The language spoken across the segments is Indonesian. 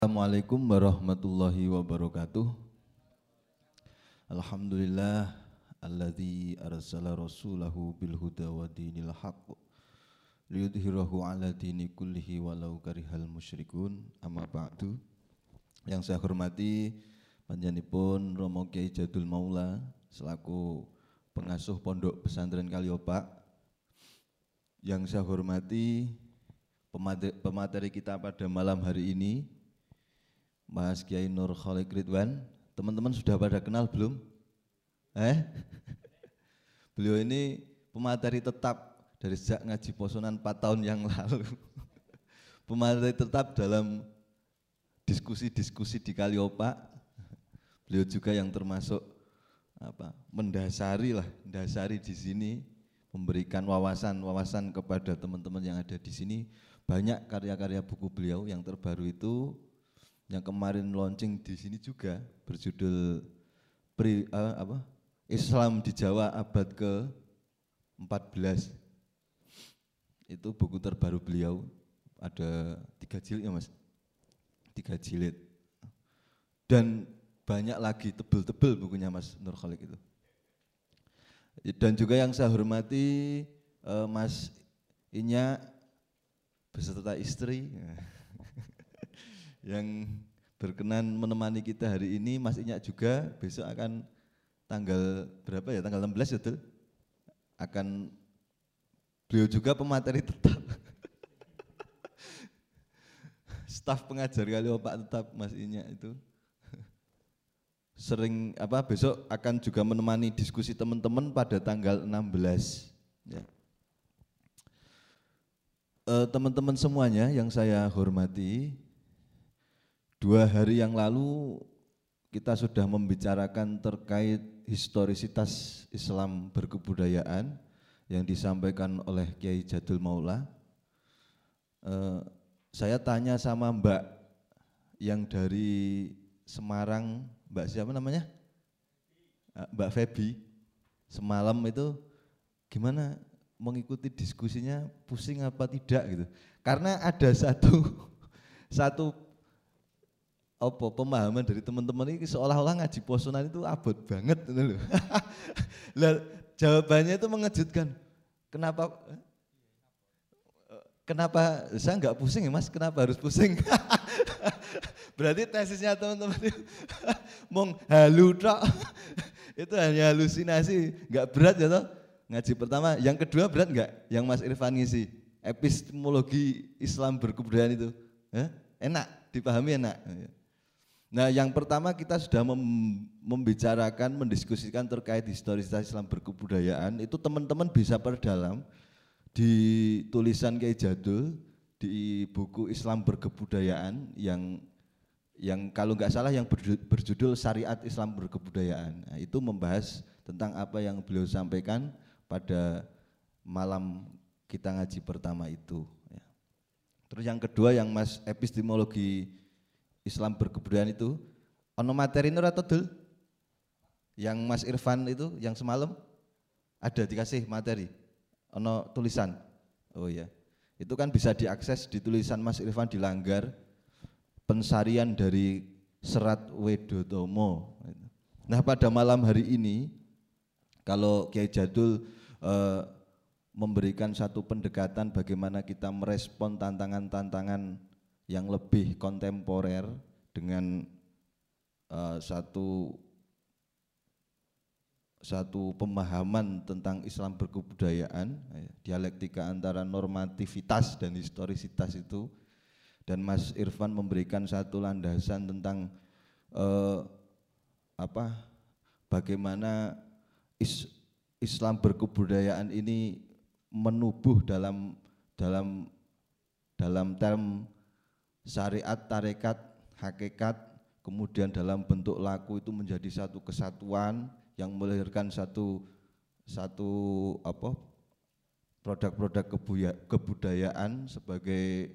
Assalamualaikum warahmatullahi wabarakatuh. Alhamdulillah alladzi arsala rasulahu bil huda wa dinil haqq liyudhhirahu ala dini kullihi walau karihal musyrikun. Amma ba'du. Yang saya hormati panjenenganipun Romo Kyai Jadul Maula selaku pengasuh Pondok Pesantren Kaliopak. Yang saya hormati pemateri kita pada malam hari ini, Mas Kiai Nur Khalik Ridwan. Teman-teman sudah pada kenal belum? Beliau ini pemateri tetap dari sejak ngaji Posonan 4 tahun yang lalu. Pemateri tetap dalam diskusi-diskusi di Kaliopak. Beliau juga yang termasuk mendasari di sini, memberikan wawasan kepada teman-teman yang ada di sini. Banyak karya-karya buku beliau, yang terbaru itu yang kemarin launching di sini juga berjudul Islam di Jawa abad ke-14. Itu buku terbaru beliau, ada 3 jilid ya Mas, 3 jilid. Dan banyak lagi, tebel-tebel bukunya Mas Nur Khalik itu. Dan juga yang saya hormati Mas Inya beserta istri yang berkenan menemani kita hari ini. Mas Inya juga besok akan tanggal berapa ya, tanggal 16 ya betul? Akan beliau juga pemateri tetap. Staf pengajar Kaliopak tetap Mas Inya itu. Sering besok akan juga menemani diskusi teman-teman pada tanggal 16 ya. Teman-teman semuanya yang saya hormati, 2 hari yang lalu kita sudah membicarakan terkait historisitas Islam berkebudayaan yang disampaikan oleh Kiai Jadul Maula. Saya tanya sama Mbak yang dari Semarang, Mbak siapa namanya? Mbak Febi. Semalam itu gimana mengikuti diskusinya, pusing apa tidak gitu. Karena ada satu pemahaman dari teman-teman ini seolah-olah ngaji Posonan itu abot banget gitu loh. Lah jawabannya itu mengejutkan. Kenapa saya enggak pusing ya Mas? Kenapa harus pusing? Berarti tesisnya teman-teman itu mong halu tok. Itu hanya halusinasi, enggak berat ya toh? Ngaji pertama, yang kedua berat enggak? Yang Mas Irfan ngisi epistemologi Islam berkebudayaan itu. Enak, dipahami enak. Nah, yang pertama kita sudah membicarakan, mendiskusikan terkait historisitas Islam berkebudayaan. Itu teman-teman bisa perdalam di tulisan Kiai Jadul di buku Islam berkebudayaan yang kalau nggak salah yang berjudul Syariat Islam Berkebudayaan. Nah, itu membahas tentang apa yang beliau sampaikan pada malam kita ngaji pertama itu. Terus yang kedua yang Mas epistemologi Islam berkebudayaan itu, ono materi nur atau dul? Yang Mas Irfan itu yang semalam ada dikasih materi, ono tulisan. Oh ya, itu kan bisa diakses di tulisan Mas Irfan di Langgar, pensarian dari Serat Wedotomo. Nah pada malam hari ini, kalau Kiai Jadul memberikan satu pendekatan bagaimana kita merespon tantangan-tantangan yang lebih kontemporer dengan satu pemahaman tentang Islam berkebudayaan, dialektika antara normativitas dan historisitas itu, dan Mas Irfan memberikan satu landasan tentang bagaimana Islam berkebudayaan ini menubuh dalam term syariat, tarekat, hakikat, kemudian dalam bentuk laku itu menjadi satu kesatuan yang melahirkan satu produk-produk kebudayaan sebagai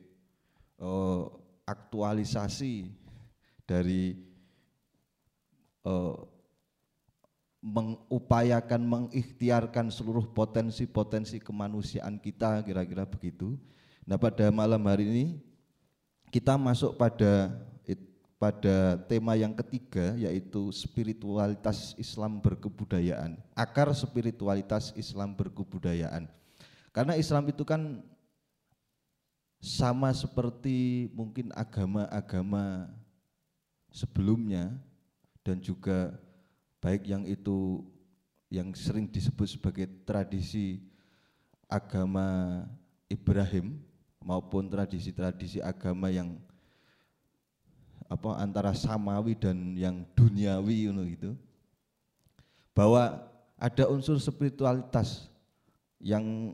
aktualisasi dari mengupayakan, mengikhtiarkan seluruh potensi-potensi kemanusiaan kita, kira-kira begitu. Nah pada malam hari ini kita masuk pada pada tema yang ketiga, yaitu spiritualitas Islam berkebudayaan, akar spiritualitas Islam berkebudayaan. Karena Islam itu kan sama seperti mungkin agama-agama sebelumnya, dan juga baik yang itu yang sering disebut sebagai tradisi agama Ibrahim maupun tradisi-tradisi agama yang antara samawi dan yang duniawi gitu, bahwa ada unsur spiritualitas yang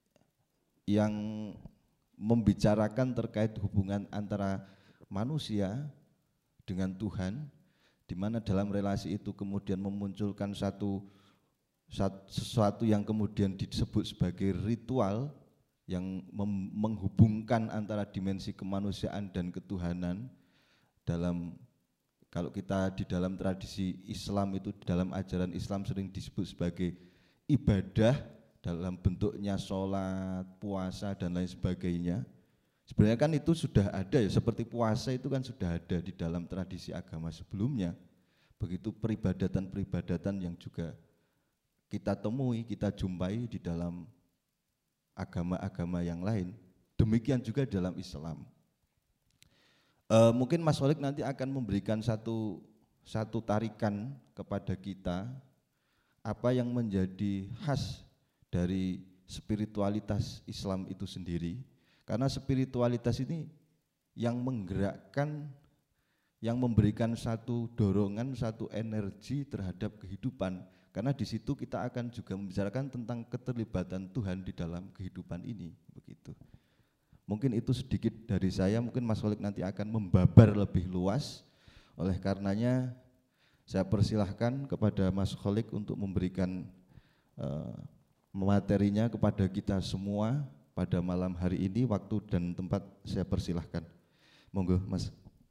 membicarakan terkait hubungan antara manusia dengan Tuhan, di mana dalam relasi itu kemudian memunculkan sesuatu yang kemudian disebut sebagai ritual yang menghubungkan antara dimensi kemanusiaan dan ketuhanan. Kalau kita di dalam tradisi Islam itu, dalam ajaran Islam sering disebut sebagai ibadah dalam bentuknya sholat, puasa dan lain sebagainya. Sebenarnya kan itu sudah ada ya, seperti puasa itu kan sudah ada di dalam tradisi agama sebelumnya. Begitu peribadatan-peribadatan yang juga kita temui, kita jumpai di dalam agama-agama yang lain. Demikian juga dalam Islam. Mungkin Mas Holik nanti akan memberikan satu tarikan kepada kita apa yang menjadi khas dari spiritualitas Islam itu sendiri, karena spiritualitas ini yang menggerakkan, yang memberikan satu dorongan, satu energi terhadap kehidupan, karena di situ kita akan juga membicarakan tentang keterlibatan Tuhan di dalam kehidupan ini, begitu. Mungkin itu sedikit dari saya, mungkin Mas Holik nanti akan membabar lebih luas. Oleh karenanya saya persilahkan kepada Mas Holik untuk memberikan materinya kepada kita semua pada malam hari ini. Waktu dan tempat saya persilahkan. Monggo Mas.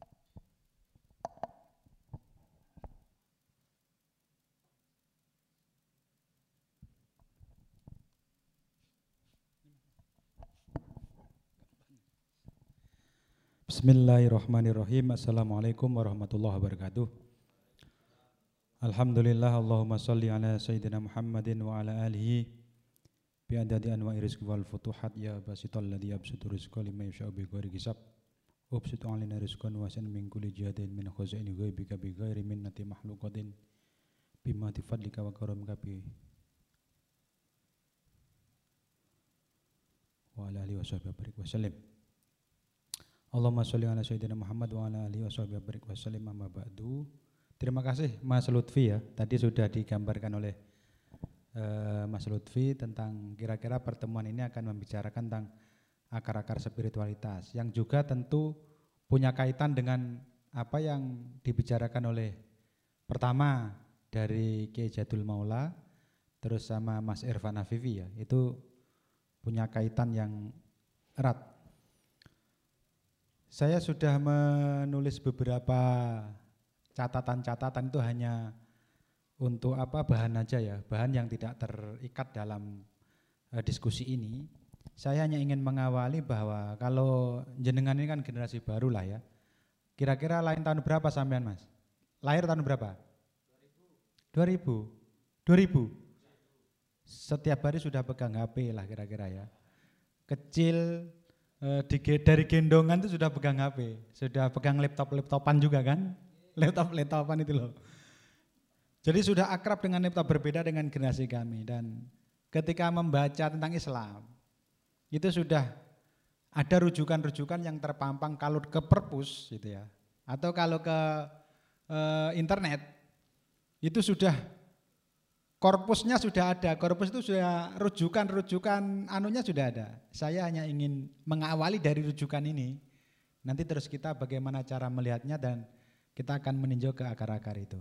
Bismillahirrahmanirrahim. Assalamualaikum warahmatullahi wabarakatuh. Alhamdulillah, Allahumma salli ala Sayyidina Muhammadin wa ala alihi bi'adadi anwa'i rizqi wal futuhat ya basital ladhi absutu rizqa lima yasha'u bi ghairi hisab ubsutu alina rizqan wasan min kulli jihadin min khuzaini ghaibika bi ghairi minnati makhluqatin bima tifadlika wa karamka bi wa ala alihi wa sahbihi wa sallim. Allahumma sholli ala sayyidina Muhammad wa ala alihi washabihi barik wasallim, amma ba'du. Terima kasih Mas Lutfi ya. Tadi sudah digambarkan oleh Mas Lutfi tentang kira-kira pertemuan ini akan membicarakan tentang akar-akar spiritualitas yang juga tentu punya kaitan dengan apa yang dibicarakan oleh pertama dari Kiai Jadul Maula terus sama Mas Irfan Afifi ya. Itu punya kaitan yang erat. Saya sudah menulis beberapa catatan-catatan, itu hanya untuk bahan aja ya, bahan yang tidak terikat dalam diskusi ini. Saya hanya ingin mengawali bahwa kalau jenengan ini kan generasi baru lah ya. Kira-kira lahir tahun berapa sampean Mas? Lahir tahun berapa? 2000. 2000. Setiap hari sudah pegang HP lah kira-kira ya. Kecil. Dari gendongan itu sudah pegang HP, sudah pegang laptopan juga kan, laptopan itu loh. Jadi sudah akrab dengan laptop, berbeda dengan generasi kami. Dan ketika membaca tentang Islam, itu sudah ada rujukan-rujukan yang terpampang kalau ke perpus gitu ya, atau kalau ke internet, itu sudah korpusnya sudah ada, korpus itu sudah rujukan anunya sudah ada. Saya hanya ingin mengawali dari rujukan ini, nanti terus kita bagaimana cara melihatnya dan kita akan meninjau ke akar-akar itu.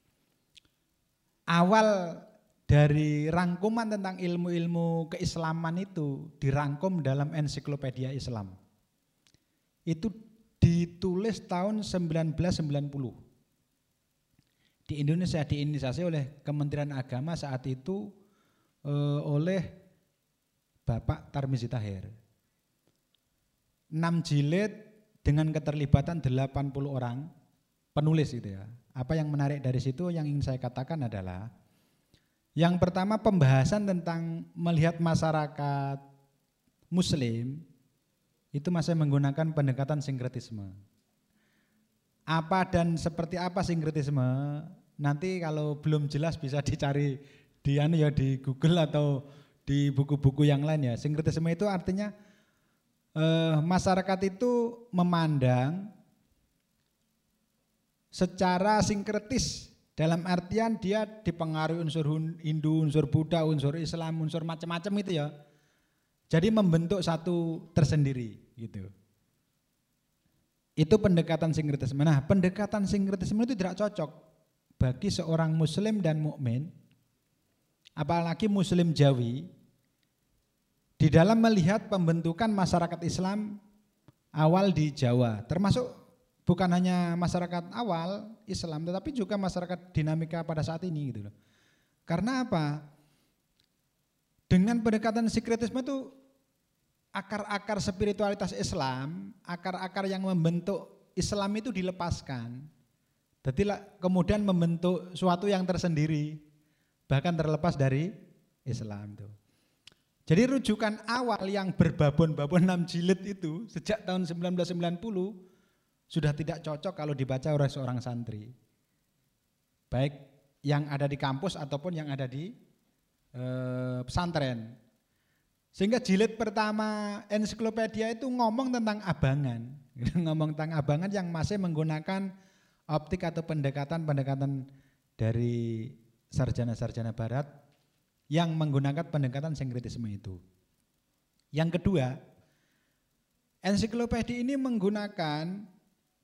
Awal dari rangkuman tentang ilmu-ilmu keislaman itu dirangkum dalam ensiklopedia Islam. Itu ditulis tahun 1990. Di Indonesia diinisiasi oleh Kementerian Agama saat itu oleh Bapak Tarmizi Tahir. 6 jilid dengan keterlibatan 80 orang penulis gitu ya. Apa yang menarik dari situ yang ingin saya katakan adalah yang pertama pembahasan tentang melihat masyarakat Muslim itu masih menggunakan pendekatan sinkretisme. Apa dan seperti apa sinkretisme? Nanti kalau belum jelas bisa dicari di Google atau di buku-buku yang lain ya. Sinkretisme itu artinya masyarakat itu memandang secara sinkretis, dalam artian dia dipengaruhi unsur Hindu, unsur Buddha, unsur Islam, unsur macam-macam itu ya. Jadi membentuk satu tersendiri gitu. Itu pendekatan sinkretisme. Nah, pendekatan sinkretisme itu tidak cocok bagi seorang muslim dan mukmin, apalagi muslim Jawi, di dalam melihat pembentukan masyarakat Islam awal di Jawa, termasuk bukan hanya masyarakat awal Islam, tetapi juga masyarakat dinamika pada saat ini gitu loh. Karena apa? Dengan pendekatan sinkretisme itu akar-akar spiritualitas Islam, akar-akar yang membentuk Islam itu dilepaskan. Jadi kemudian membentuk suatu yang tersendiri, bahkan terlepas dari Islam itu. Jadi rujukan awal yang berbabon-babon 6 jilid itu sejak tahun 1990 sudah tidak cocok kalau dibaca oleh seorang santri, baik yang ada di kampus ataupun yang ada di pesantren. Sehingga jilid pertama ensiklopedia itu ngomong tentang abangan, ngomong tentang abangan yang masih menggunakan optik atau pendekatan-pendekatan dari sarjana-sarjana barat yang menggunakan pendekatan sinkretisme itu. Yang kedua, ensiklopedia ini menggunakan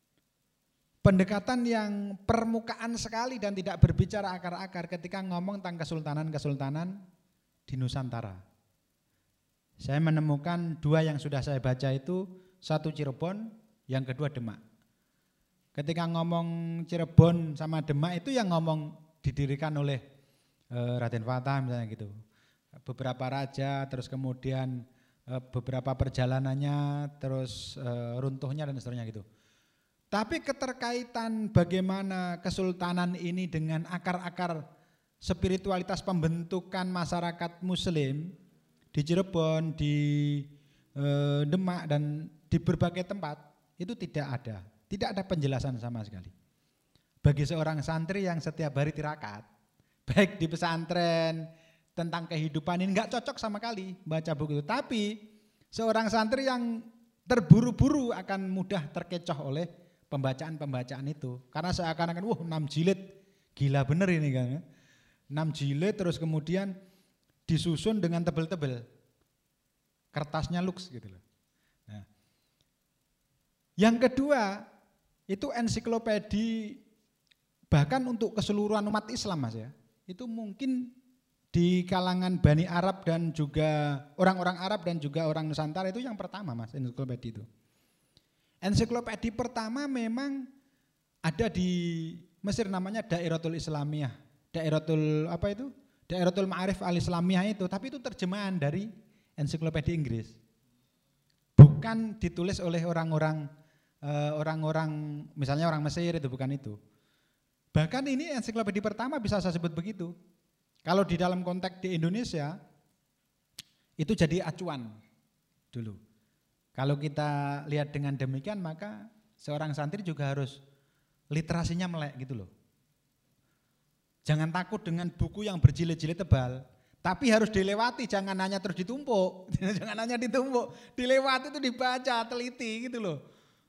pendekatan yang permukaan sekali dan tidak berbicara akar-akar ketika ngomong tentang kesultanan-kesultanan di Nusantara. Saya menemukan dua yang sudah saya baca itu, satu Cirebon, yang kedua Demak. Ketika ngomong Cirebon sama Demak itu yang ngomong didirikan oleh Raden Fatah misalnya gitu. Beberapa raja, terus kemudian beberapa perjalanannya, terus runtuhnya dan seterusnya gitu. Tapi keterkaitan bagaimana kesultanan ini dengan akar-akar spiritualitas pembentukan masyarakat Muslim di Cirebon, di Demak dan di berbagai tempat itu tidak ada penjelasan sama sekali. Bagi seorang santri yang setiap hari tirakat, baik di pesantren tentang kehidupan ini nggak cocok sama kali baca buku itu. Tapi seorang santri yang terburu-buru akan mudah terkecoh oleh pembacaan-pembacaan itu. Karena seakan-akan 6 jilid, gila bener ini kan. 6 jilid terus kemudian disusun dengan tebel-tebel. Kertasnya lux gitu loh. Nah, yang kedua, itu ensiklopedi bahkan untuk keseluruhan umat Islam Mas ya. Itu mungkin di kalangan Bani Arab dan juga orang-orang Arab dan juga orang Nusantara itu yang pertama Mas, ensiklopedi itu. Ensiklopedi pertama memang ada di Mesir namanya Dairatul Islamiyah. Dairatul Ma'arif Al-Islamiyah itu, tapi itu terjemahan dari ensiklopedi Inggris. Bukan ditulis oleh orang-orang misalnya orang Mesir, itu bukan itu. Bahkan ini ensiklopedi pertama bisa saya sebut begitu. Kalau di dalam konteks di Indonesia itu jadi acuan dulu. Kalau kita lihat dengan demikian maka seorang santri juga harus literasinya melek gitu loh. Jangan takut dengan buku yang berjilid-jilid tebal, tapi harus dilewati, jangan hanya terus ditumpuk. Jangan hanya ditumpuk, dilewati itu dibaca, teliti gitu loh.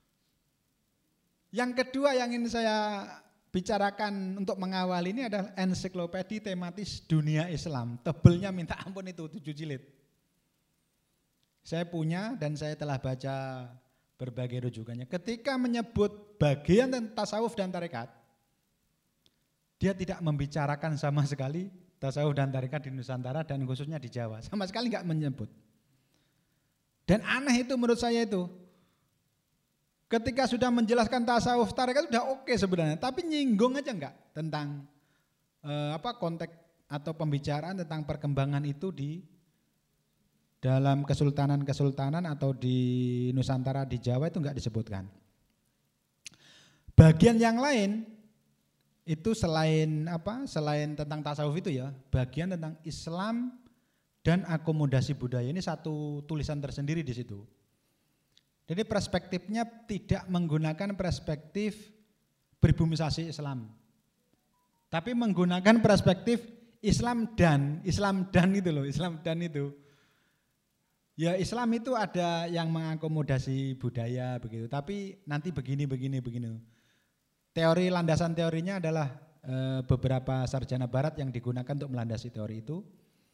Yang kedua yang ingin saya bicarakan untuk mengawal ini adalah ensiklopedi tematis dunia Islam. Tebelnya minta ampun itu 7 jilid. Saya punya dan saya telah baca berbagai rujukannya. Ketika menyebut bagian tentang tasawuf dan tarekat, dia tidak membicarakan sama sekali tasawuf dan tarekat di Nusantara dan khususnya di Jawa. Sama sekali enggak menyebut. Dan aneh itu menurut saya itu. Ketika sudah menjelaskan tasawuf tarekat sudah oke sebenarnya, tapi nyinggung aja enggak tentang konteks atau pembicaraan tentang perkembangan itu di dalam kesultanan-kesultanan atau di Nusantara di Jawa itu enggak disebutkan. bagian yang lain itu selain tentang tasawuf itu ya, bagian tentang Islam dan akomodasi budaya, ini satu tulisan tersendiri di situ. Jadi perspektifnya tidak menggunakan perspektif pribumisasi Islam, tapi menggunakan perspektif Islam dan itu loh, Islam dan itu. Ya Islam itu ada yang mengakomodasi budaya begitu, tapi nanti begini. Teori landasan teorinya adalah beberapa sarjana barat yang digunakan untuk melandasi teori itu.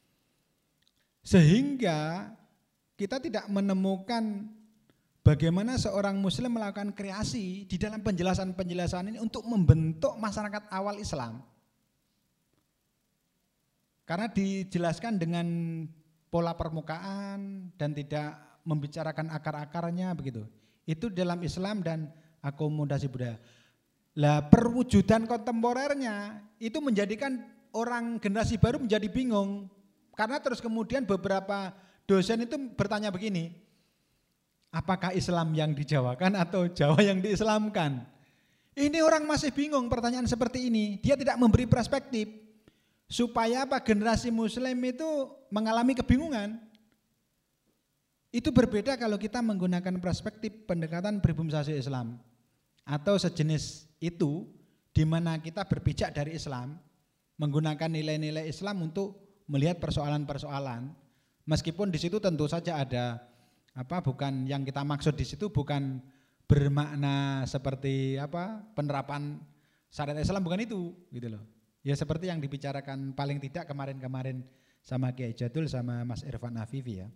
Sehingga kita tidak menemukan bagaimana seorang muslim melakukan kreasi di dalam penjelasan-penjelasan ini untuk membentuk masyarakat awal Islam. Karena dijelaskan dengan pola permukaan dan tidak membicarakan akar-akarnya begitu. Itu dalam Islam dan akomodasi budaya. Lah perwujudan kontemporernya itu menjadikan orang generasi baru menjadi bingung. Karena terus kemudian beberapa dosen itu bertanya begini, apakah Islam yang dijawakan atau Jawa yang diislamkan? Ini orang masih bingung pertanyaan seperti ini. Dia tidak memberi perspektif supaya generasi muslim itu mengalami kebingungan. Itu berbeda kalau kita menggunakan perspektif pendekatan pribumisasi Islam atau sejenis itu, di mana kita berpijak dari Islam, menggunakan nilai-nilai Islam untuk melihat persoalan-persoalan. Meskipun di situ tentu saja ada bukan yang kita maksud di situ bukan bermakna seperti penerapan syariat Islam, bukan itu gitu loh. Ya seperti yang dibicarakan paling tidak kemarin-kemarin sama Kiai Jadul sama Mas Irfan Afifi ya.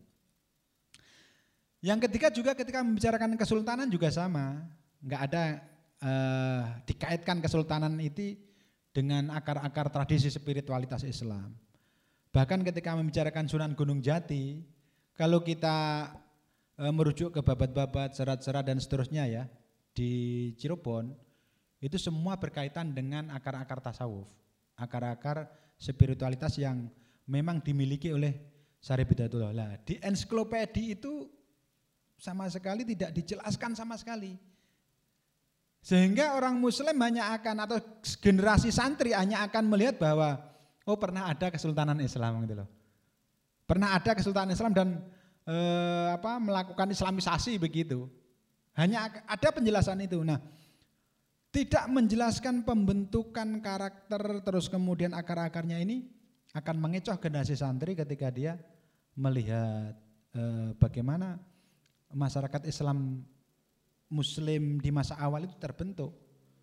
Yang ketiga juga ketika membicarakan kesultanan juga sama, enggak ada dikaitkan kesultanan itu dengan akar-akar tradisi spiritualitas Islam. Bahkan ketika membicarakan Sunan Gunung Jati, kalau kita merujuk ke babat-babat, serat-serat dan seterusnya ya di Cirebon, itu semua berkaitan dengan akar-akar tasawuf, akar-akar spiritualitas yang memang dimiliki oleh Syarif Hidayatullah. Lah, di ensiklopedi itu sama sekali tidak dijelaskan sama sekali. Sehingga orang muslim hanya akan atau generasi santri hanya akan melihat bahwa pernah ada kesultanan Islam gitu loh. Pernah ada kesultanan Islam dan melakukan islamisasi begitu. Hanya ada penjelasan itu. Nah, tidak menjelaskan pembentukan karakter terus kemudian akar-akarnya ini akan mengecoh generasi santri ketika dia melihat bagaimana masyarakat Islam Muslim di masa awal itu terbentuk.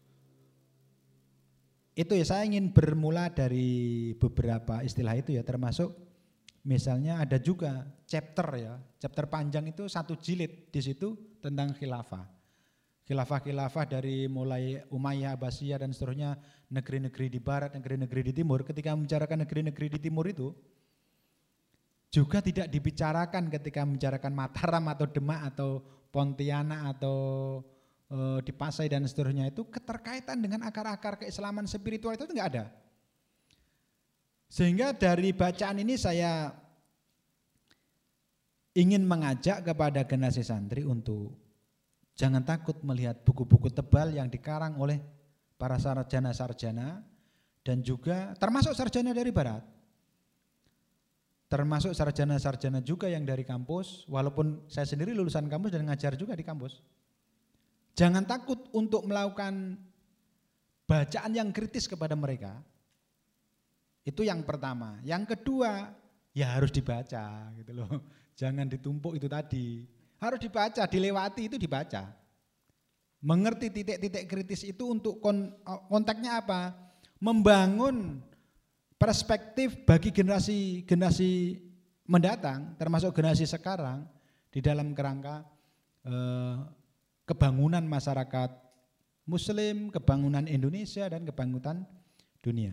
Itu ya, saya ingin bermula dari beberapa istilah itu ya, termasuk misalnya ada juga chapter panjang itu 1 jilid di situ tentang khilafah. Khilafah dari mulai Umayyah, Abbasiyah dan seterusnya, negeri-negeri di barat, negeri-negeri di timur. Ketika membicarakan negeri-negeri di timur itu juga tidak dibicarakan ketika membicarakan Mataram atau Demak atau Pontianak atau di Pasai dan seterusnya, itu keterkaitan dengan akar-akar keislaman spiritual itu enggak ada. Sehingga dari bacaan ini saya ingin mengajak kepada generasi santri untuk jangan takut melihat buku-buku tebal yang dikarang oleh para sarjana-sarjana dan juga termasuk sarjana dari barat. Termasuk sarjana-sarjana juga yang dari kampus, walaupun saya sendiri lulusan kampus dan ngajar juga di kampus. Jangan takut untuk melakukan bacaan yang kritis kepada mereka. Itu yang pertama. Yang kedua, ya harus dibaca gitu loh. Jangan ditumpuk itu tadi. Harus dibaca, dilewati itu dibaca. Mengerti titik-titik kritis itu untuk konteksnya apa? Membangun perspektif bagi generasi mendatang, termasuk generasi sekarang di dalam kerangka kebangunan masyarakat Muslim, kebangunan Indonesia dan kebangunan dunia.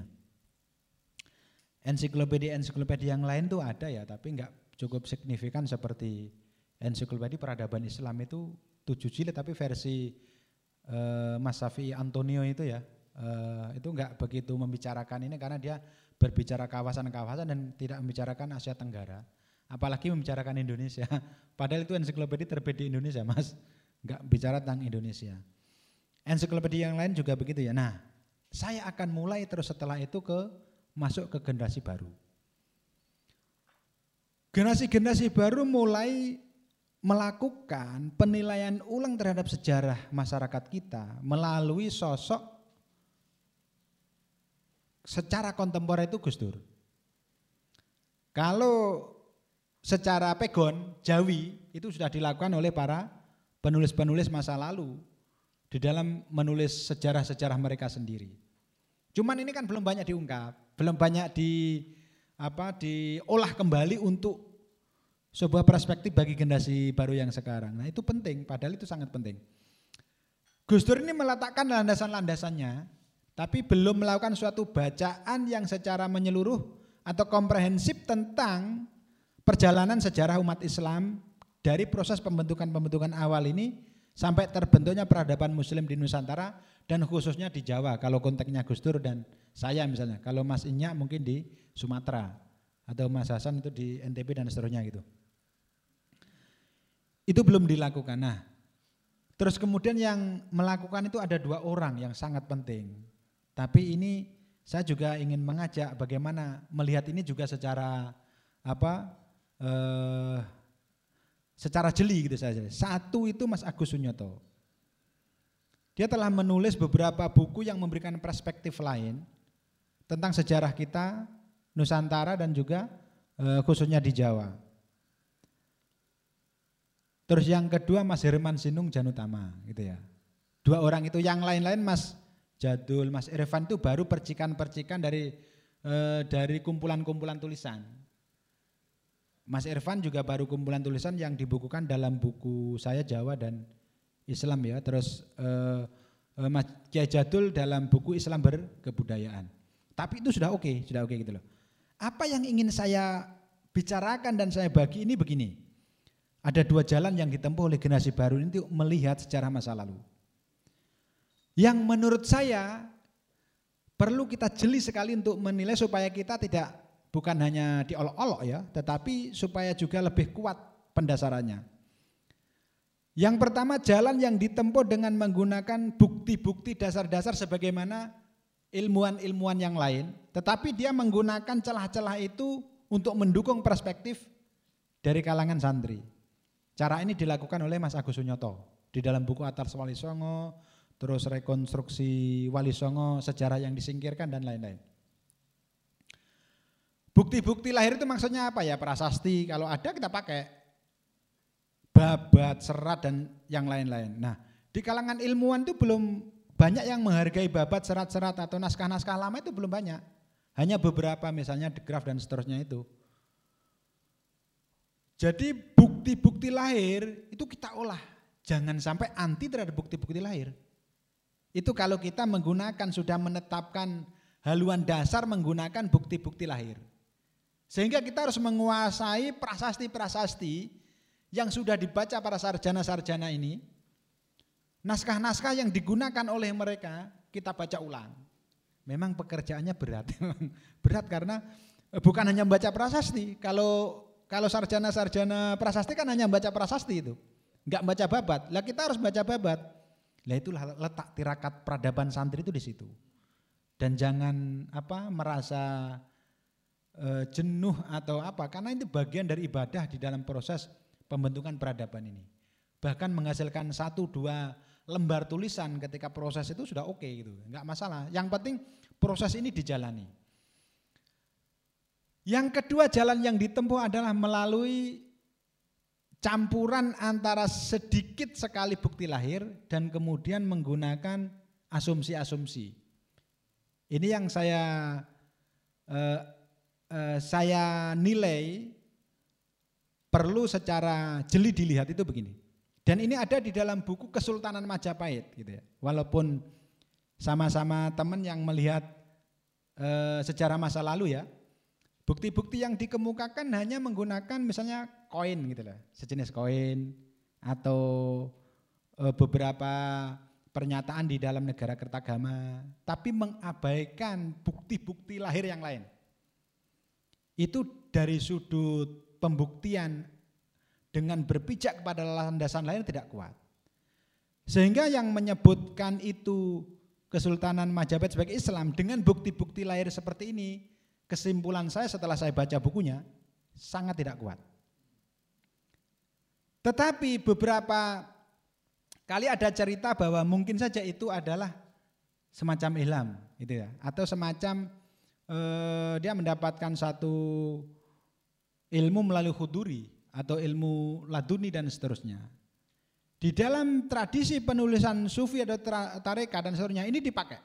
Ensiklopedia yang lain tuh ada ya, tapi enggak cukup signifikan seperti ensiklopedia peradaban Islam itu 7 jilid, tapi versi Mas Safi Antonio itu ya, itu enggak begitu membicarakan ini karena dia berbicara kawasan-kawasan dan tidak membicarakan Asia Tenggara, apalagi membicarakan Indonesia. Padahal itu ensiklopedia terbit di Indonesia, Mas, enggak bicara tentang Indonesia. Ensiklopedia yang lain juga begitu ya. Nah, saya akan mulai terus setelah itu masuk ke generasi baru. Generasi-generasi baru mulai melakukan penilaian ulang terhadap sejarah masyarakat kita melalui sosok secara kontemporer itu Gus Dur. Kalau secara pegon, Jawi itu sudah dilakukan oleh para penulis-penulis masa lalu di dalam menulis sejarah-sejarah mereka sendiri. Cuman ini kan belum banyak diungkap, belum banyak diolah kembali untuk sebuah perspektif bagi generasi baru yang sekarang. Nah itu penting, padahal itu sangat penting. Gus Dur ini meletakkan landasan-landasannya, tapi belum melakukan suatu bacaan yang secara menyeluruh atau komprehensif tentang perjalanan sejarah umat Islam dari proses pembentukan awal ini sampai terbentuknya peradaban Muslim di Nusantara dan khususnya di Jawa. Kalau konteksnya Gus Dur dan saya misalnya, kalau Mas Inyak mungkin di Sumatera atau Mas Hasan itu di NTB dan seterusnya gitu. Itu belum dilakukan. Nah, terus kemudian yang melakukan itu ada 2 orang yang sangat penting. Tapi ini saya juga ingin mengajak bagaimana melihat ini juga secara secara jeli gitu saja. Satu itu Mas Agus Sunyoto. Dia telah menulis beberapa buku yang memberikan perspektif lain tentang sejarah kita Nusantara dan juga khususnya di Jawa. Terus yang kedua Mas Herman Sinung Janutama gitu ya. 2 orang itu, yang lain-lain Mas Jadul, Mas Irfan itu baru percikan-percikan dari kumpulan-kumpulan tulisan. Mas Irfan juga baru kumpulan tulisan yang dibukukan dalam buku saya Jawa dan Islam ya. Terus Mas Kiai Jadul dalam buku Islam Berkebudayaan. Tapi itu sudah oke gitu loh. Apa yang ingin saya bicarakan dan saya bagi ini begini. Ada 2 jalan yang ditempuh oleh generasi baru ini untuk melihat sejarah masa lalu. Yang menurut saya perlu kita jeli sekali untuk menilai supaya kita bukan hanya diolok-olok ya, tetapi supaya juga lebih kuat pendasarannya. Yang pertama, jalan yang ditempuh dengan menggunakan bukti-bukti dasar-dasar sebagaimana ilmuwan-ilmuwan yang lain, tetapi dia menggunakan celah-celah itu untuk mendukung perspektif dari kalangan santri. Cara ini dilakukan oleh Mas Agus Sunyoto di dalam buku Atlas Wali Songo, terus rekonstruksi Wali Songo, sejarah yang disingkirkan dan lain-lain. Bukti-bukti lahir itu maksudnya apa ya? Prasasti, kalau ada kita pakai, babat, serat dan yang lain-lain. Nah, di kalangan ilmuwan itu belum banyak yang menghargai babat, serat-serat atau naskah-naskah lama, itu belum banyak. Hanya beberapa misalnya De Graaf dan seterusnya itu. Jadi bukti-bukti lahir itu kita olah, jangan sampai anti terhadap bukti-bukti lahir. Itu kalau kita sudah menetapkan haluan dasar menggunakan bukti-bukti lahir. Sehingga kita harus menguasai prasasti-prasasti yang sudah dibaca para sarjana-sarjana ini. Naskah-naskah yang digunakan oleh mereka kita baca ulang. Memang pekerjaannya berat. Berat karena bukan hanya membaca prasasti. Kalau sarjana-sarjana prasasti kan hanya baca prasasti itu, enggak baca babat. Lah kita harus baca babat. Lah itulah letak tirakat peradaban santri itu di situ. Dan jangan merasa jenuh atau karena itu bagian dari ibadah di dalam proses pembentukan peradaban ini. Bahkan menghasilkan 1-2 lembar tulisan ketika proses itu sudah oke gitu, enggak masalah. Yang penting proses ini dijalani. Yang kedua jalan yang ditempuh adalah melalui campuran antara sedikit sekali bukti lahir dan kemudian menggunakan asumsi-asumsi. Ini yang saya nilai perlu secara jeli dilihat itu begini. Dan ini ada di dalam buku Kesultanan Majapahit gitu ya. Walaupun sama-sama teman yang melihat sejarah masa lalu ya. Bukti-bukti yang dikemukakan hanya menggunakan misalnya koin gitu loh, sejenis koin atau beberapa pernyataan di dalam negara kertagama, tapi mengabaikan bukti-bukti lahir yang lain. Itu dari sudut pembuktian dengan berpijak kepada landasan lain tidak kuat. Sehingga yang menyebutkan itu Kesultanan Majapahit sebagai Islam dengan bukti-bukti lahir seperti ini, kesimpulan saya setelah saya baca bukunya sangat tidak kuat. Tetapi beberapa kali ada cerita bahwa mungkin saja itu adalah semacam ilham, gitu ya, atau semacam dia mendapatkan satu ilmu melalui huduri atau ilmu laduni dan seterusnya. Di dalam tradisi penulisan sufi atau tarekat dan seterusnya ini dipakai.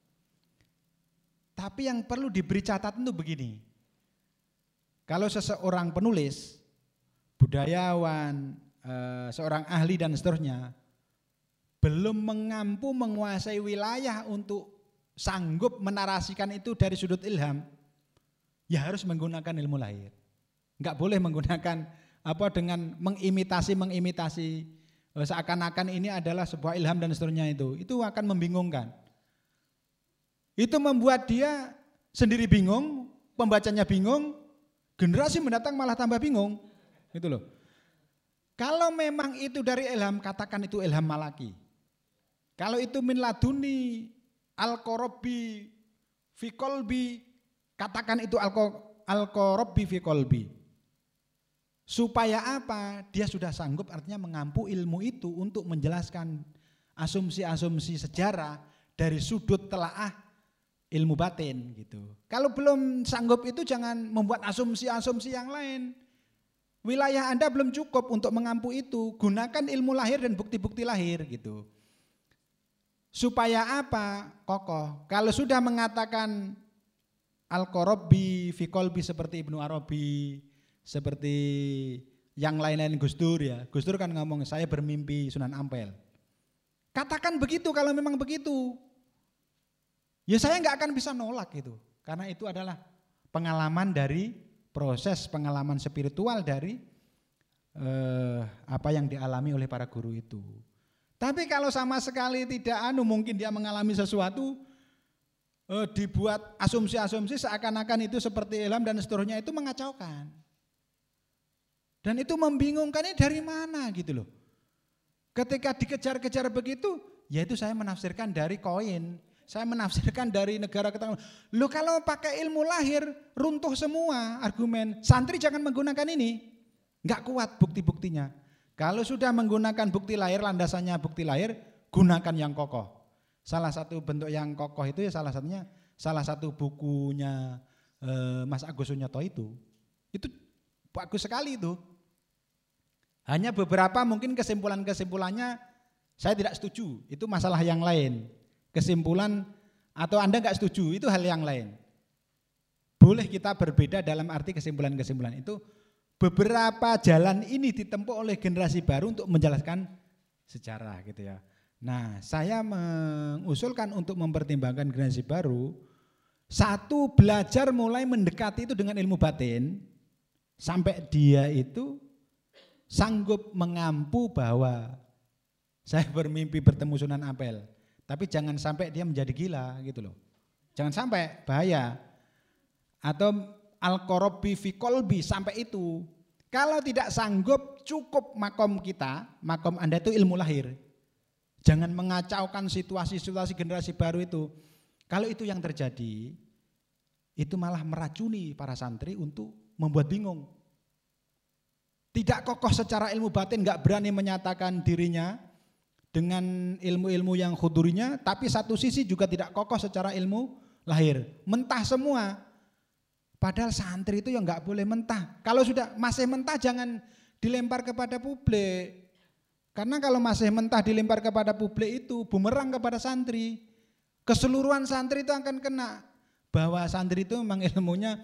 Tapi yang perlu diberi catatan itu begini. Kalau seseorang penulis, budayawan, seorang ahli dan seterusnya belum mengampu menguasai wilayah untuk sanggup menarasikan itu dari sudut ilham, ya harus menggunakan ilmu lahir. Enggak boleh menggunakan dengan mengimitasi seakan-akan ini adalah sebuah ilham dan seterusnya itu akan membingungkan. Itu membuat dia sendiri bingung, pembacanya bingung, generasi mendatang malah tambah bingung. Gitu loh. Kalau memang itu dari ilham, katakan itu ilham malaki. Kalau itu min laduni al-qorobi fi qalbi, katakan itu al-qorobi fi qalbi. Supaya apa? Dia sudah sanggup artinya mengampu ilmu itu untuk menjelaskan asumsi-asumsi sejarah dari sudut telaah ilmu batin gitu. Kalau belum sanggup itu jangan membuat asumsi-asumsi yang lain. Wilayah Anda belum cukup untuk mengampu itu, gunakan ilmu lahir dan bukti-bukti lahir gitu. Supaya apa? Kokoh. Kalau sudah mengatakan al-qorobi fi qalbi seperti Ibnu Arabi, seperti yang lain-lain Gus Dur ya. Gus Dur kan ngomong saya bermimpi Sunan Ampel. Katakan begitu kalau memang begitu. Ya saya nggak akan bisa nolak gitu. Karena itu adalah pengalaman dari proses pengalaman spiritual dari apa yang dialami oleh para guru itu. Tapi kalau sama sekali tidak mungkin dia mengalami sesuatu dibuat asumsi-asumsi seakan-akan itu seperti ilham dan seterusnya, itu mengacaukan. Dan itu membingungkannya dari mana gitu loh. Ketika dikejar-kejar begitu, yaitu saya menafsirkan dari koin, saya menafsirkan dari negara ketangguhan. Loh kalau pakai ilmu lahir runtuh semua argumen. Santri jangan menggunakan ini, nggak kuat bukti-buktinya. Kalau sudah menggunakan bukti lahir, landasannya bukti lahir, gunakan yang kokoh. Salah satu bentuk yang kokoh itu ya salah satu bukunya Mas Agus Sunyoto itu bagus sekali itu. Hanya beberapa mungkin kesimpulannya saya tidak setuju, itu masalah yang lain. Kesimpulan atau Anda enggak setuju itu hal yang lain. Boleh kita berbeda dalam arti kesimpulan-kesimpulan itu. Beberapa jalan ini ditempuh oleh generasi baru untuk menjelaskan sejarah gitu ya. Nah, saya mengusulkan untuk mempertimbangkan generasi baru, satu, belajar mulai mendekati itu dengan ilmu batin sampai dia itu sanggup mengampu bahwa saya bermimpi bertemu Sunan Ampel. Tapi jangan sampai dia menjadi gila gitu loh. Jangan sampai, bahaya. Atau al-qorobi fi qalbi sampai itu. Kalau tidak sanggup, cukup makom kita, makom Anda itu ilmu lahir. Jangan mengacaukan situasi-situasi generasi baru itu. Kalau itu yang terjadi, itu malah meracuni para santri untuk membuat bingung. Tidak kokoh secara ilmu batin, gak berani menyatakan dirinya dengan ilmu-ilmu yang khudurinya, tapi satu sisi juga tidak kokoh secara ilmu lahir. Mentah semua. Padahal santri itu yang nggak boleh mentah. Kalau sudah masih mentah jangan dilempar kepada publik. Karena kalau masih mentah dilempar kepada publik itu bumerang kepada santri. Keseluruhan santri itu akan kena. Bahwa santri itu memang ilmunya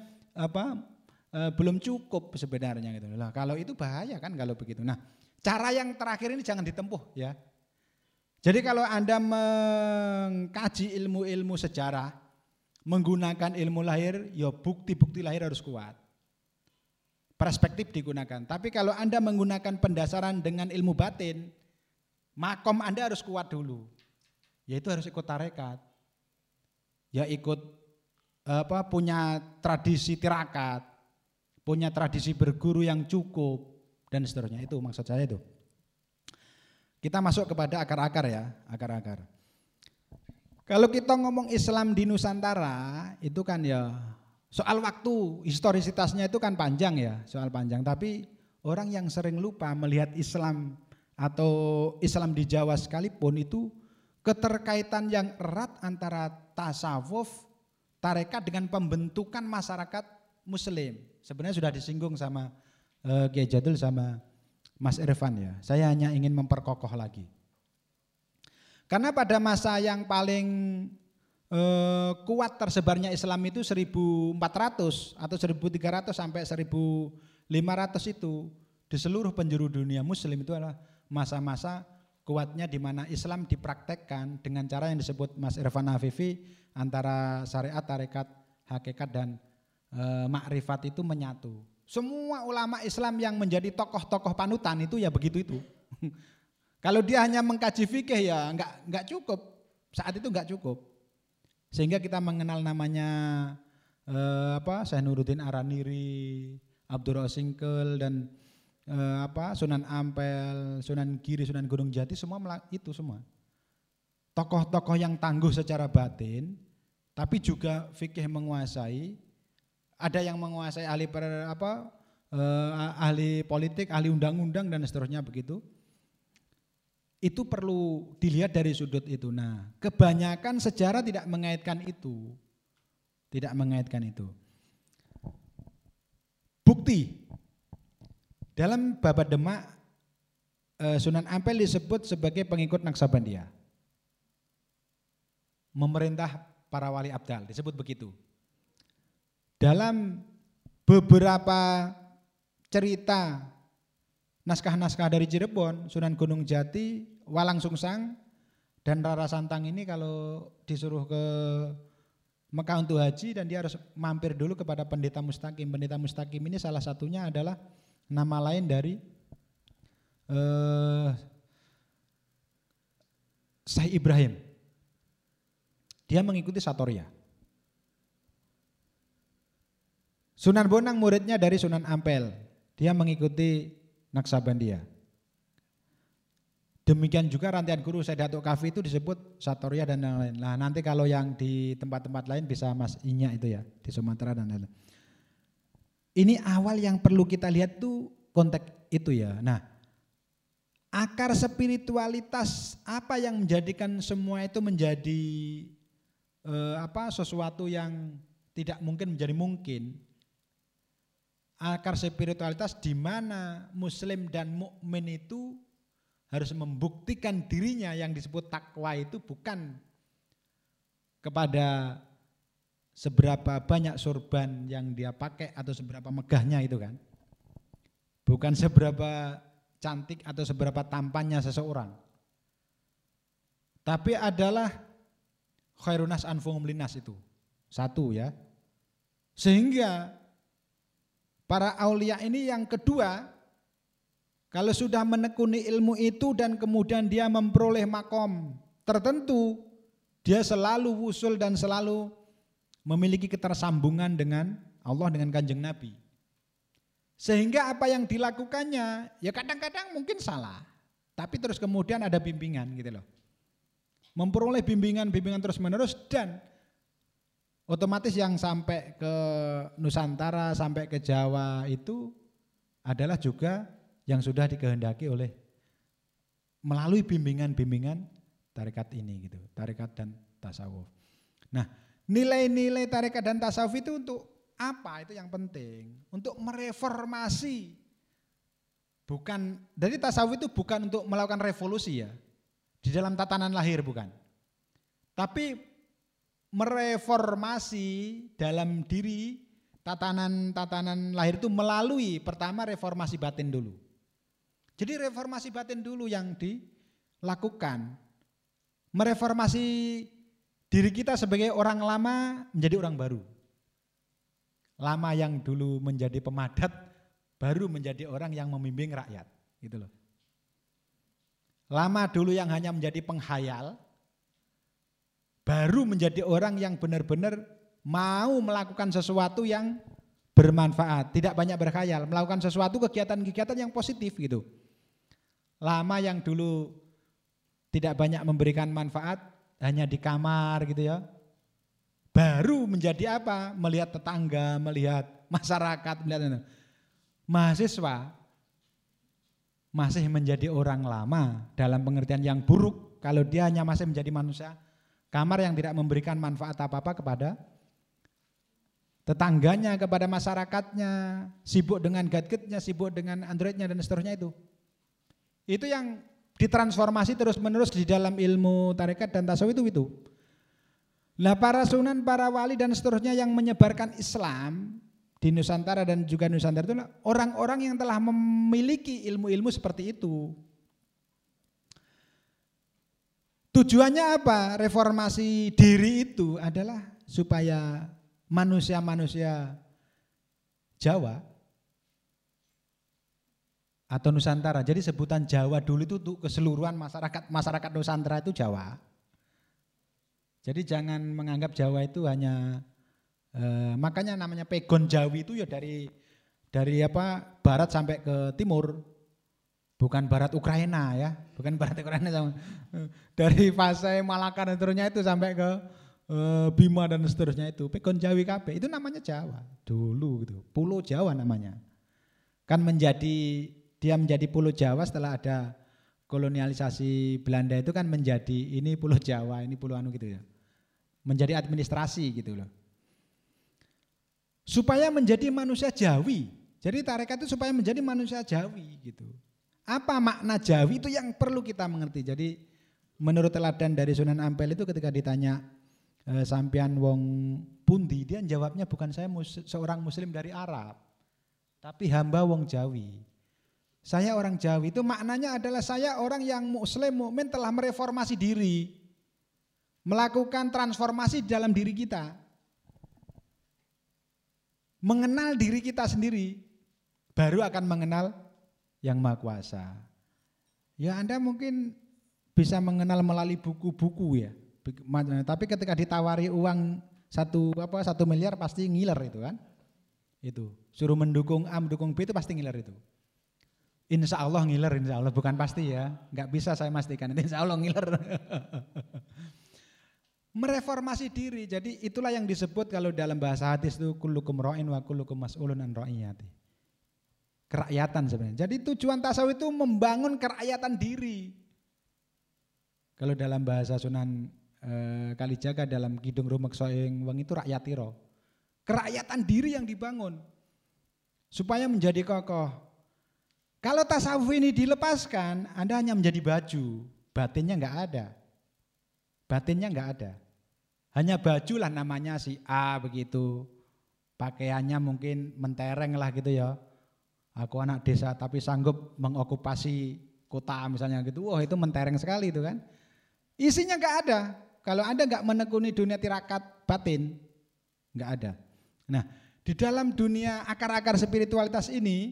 belum cukup sebenarnya gitu. Lah kalau itu bahaya kan kalau begitu. Nah, cara yang terakhir ini jangan ditempuh ya. Jadi kalau Anda mengkaji ilmu-ilmu sejarah menggunakan ilmu lahir, ya bukti-bukti lahir harus kuat. Perspektif digunakan. Tapi kalau Anda menggunakan pendasaran dengan ilmu batin, makom Anda harus kuat dulu. Yaitu harus ikut tarekat. Ya ikut punya tradisi tirakat, punya tradisi berguru yang cukup dan seterusnya. Itu maksud saya itu. Kita masuk kepada akar-akar ya, akar-akar. Kalau kita ngomong Islam di Nusantara itu kan ya soal waktu, historisitasnya itu kan panjang ya, soal panjang. Tapi orang yang sering lupa melihat Islam atau Islam di Jawa sekalipun itu keterkaitan yang erat antara tasawuf, tarekat dengan pembentukan masyarakat Muslim. Sebenarnya sudah disinggung sama Kiai Jadul sama Mas Irfan ya. Saya hanya ingin memperkokoh lagi. Karena pada masa yang paling kuat tersebarnya Islam itu 1400 atau 1300 sampai 1500 itu di seluruh penjuru dunia Muslim itu adalah masa-masa kuatnya di mana Islam dipraktekkan dengan cara yang disebut Mas Irfan Afifi antara syariat, tarekat, hakikat dan makrifat itu menyatu. Semua ulama Islam yang menjadi tokoh-tokoh panutan itu ya begitu itu. Kalau dia hanya mengkaji fikih ya enggak cukup, saat itu enggak cukup. Sehingga kita mengenal namanya Syekh Nuruddin Araniri, Abdurrahman Singkel dan Sunan Ampel, Sunan Giri, Sunan Gunung Jati semua itu semua. Tokoh-tokoh yang tangguh secara batin, tapi juga fikih menguasai. Ada yang menguasai ahli ahli politik, ahli undang-undang dan seterusnya begitu. Itu perlu dilihat dari sudut itu. Nah, kebanyakan sejarah tidak mengaitkan itu. Tidak mengaitkan itu. Bukti. Dalam Babat Demak, Sunan Ampel disebut sebagai pengikut Naksabandia. Memerintah para wali abdal, disebut begitu. Dalam beberapa cerita naskah-naskah dari Cirebon, Sunan Gunung Jati, Walang Sungsang, dan Rara Santang ini kalau disuruh ke Mekah untuk haji dan dia harus mampir dulu kepada Pendeta Mustaqim. Pendeta Mustaqim ini salah satunya adalah nama lain dari Syekh Ibrahim. Dia mengikuti Satorya. Sunan Bonang muridnya dari Sunan Ampel. Dia mengikuti Naksabandia. Demikian juga rantaian guru Syekh Datuk Kafi itu disebut Satorya dan lain-lain. Nah, nanti kalau yang di tempat-tempat lain bisa Mas Inya itu ya, di Sumatera dan lain-lain. Ini awal yang perlu kita lihat tuh konteks itu ya. Nah, akar spiritualitas apa yang menjadikan semua itu menjadi sesuatu yang tidak mungkin menjadi mungkin. Akar spiritualitas di mana Muslim dan mukmin itu harus membuktikan dirinya yang disebut takwa itu bukan kepada seberapa banyak sorban yang dia pakai atau seberapa megahnya itu kan. Bukan seberapa cantik atau seberapa tampannya seseorang. Tapi adalah khairunas anfuhum linnas itu. Satu ya. Sehingga para aulia ini yang kedua, kalau sudah menekuni ilmu itu dan kemudian dia memperoleh makom tertentu, dia selalu wusul dan selalu memiliki ketersambungan dengan Allah, dengan Kanjeng Nabi. Sehingga apa yang dilakukannya, ya kadang-kadang mungkin salah, tapi terus kemudian ada bimbingan gitu loh. Memperoleh bimbingan-bimbingan terus menerus dan otomatis yang sampai ke Nusantara, sampai ke Jawa itu adalah juga yang sudah dikehendaki oleh melalui bimbingan-bimbingan tarekat ini gitu, tarekat dan tasawuf. Nah, nilai-nilai tarekat dan tasawuf itu untuk apa? Itu yang penting, untuk mereformasi. Bukan, dari tasawuf itu bukan untuk melakukan revolusi ya, di dalam tatanan lahir bukan. Tapi mereformasi dalam diri tatanan lahir itu melalui pertama reformasi batin dulu. Jadi reformasi batin dulu yang dilakukan. Mereformasi diri kita sebagai orang lama menjadi orang baru. Lama yang dulu menjadi pemadat baru menjadi orang yang membimbing rakyat, gitu loh. Lama dulu yang hanya menjadi penghayal baru menjadi orang yang benar-benar mau melakukan sesuatu yang bermanfaat, tidak banyak berkhayal, melakukan sesuatu kegiatan-kegiatan yang positif gitu. Lama yang dulu tidak banyak memberikan manfaat, hanya di kamar gitu ya. Baru menjadi apa? Melihat tetangga, melihat masyarakat, melihat mahasiswa masih menjadi orang lama dalam pengertian yang buruk kalau dia hanya masih menjadi manusia kamar yang tidak memberikan manfaat apa-apa kepada tetangganya, kepada masyarakatnya, sibuk dengan gadgetnya, sibuk dengan Androidnya dan seterusnya itu. Itu yang ditransformasi terus-menerus di dalam ilmu tarekat dan tasawuf itu. Nah, para sunan, para wali dan seterusnya yang menyebarkan Islam di Nusantara dan juga Nusantara itu orang-orang yang telah memiliki ilmu-ilmu seperti itu. Tujuannya apa? Reformasi diri itu adalah supaya manusia-manusia Jawa atau Nusantara. Jadi sebutan Jawa dulu itu untuk keseluruhan masyarakat Nusantara itu Jawa. Jadi jangan menganggap Jawa itu hanya makanya namanya Pegon Jawi itu ya dari apa barat sampai ke timur, bukan barat Ukraina ya, bukan barat Ukraina sama dari Pasai, Malaka dan seterusnya itu sampai ke Bima dan seterusnya itu Pegon Jawi KB itu namanya Jawa dulu gitu, Pulau Jawa namanya. Kan dia menjadi Pulau Jawa setelah ada kolonialisasi Belanda itu kan menjadi ini Pulau Jawa, ini Pulau anu gitu ya. Menjadi administrasi gitu loh. Supaya menjadi manusia Jawi. Jadi tarekat itu supaya menjadi manusia Jawi gitu. Apa makna Jawi itu yang perlu kita mengerti. Jadi menurut teladan dari Sunan Ampel itu ketika ditanya sampean wong pundi, dia jawabnya bukan saya seorang muslim dari Arab, tapi hamba wong Jawi. Saya orang Jawi itu maknanya adalah saya orang yang muslim mukmin telah mereformasi diri. Melakukan transformasi di dalam diri kita. Mengenal diri kita sendiri, baru akan mengenal Yang Maha Kuasa. Ya Anda mungkin bisa mengenal melalui buku-buku ya. Tapi ketika ditawari uang 1 miliar pasti ngiler itu kan. Itu suruh mendukung A, mendukung B itu pasti ngiler itu. Insya Allah ngiler, insya Allah bukan pasti ya. Nggak bisa saya pastikan, insya Allah ngiler. Mereformasi diri, jadi itulah yang disebut kalau dalam bahasa hadis itu kullukum ra'in wa kullukum mas'ulun an ra'iyati. Kerakyatan sebenarnya. Jadi tujuan tasawuf itu membangun kerakyatan diri. Kalau dalam bahasa Sunan Kalijaga dalam Kidung Rumeksa ing Weng itu rakyatiro. Kerakyatan diri yang dibangun supaya menjadi kokoh. Kalau tasawuf ini dilepaskan, Anda hanya menjadi baju, batinnya enggak ada. Batinnya enggak ada. Hanya baju lah namanya si A begitu. Pakaiannya mungkin mentereng lah gitu ya. Aku anak desa tapi sanggup mengokupasi kota misalnya gitu. Wah itu mentereng sekali itu kan. Isinya enggak ada. Kalau Anda enggak menekuni dunia tirakat batin, enggak ada. Nah, di dalam dunia akar-akar spiritualitas ini,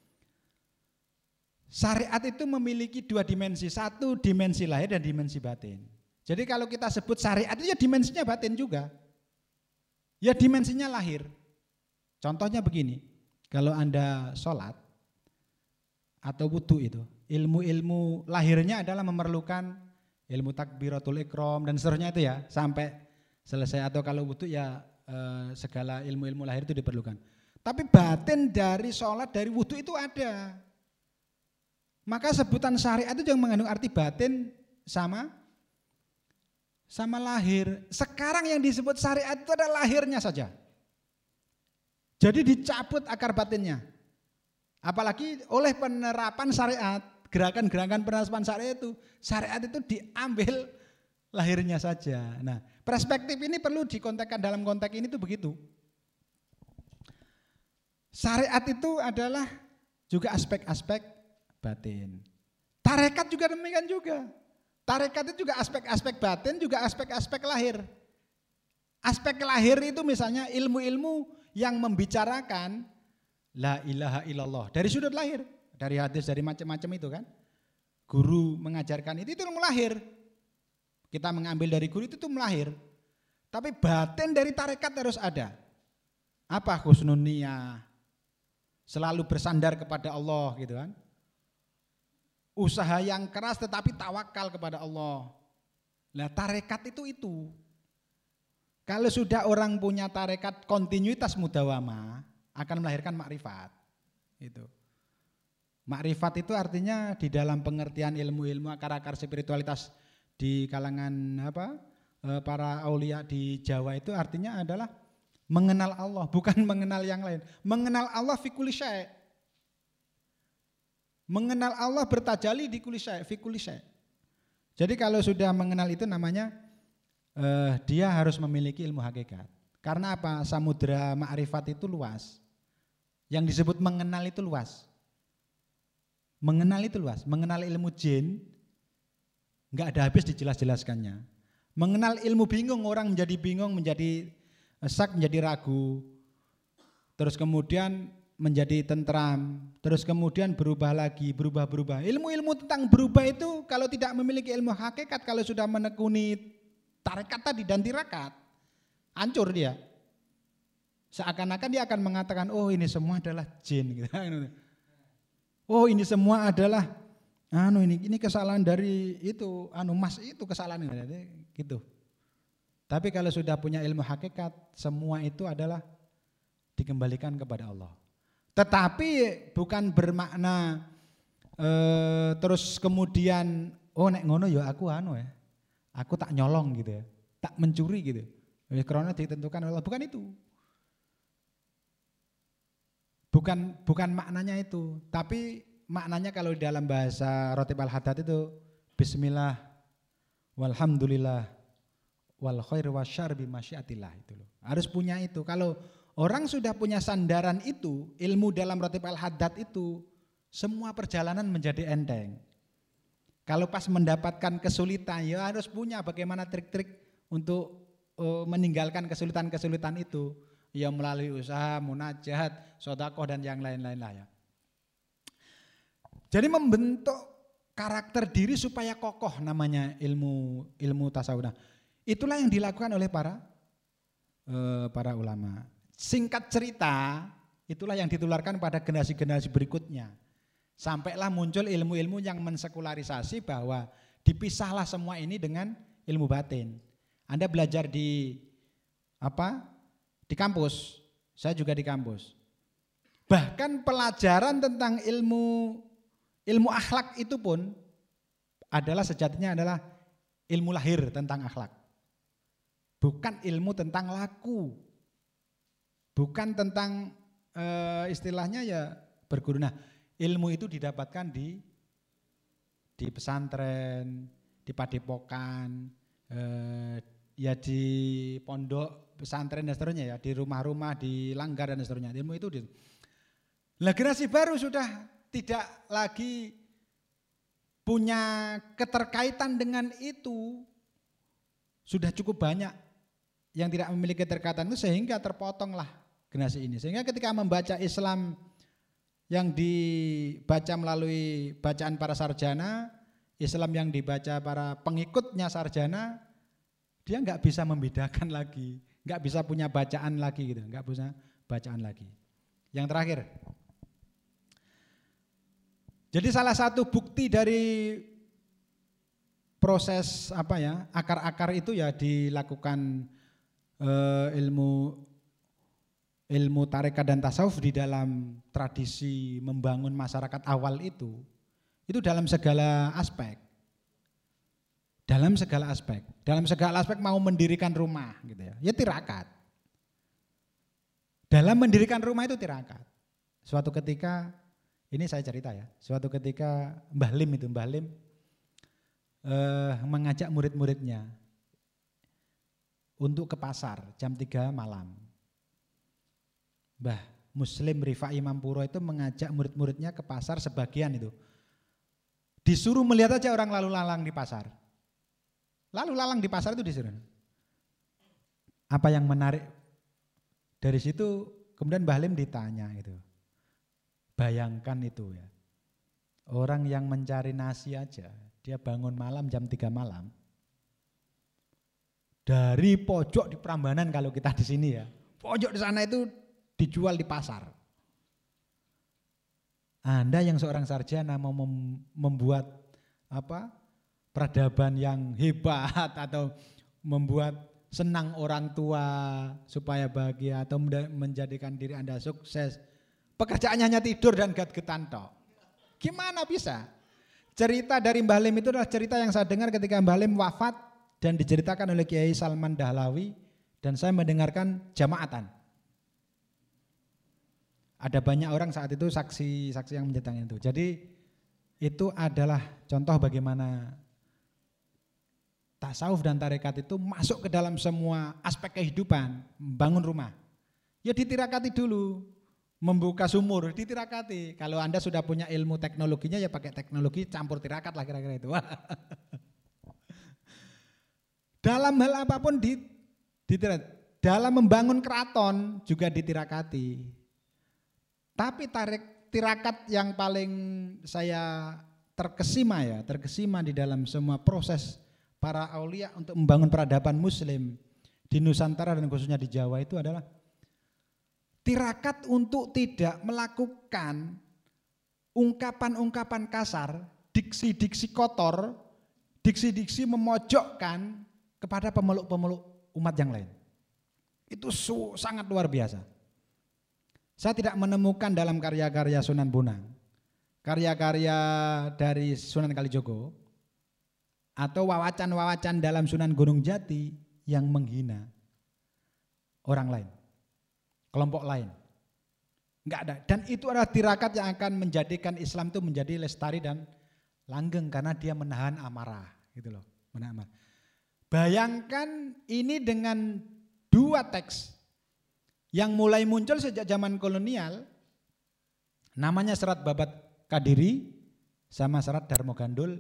syariat itu memiliki 2 dimensi. 1 dimensi lahir dan dimensi batin. Jadi kalau kita sebut syariat itu ya dimensinya batin juga. Ya dimensinya lahir. Contohnya begini, kalau Anda sholat atau wudu itu, ilmu-ilmu lahirnya adalah memerlukan ilmu takbiratul ikram dan seterusnya itu ya, sampai selesai. Atau kalau wudu ya segala ilmu-ilmu lahir itu diperlukan. Tapi batin dari sholat, dari wudu itu ada. Maka sebutan syariat itu yang mengandung arti batin sama lahir. Sekarang yang disebut syariat itu adalah lahirnya saja. Jadi dicabut akar batinnya. Apalagi oleh penerapan syariat, gerakan-gerakan penerapan syariat itu diambil lahirnya saja. Nah, perspektif ini perlu dikontekkan dalam konteks ini tuh begitu. Syariat itu adalah juga aspek-aspek batin. Tarekat juga demikian juga. Tarekat itu juga aspek-aspek batin, juga aspek-aspek lahir. Aspek lahir itu misalnya ilmu-ilmu yang membicarakan la ilaha illallah dari sudut lahir, dari hadis, dari macam-macam itu kan. Guru mengajarkan itu ilmu lahir. Kita mengambil dari guru itu melahir. Tapi batin dari tarekat harus ada. Apa husnun niyah? Selalu bersandar kepada Allah gitu kan. usaha yang keras tetapi tawakal kepada Allah. Nah, tarekat itu. Kalau sudah orang punya tarekat kontinuitas mudawamah akan melahirkan makrifat. Itu. Makrifat itu artinya di dalam pengertian ilmu-ilmu akar-akar spiritualitas di kalangan para aulia di Jawa itu artinya adalah mengenal Allah, bukan mengenal yang lain. Mengenal Allah fi kulli syai'. Mengenal Allah bertajali di kulli syai', fi kulli syai'. Jadi kalau sudah mengenal itu namanya dia harus memiliki ilmu hakikat. Karena apa? Samudra ma'rifat itu luas. Yang disebut mengenal itu luas. Mengenal itu luas. Mengenal ilmu jin enggak ada habis dijelas-jelaskannya. Mengenal ilmu bingung, orang menjadi bingung, menjadi sak, menjadi ragu. Terus kemudian menjadi tentram, terus kemudian berubah lagi, berubah. Ilmu-ilmu tentang berubah itu kalau tidak memiliki ilmu hakikat, kalau sudah menekuni tarekat tadi dan tirakat, hancur dia. Seakan-akan dia akan mengatakan, oh ini semua adalah jin. Oh ini semua adalah ini kesalahan dari itu, mas itu kesalahan gitu. Tapi kalau sudah punya ilmu hakikat, semua itu adalah dikembalikan kepada Allah. Tetapi bukan bermakna terus kemudian nek ngono ya aku tak nyolong gitu ya, tak mencuri gitu. Karena ditentukan oleh Allah, bukan itu. Bukan maknanya itu, tapi maknanya kalau di dalam bahasa Rotib Al-Haddad itu bismillah walhamdulillah wal khair wasyarr bi masyiatillah itu loh. Harus punya itu. Kalau orang sudah punya sandaran itu, ilmu dalam Rotib Al-Haddad itu, semua perjalanan menjadi enteng. Kalau pas mendapatkan kesulitan, ya harus punya bagaimana trik-trik untuk meninggalkan kesulitan-kesulitan itu. Ya melalui usaha, munajat, sedekah dan yang lain-lain lah ya. Jadi membentuk karakter diri supaya kokoh namanya ilmu tasawuf. Nah, itulah yang dilakukan oleh para ulama. Singkat cerita, itulah yang ditularkan pada generasi-generasi berikutnya. Sampailah muncul ilmu-ilmu yang mensekularisasi bahwa dipisahlah semua ini dengan ilmu batin. Anda belajar di kampus, saya juga di kampus. Bahkan pelajaran tentang ilmu akhlak itu pun adalah sejatinya adalah ilmu lahir tentang akhlak. Bukan ilmu tentang laku. Bukan tentang istilahnya ya berguru. Nah, ilmu itu didapatkan di pesantren, di padepokan, ya di pondok pesantren dan seterusnya ya, di rumah-rumah, di langgar dan seterusnya. Ilmu itu generasi baru sudah tidak lagi punya keterkaitan dengan itu. Sudah cukup banyak yang tidak memiliki keterkaitan itu sehingga terpotonglah generasi ini. Sehingga ketika membaca Islam yang dibaca melalui bacaan para sarjana, Islam yang dibaca para pengikutnya sarjana, dia nggak bisa membedakan lagi, nggak bisa punya bacaan lagi gitu, nggak bisa bacaan lagi. Yang terakhir, jadi salah satu bukti dari proses akar-akar itu ya dilakukan ilmu tarekat dan tasawuf di dalam tradisi membangun masyarakat awal itu dalam segala aspek. Dalam segala aspek mau mendirikan rumah gitu ya tirakat. Dalam mendirikan rumah itu tirakat. Suatu ketika, ini saya cerita ya, suatu ketika Mbah Lim mengajak murid-muridnya untuk ke pasar jam 3 malam. Mbah Muslim Rifai Mampuro itu mengajak murid-muridnya ke pasar sebagian itu. Disuruh melihat aja orang lalu lalang di pasar. Lalu lalang di pasar itu disuruh. Apa yang menarik dari situ, kemudian Mbah Lim ditanya itu. Bayangkan itu ya. Orang yang mencari nasi aja, dia bangun malam jam 3 malam. Dari pojok di Prambanan kalau kita di sini ya. Pojok di sana itu dijual di pasar. Anda yang seorang sarjana mau membuat peradaban yang hebat atau membuat senang orang tua supaya bahagia atau menjadikan diri Anda sukses. Pekerjaannya hanya tidur dan gat-getan tok. Gimana bisa? Cerita dari Mbah Lim itu adalah cerita yang saya dengar ketika Mbah Lim wafat dan diceritakan oleh Kiai Salman Dahlawi dan saya mendengarkan jamaatan. Ada banyak orang saat itu saksi-saksi yang menceritakan itu. Jadi itu adalah contoh bagaimana tasawuf dan tarekat itu masuk ke dalam semua aspek kehidupan, membangun rumah. Ya ditirakati dulu, membuka sumur, ditirakati. Kalau Anda sudah punya ilmu teknologinya ya pakai teknologi campur tirakat lah kira-kira itu. Dalam hal apapun ditirakati. Dalam membangun keraton juga ditirakati. Tapi tirakat yang paling saya terkesima di dalam semua proses para aulia untuk membangun peradaban muslim di Nusantara dan khususnya di Jawa itu adalah tirakat untuk tidak melakukan ungkapan-ungkapan kasar, diksi-diksi kotor, diksi-diksi memojokkan kepada pemeluk-pemeluk umat yang lain. Itu sangat luar biasa. Saya tidak menemukan dalam karya-karya Sunan Bonang, karya-karya dari Sunan Kalijogo, atau wawacan-wawacan dalam Sunan Gunung Jati yang menghina orang lain, kelompok lain. Enggak ada. Dan itu adalah tirakat yang akan menjadikan Islam itu menjadi lestari dan langgeng karena dia menahan amarah, gitu loh, menahan amarah. Bayangkan ini dengan dua teks yang mulai muncul sejak zaman kolonial, namanya Serat Babat Kadiri sama Serat Darmo Gandul,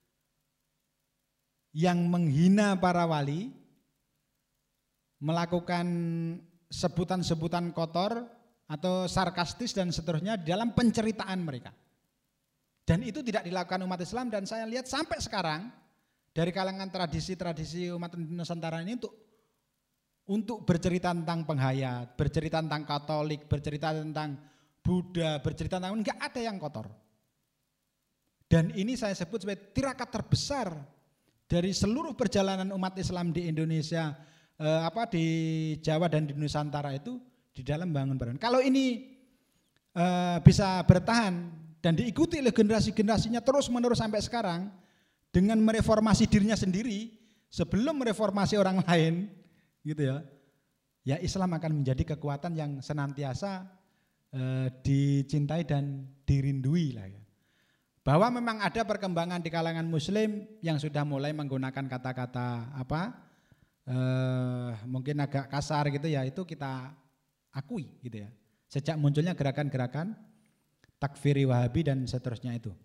yang menghina para wali, melakukan sebutan-sebutan kotor atau sarkastis dan seterusnya dalam penceritaan mereka. Dan itu tidak dilakukan umat Islam dan saya lihat sampai sekarang dari kalangan tradisi-tradisi umat Nusantara ini untuk bercerita tentang penghayat, bercerita tentang Katolik, bercerita tentang Buddha, bercerita tentang enggak ada yang kotor. Dan ini saya sebut sebagai tirakat terbesar dari seluruh perjalanan umat Islam di Indonesia, di Jawa dan di Nusantara itu di dalam bangun peradaban. Kalau ini bisa bertahan dan diikuti oleh generasi-generasinya terus-menerus sampai sekarang dengan mereformasi dirinya sendiri sebelum mereformasi orang lain, gitu ya. Ya Islam akan menjadi kekuatan yang senantiasa dicintai dan dirindui lah ya. Bahwa memang ada perkembangan di kalangan muslim yang sudah mulai menggunakan kata-kata mungkin agak kasar gitu ya, itu kita akui gitu ya. Sejak munculnya gerakan-gerakan takfiri Wahabi dan seterusnya itu.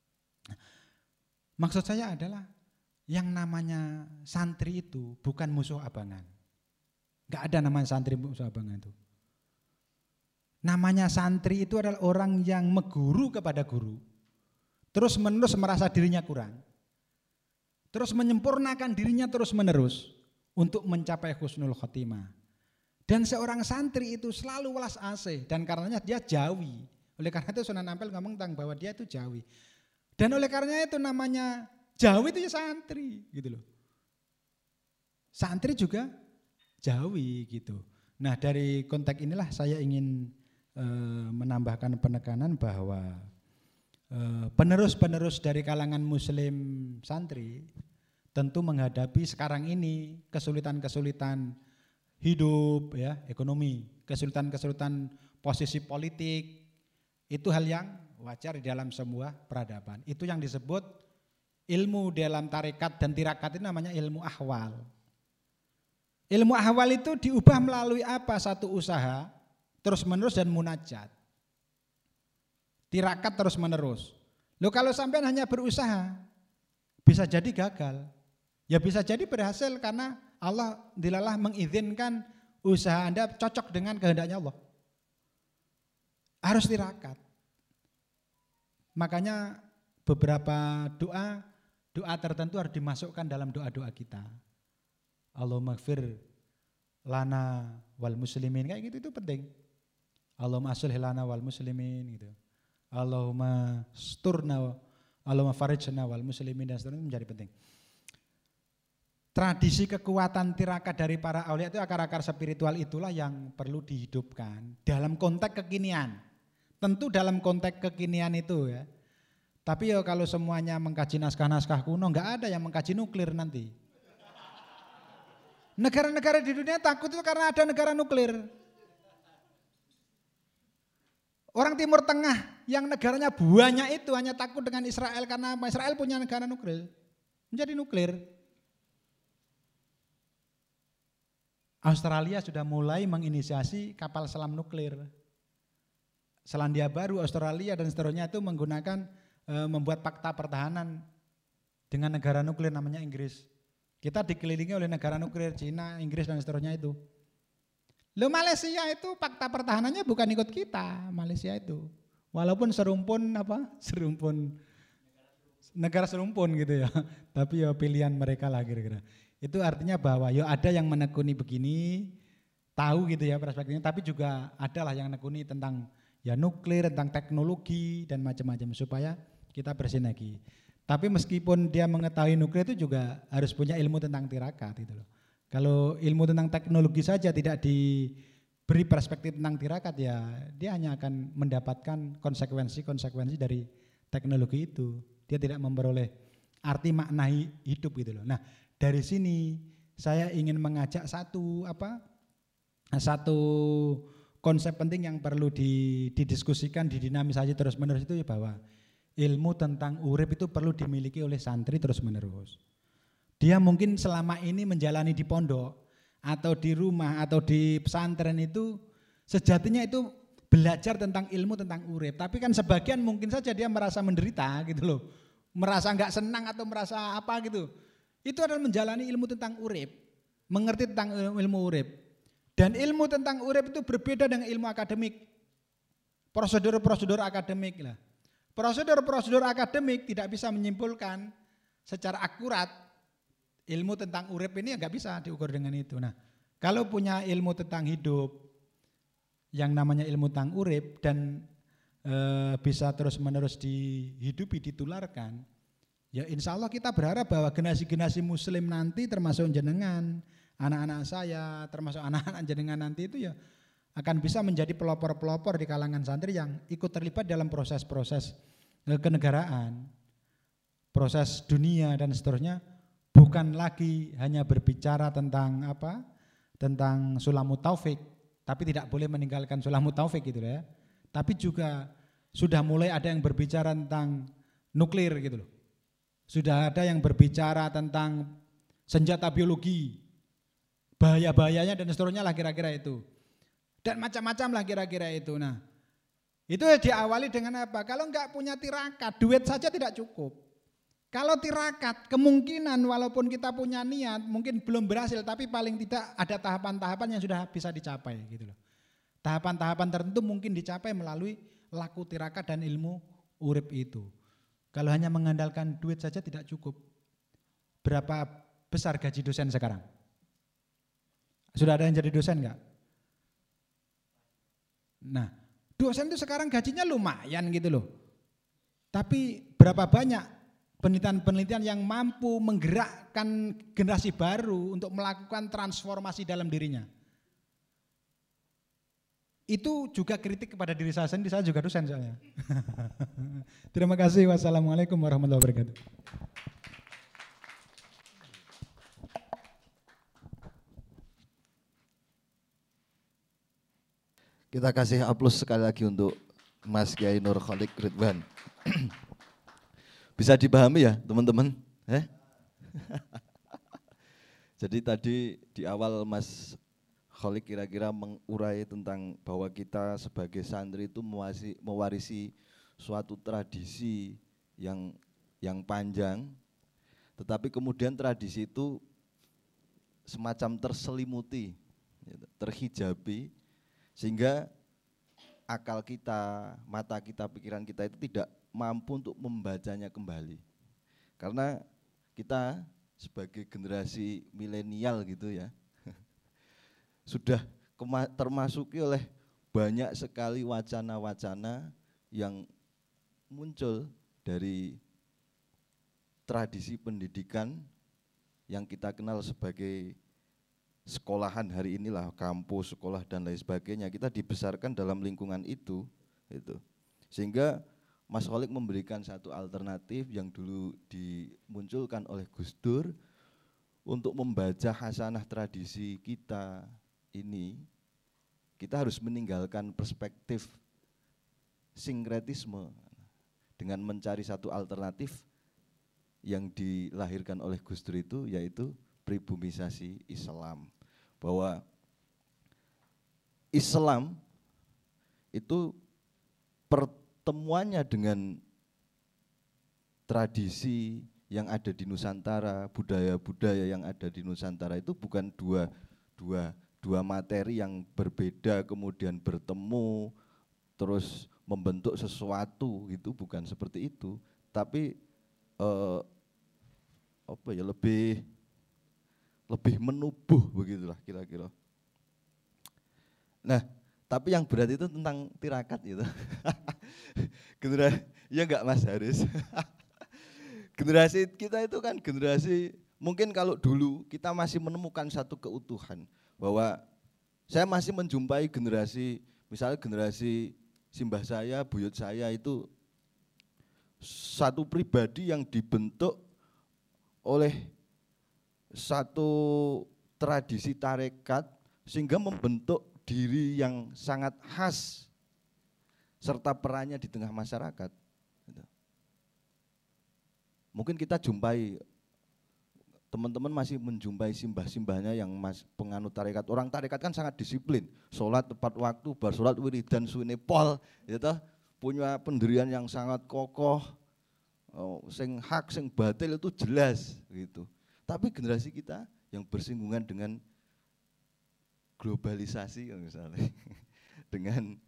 Maksud saya adalah yang namanya santri itu bukan musuh abangan. Gak ada namanya santri musuh abangan itu. Namanya santri itu adalah orang yang meguru kepada guru, terus menerus merasa dirinya kurang, terus menyempurnakan dirinya terus menerus untuk mencapai husnul khotimah. Dan seorang santri itu selalu welas asih dan karenanya dia jawi. Oleh karena itu Sunan Ampel ngomong tentang bahwa dia itu jawi. Dan oleh karenanya itu namanya jawi itu ya santri gitu loh. Santri juga jawi gitu. Nah dari konteks inilah saya ingin menambahkan penekanan bahwa penerus-penerus dari kalangan muslim santri tentu menghadapi sekarang ini kesulitan-kesulitan hidup ya, ekonomi, kesulitan-kesulitan posisi politik. Itu hal yang wajar di dalam sebuah peradaban. Itu yang disebut ilmu dalam tarekat dan tirakat itu namanya ilmu ahwal. Ilmu ahwal itu diubah melalui apa? Satu usaha terus menerus dan munajat. Tirakat terus menerus. Loh kalau sampean hanya berusaha bisa jadi gagal. Ya bisa jadi berhasil karena Allah dilalah mengizinkan usaha Anda cocok dengan kehendaknya Allah. Harus tirakat. Makanya beberapa doa tertentu harus dimasukkan dalam doa-doa kita. Allahumma ighfir lana wal muslimin, kayak gitu itu penting. Allahumma aslih lana wal muslimin gitu. Allahumma sturna, Allahumma farijna wal muslimin dan seterusnya menjadi penting. Tradisi kekuatan tirakat dari para aulia itu akar-akar spiritual itulah yang perlu dihidupkan dalam konteks kekinian. Tentu dalam konteks kekinian itu ya. Tapi ya kalau semuanya mengkaji naskah-naskah kuno, enggak ada yang mengkaji nuklir nanti. Negara-negara di dunia takut itu karena ada negara nuklir. Orang Timur Tengah yang negaranya banyak itu hanya takut dengan Israel karena Israel punya negara nuklir. Menjadi nuklir. Australia sudah mulai menginisiasi kapal selam nuklir. Selandia Baru, Australia dan seterusnya itu menggunakan membuat fakta pertahanan dengan negara nuklir namanya Inggris. Kita dikelilingi oleh negara nuklir, Cina, Inggris dan seterusnya itu. Loh Malaysia itu fakta pertahanannya bukan ikut kita, Malaysia itu. Walaupun serumpun negara serumpun gitu ya. Tapi ya pilihan mereka lah kira-kira. Itu artinya bahwa ya ada yang menekuni begini, tahu gitu ya perspektifnya, tapi juga adalah yang menekuni tentang ya nuklir, tentang teknologi dan macam-macam supaya kita bersinergi. Tapi meskipun dia mengetahui nuklir itu juga harus punya ilmu tentang tirakat gitu loh. Kalau ilmu tentang teknologi saja tidak diberi perspektif tentang tirakat ya dia hanya akan mendapatkan konsekuensi dari teknologi itu. Dia tidak memperoleh arti makna hidup gitu loh. Nah, dari sini saya ingin mengajak satu konsep penting yang perlu didiskusikan, didinamisasi terus-menerus itu ya bahwa ilmu tentang urip itu perlu dimiliki oleh santri terus-menerus. Dia mungkin selama ini menjalani di pondok atau di rumah atau di pesantren itu sejatinya itu belajar tentang ilmu tentang urip, tapi kan sebagian mungkin saja dia merasa menderita gitu loh. Merasa enggak senang atau merasa apa gitu. Itu adalah menjalani ilmu tentang urip, mengerti tentang ilmu urip. Dan ilmu tentang urip itu berbeda dengan ilmu akademik. Prosedur-prosedur akademik lah. Prosedur-prosedur akademik tidak bisa menyimpulkan secara akurat ilmu tentang urip ini enggak bisa diukur dengan itu. Nah, kalau punya ilmu tentang hidup yang namanya ilmu tentang urip dan bisa terus-menerus dihidupi, ditularkan, ya insya Allah kita berharap bahwa generasi-generasi muslim nanti termasuk jenengan, anak-anak saya, termasuk anak-anak jenengan nanti itu ya akan bisa menjadi pelopor-pelopor di kalangan santri yang ikut terlibat dalam proses-proses kenegaraan, proses dunia dan seterusnya, bukan lagi hanya berbicara tentang tentang sulamut taufik, tapi tidak boleh meninggalkan sulamut taufik gitu ya. Tapi juga sudah mulai ada yang berbicara tentang nuklir gitu loh. Sudah ada yang berbicara tentang senjata biologi, bahaya-bahayanya dan seterusnya lah kira-kira itu. Dan macam-macam lah kira-kira itu. Nah, itu diawali dengan apa? Kalau enggak punya tirakat, duit saja tidak cukup. Kalau tirakat, kemungkinan walaupun kita punya niat, mungkin belum berhasil, tapi paling tidak ada tahapan-tahapan yang sudah bisa dicapai gitu loh. Tahapan-tahapan tertentu mungkin dicapai melalui laku tirakat dan ilmu urip itu. Kalau hanya mengandalkan duit saja tidak cukup. Berapa besar gaji dosen sekarang? Sudah ada yang jadi dosen enggak? Nah, dosen itu sekarang gajinya lumayan gitu loh. Tapi berapa banyak penelitian-penelitian yang mampu menggerakkan generasi baru untuk melakukan transformasi dalam dirinya? Itu juga kritik kepada diri saya sendiri, saya juga dosen soalnya. Terima kasih, wassalamualaikum warahmatullahi wabarakatuh. Kita kasih aplaus sekali lagi untuk Mas Kiai Nur Kholik Ridwan. Bisa dipahami ya teman-teman? Jadi tadi di awal Mas Kholik kira-kira mengurai tentang bahwa kita sebagai santri itu mewarisi suatu tradisi yang panjang, tetapi kemudian tradisi itu semacam terselimuti, terhijabi, sehingga akal kita, mata kita, pikiran kita itu tidak mampu untuk membacanya kembali. Karena kita sebagai generasi milenial gitu ya, sudah termasuki oleh banyak sekali wacana-wacana yang muncul dari tradisi pendidikan yang kita kenal sebagai sekolahan hari inilah, kampus, sekolah dan lain sebagainya. Kita dibesarkan dalam lingkungan itu. Sehingga Mas Kholik memberikan satu alternatif yang dulu dimunculkan oleh Gus Dur untuk membaca hasanah tradisi kita ini. Kita harus meninggalkan perspektif sinkretisme dengan mencari satu alternatif yang dilahirkan oleh Gus Dur itu, yaitu pribumisasi Islam. Bahwa Islam itu pertemuannya dengan tradisi yang ada di Nusantara, budaya-budaya yang ada di Nusantara itu bukan dua materi yang berbeda kemudian bertemu terus membentuk sesuatu, itu bukan seperti itu, tapi lebih menubuh begitulah kira-kira. Nah, tapi yang berat itu tentang tirakat gitu. Generasi, ya enggak Mas Haris? Generasi kita itu kan generasi, mungkin kalau dulu kita masih menemukan satu keutuhan, bahwa saya masih menjumpai generasi, misalnya generasi simbah saya, buyut saya itu satu pribadi yang dibentuk oleh satu tradisi tarekat sehingga membentuk diri yang sangat khas serta perannya di tengah masyarakat. Mungkin kita jumpai, teman-teman masih menjumpai simbah-simbahnya yang penganut tarekat. Orang tarekat kan sangat disiplin, sholat tepat waktu, bar sholat wiridan suwene pol, gitu, punya pendirian yang sangat kokoh, sing hak, sing batil itu jelas gitu. Tapi generasi kita yang bersinggungan dengan globalisasi misalnya, dengan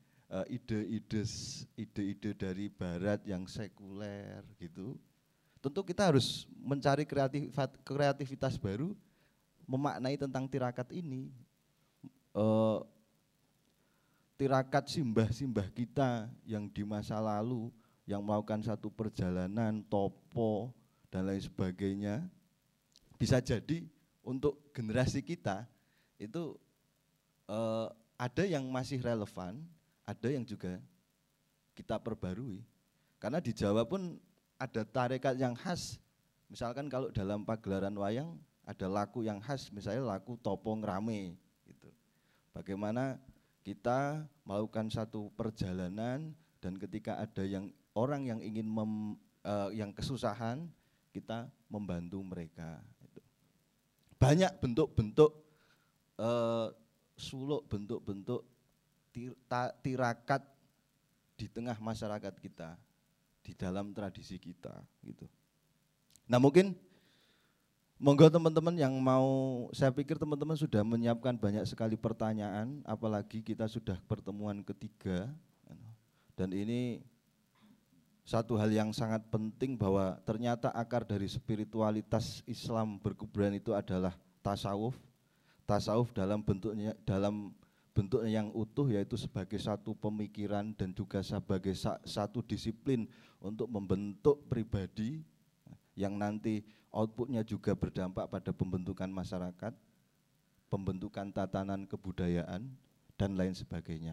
ide-ide dari barat yang sekuler gitu, tentu kita harus mencari kreativitas baru memaknai tentang tirakat ini. Tirakat simbah-simbah kita yang di masa lalu, yang melakukan satu perjalanan, topo dan lain sebagainya, bisa jadi untuk generasi kita itu ada yang masih relevan, ada yang juga kita perbarui. Karena di Jawa pun ada tarekat yang khas, misalkan kalau dalam pagelaran wayang ada laku yang khas, misalnya laku topo ngrame gitu. Bagaimana kita melakukan satu perjalanan dan ketika ada orang yang ingin yang kesusahan, kita membantu mereka. Banyak bentuk-bentuk suluk, bentuk-bentuk tirakat di tengah masyarakat kita, di dalam tradisi kita gitu. Nah mungkin monggo teman-teman yang mau, saya pikir teman-teman sudah menyiapkan banyak sekali pertanyaan, apalagi kita sudah pertemuan ketiga, dan ini satu hal yang sangat penting bahwa ternyata akar dari spiritualitas Islam berkuburan itu adalah tasawuf. Tasawuf dalam bentuknya yang utuh, yaitu sebagai satu pemikiran dan juga sebagai satu disiplin untuk membentuk pribadi yang nanti outputnya juga berdampak pada pembentukan masyarakat, pembentukan tatanan kebudayaan dan lain sebagainya.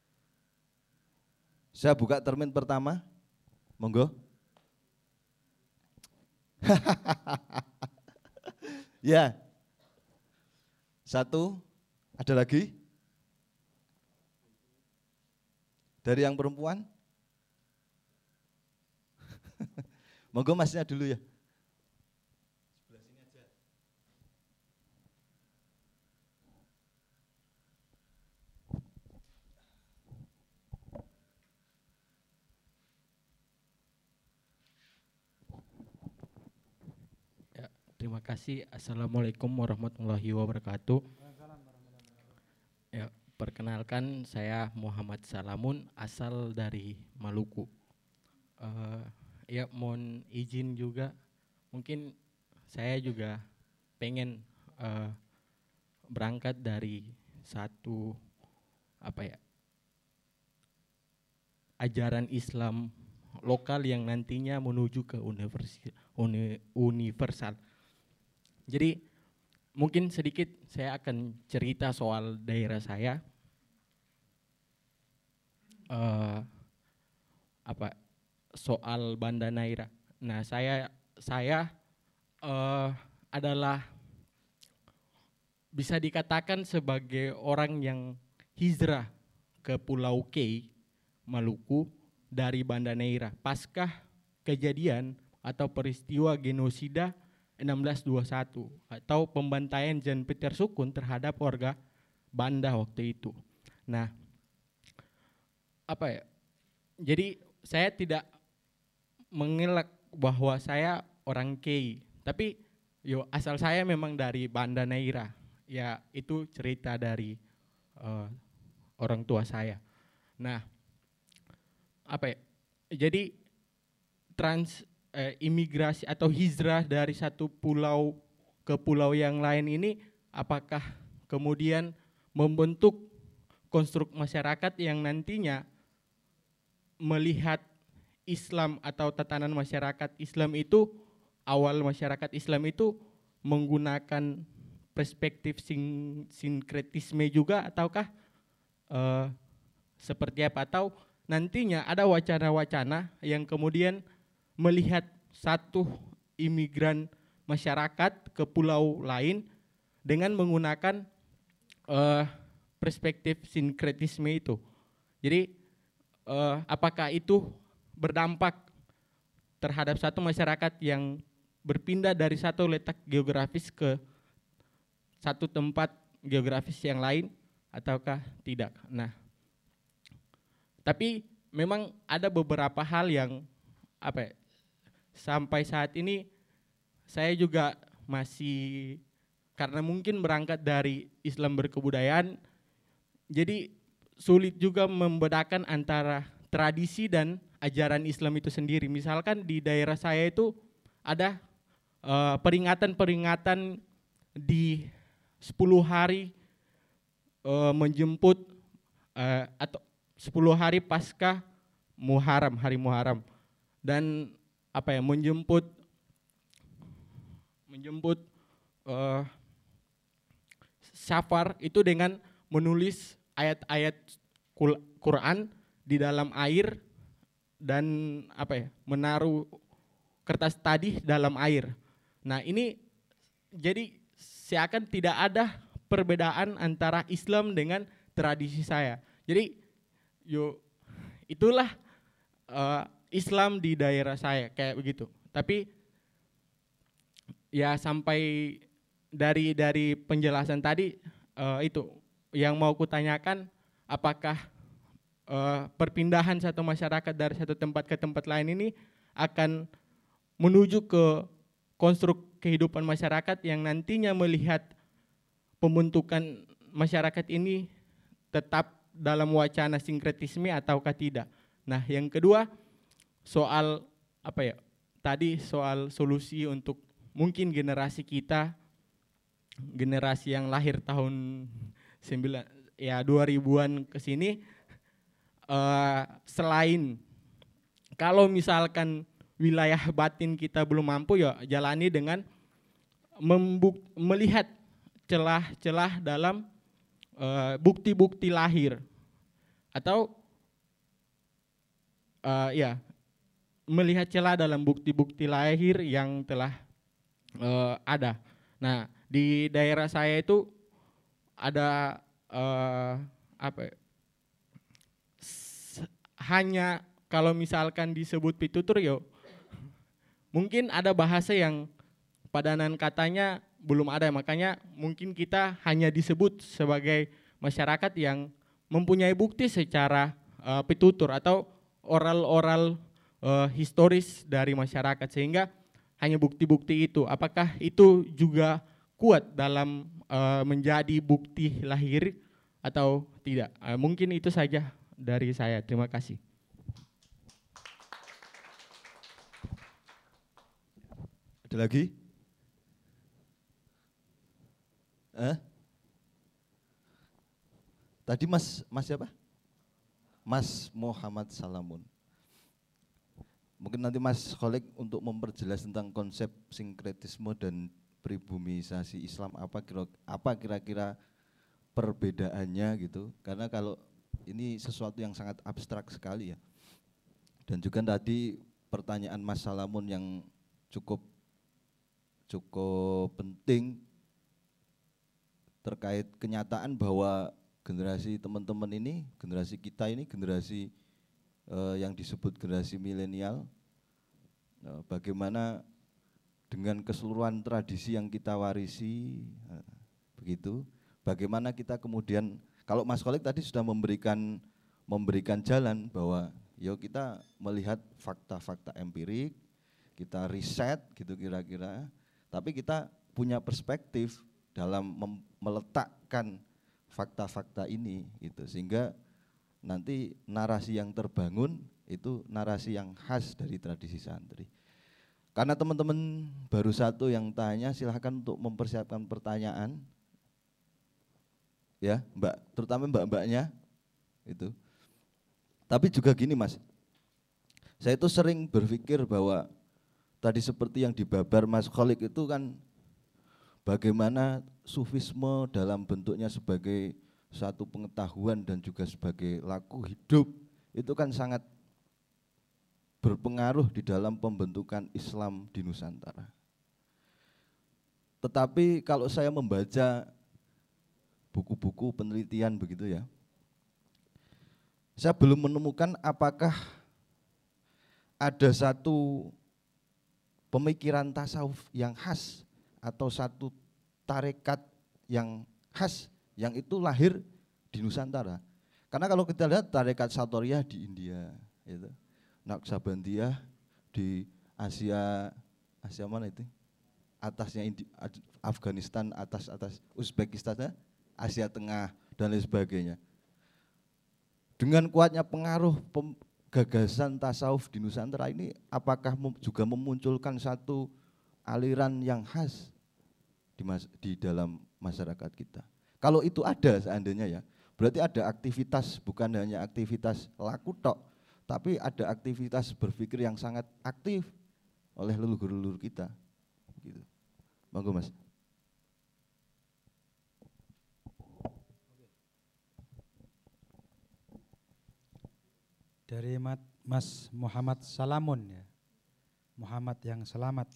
Saya buka termin pertama. Monggo. Ya. Satu, ada lagi? Dari yang perempuan? Monggo masnya dulu ya. Sebelah sini aja. Terima kasih. Assalamualaikum warahmatullahi wabarakatuh. Ya, perkenalkan saya Muhammad Salamun, asal dari Maluku. Ya, mohon izin juga, mungkin saya juga pengen berangkat dari satu ajaran Islam lokal yang nantinya menuju ke universal. Jadi mungkin sedikit saya akan cerita soal daerah saya. Soal Banda Neira. Nah, saya adalah bisa dikatakan sebagai orang yang hijrah ke Pulau K, Maluku dari Banda Neira pasca kejadian atau peristiwa genosida 1621 atau pembantaian Jan Peter Sukun terhadap warga Banda waktu itu. Nah, jadi saya tidak mengelak bahwa saya orang K, tapi asal saya memang dari Banda Neira. Ya, itu cerita dari orang tua saya. Nah, jadi imigrasi atau hijrah dari satu pulau ke pulau yang lain ini apakah kemudian membentuk konstruk masyarakat yang nantinya melihat Islam atau tatanan masyarakat Islam itu, awal masyarakat Islam itu menggunakan perspektif sinkretisme juga, ataukah seperti apa? Atau nantinya ada wacana-wacana yang kemudian melihat satu imigran masyarakat ke pulau lain dengan menggunakan perspektif sinkretisme itu. Jadi apakah itu berdampak terhadap satu masyarakat yang berpindah dari satu letak geografis ke satu tempat geografis yang lain ataukah tidak? Nah, tapi memang ada beberapa hal yang sampai saat ini saya juga masih, karena mungkin berangkat dari Islam berkebudayaan, jadi sulit juga membedakan antara tradisi dan ajaran Islam itu sendiri. Misalkan di daerah saya itu ada peringatan-peringatan di 10 hari menjemput atau 10 hari pasca Muharram, hari Muharram, dan menjemput Syafar itu dengan menulis ayat-ayat Quran di dalam air dan menaruh kertas tadi dalam air. Nah, ini jadi seakan tidak ada perbedaan antara Islam dengan tradisi saya. Jadi itulah Islam di daerah saya kayak begitu. Tapi ya sampai dari penjelasan tadi itu yang mau kutanyakan, apakah perpindahan satu masyarakat dari satu tempat ke tempat lain ini akan menuju ke konstruk kehidupan masyarakat yang nantinya melihat pembentukan masyarakat ini tetap dalam wacana sinkretisme ataukah tidak. Nah, yang kedua soal tadi soal solusi untuk mungkin generasi kita, generasi yang lahir tahun 2000-an ke sini, selain kalau misalkan wilayah batin kita belum mampu, ya jalani dengan melihat celah-celah dalam bukti-bukti lahir, atau melihat celah dalam bukti-bukti lahir yang telah ada. Nah, di daerah saya itu ada hanya kalau misalkan disebut pitutur, mungkin ada bahasa yang padanan katanya belum ada, makanya mungkin kita hanya disebut sebagai masyarakat yang mempunyai bukti secara pitutur atau oral historis dari masyarakat, sehingga hanya bukti-bukti itu. Apakah itu juga kuat dalam menjadi bukti lahir atau tidak? Mungkin itu saja dari saya. Terima kasih. Ada lagi? Tadi Mas siapa? Mas Muhammad Salamun. Mungkin nanti Mas Kholik untuk memperjelas tentang konsep sinkretisme dan pribumisasi Islam apa kira-kira perbedaannya gitu. Karena kalau ini sesuatu yang sangat abstrak sekali ya. Dan juga tadi pertanyaan Mas Salamun yang cukup penting terkait kenyataan bahwa generasi teman-teman ini, generasi kita ini, generasi yang disebut generasi milenial, bagaimana dengan keseluruhan tradisi yang kita warisi, begitu, bagaimana kita kemudian, kalau Mas Kholik tadi sudah memberikan jalan bahwa yuk kita melihat fakta-fakta empirik, kita riset gitu kira-kira, tapi kita punya perspektif dalam meletakkan fakta-fakta ini gitu, sehingga nanti narasi yang terbangun itu narasi yang khas dari tradisi santri. Karena teman-teman baru satu yang tanya, silahkan untuk mempersiapkan pertanyaan ya Mbak, terutama mbak-mbaknya itu. Tapi juga gini Mas, saya itu sering berpikir bahwa tadi seperti yang dibabar Mas Kholik itu kan bagaimana sufisme dalam bentuknya sebagai satu pengetahuan dan juga sebagai laku hidup itu kan sangat berpengaruh di dalam pembentukan Islam di Nusantara. Tetapi kalau saya membaca buku-buku penelitian begitu ya, saya belum menemukan apakah ada satu pemikiran tasawuf yang khas atau satu tarekat yang khas yang itu lahir di Nusantara. Karena kalau kita lihat tarekat Satoriyah di India, itu, Naksabandiyah di Asia mana itu? Atasnya Afghanistan, atas Uzbekistan, Asia Tengah dan lain sebagainya. Dengan kuatnya pengaruh gagasan tasawuf di Nusantara ini, apakah juga memunculkan satu aliran yang khas di dalam masyarakat kita? Kalau itu ada seandainya ya, berarti ada aktivitas, bukan hanya aktivitas laku tok, tapi ada aktivitas berpikir yang sangat aktif oleh leluhur-leluhur kita. Gitu. Monggo Mas. Dari Mas Muhammad Salamun ya, Muhammad yang selamat.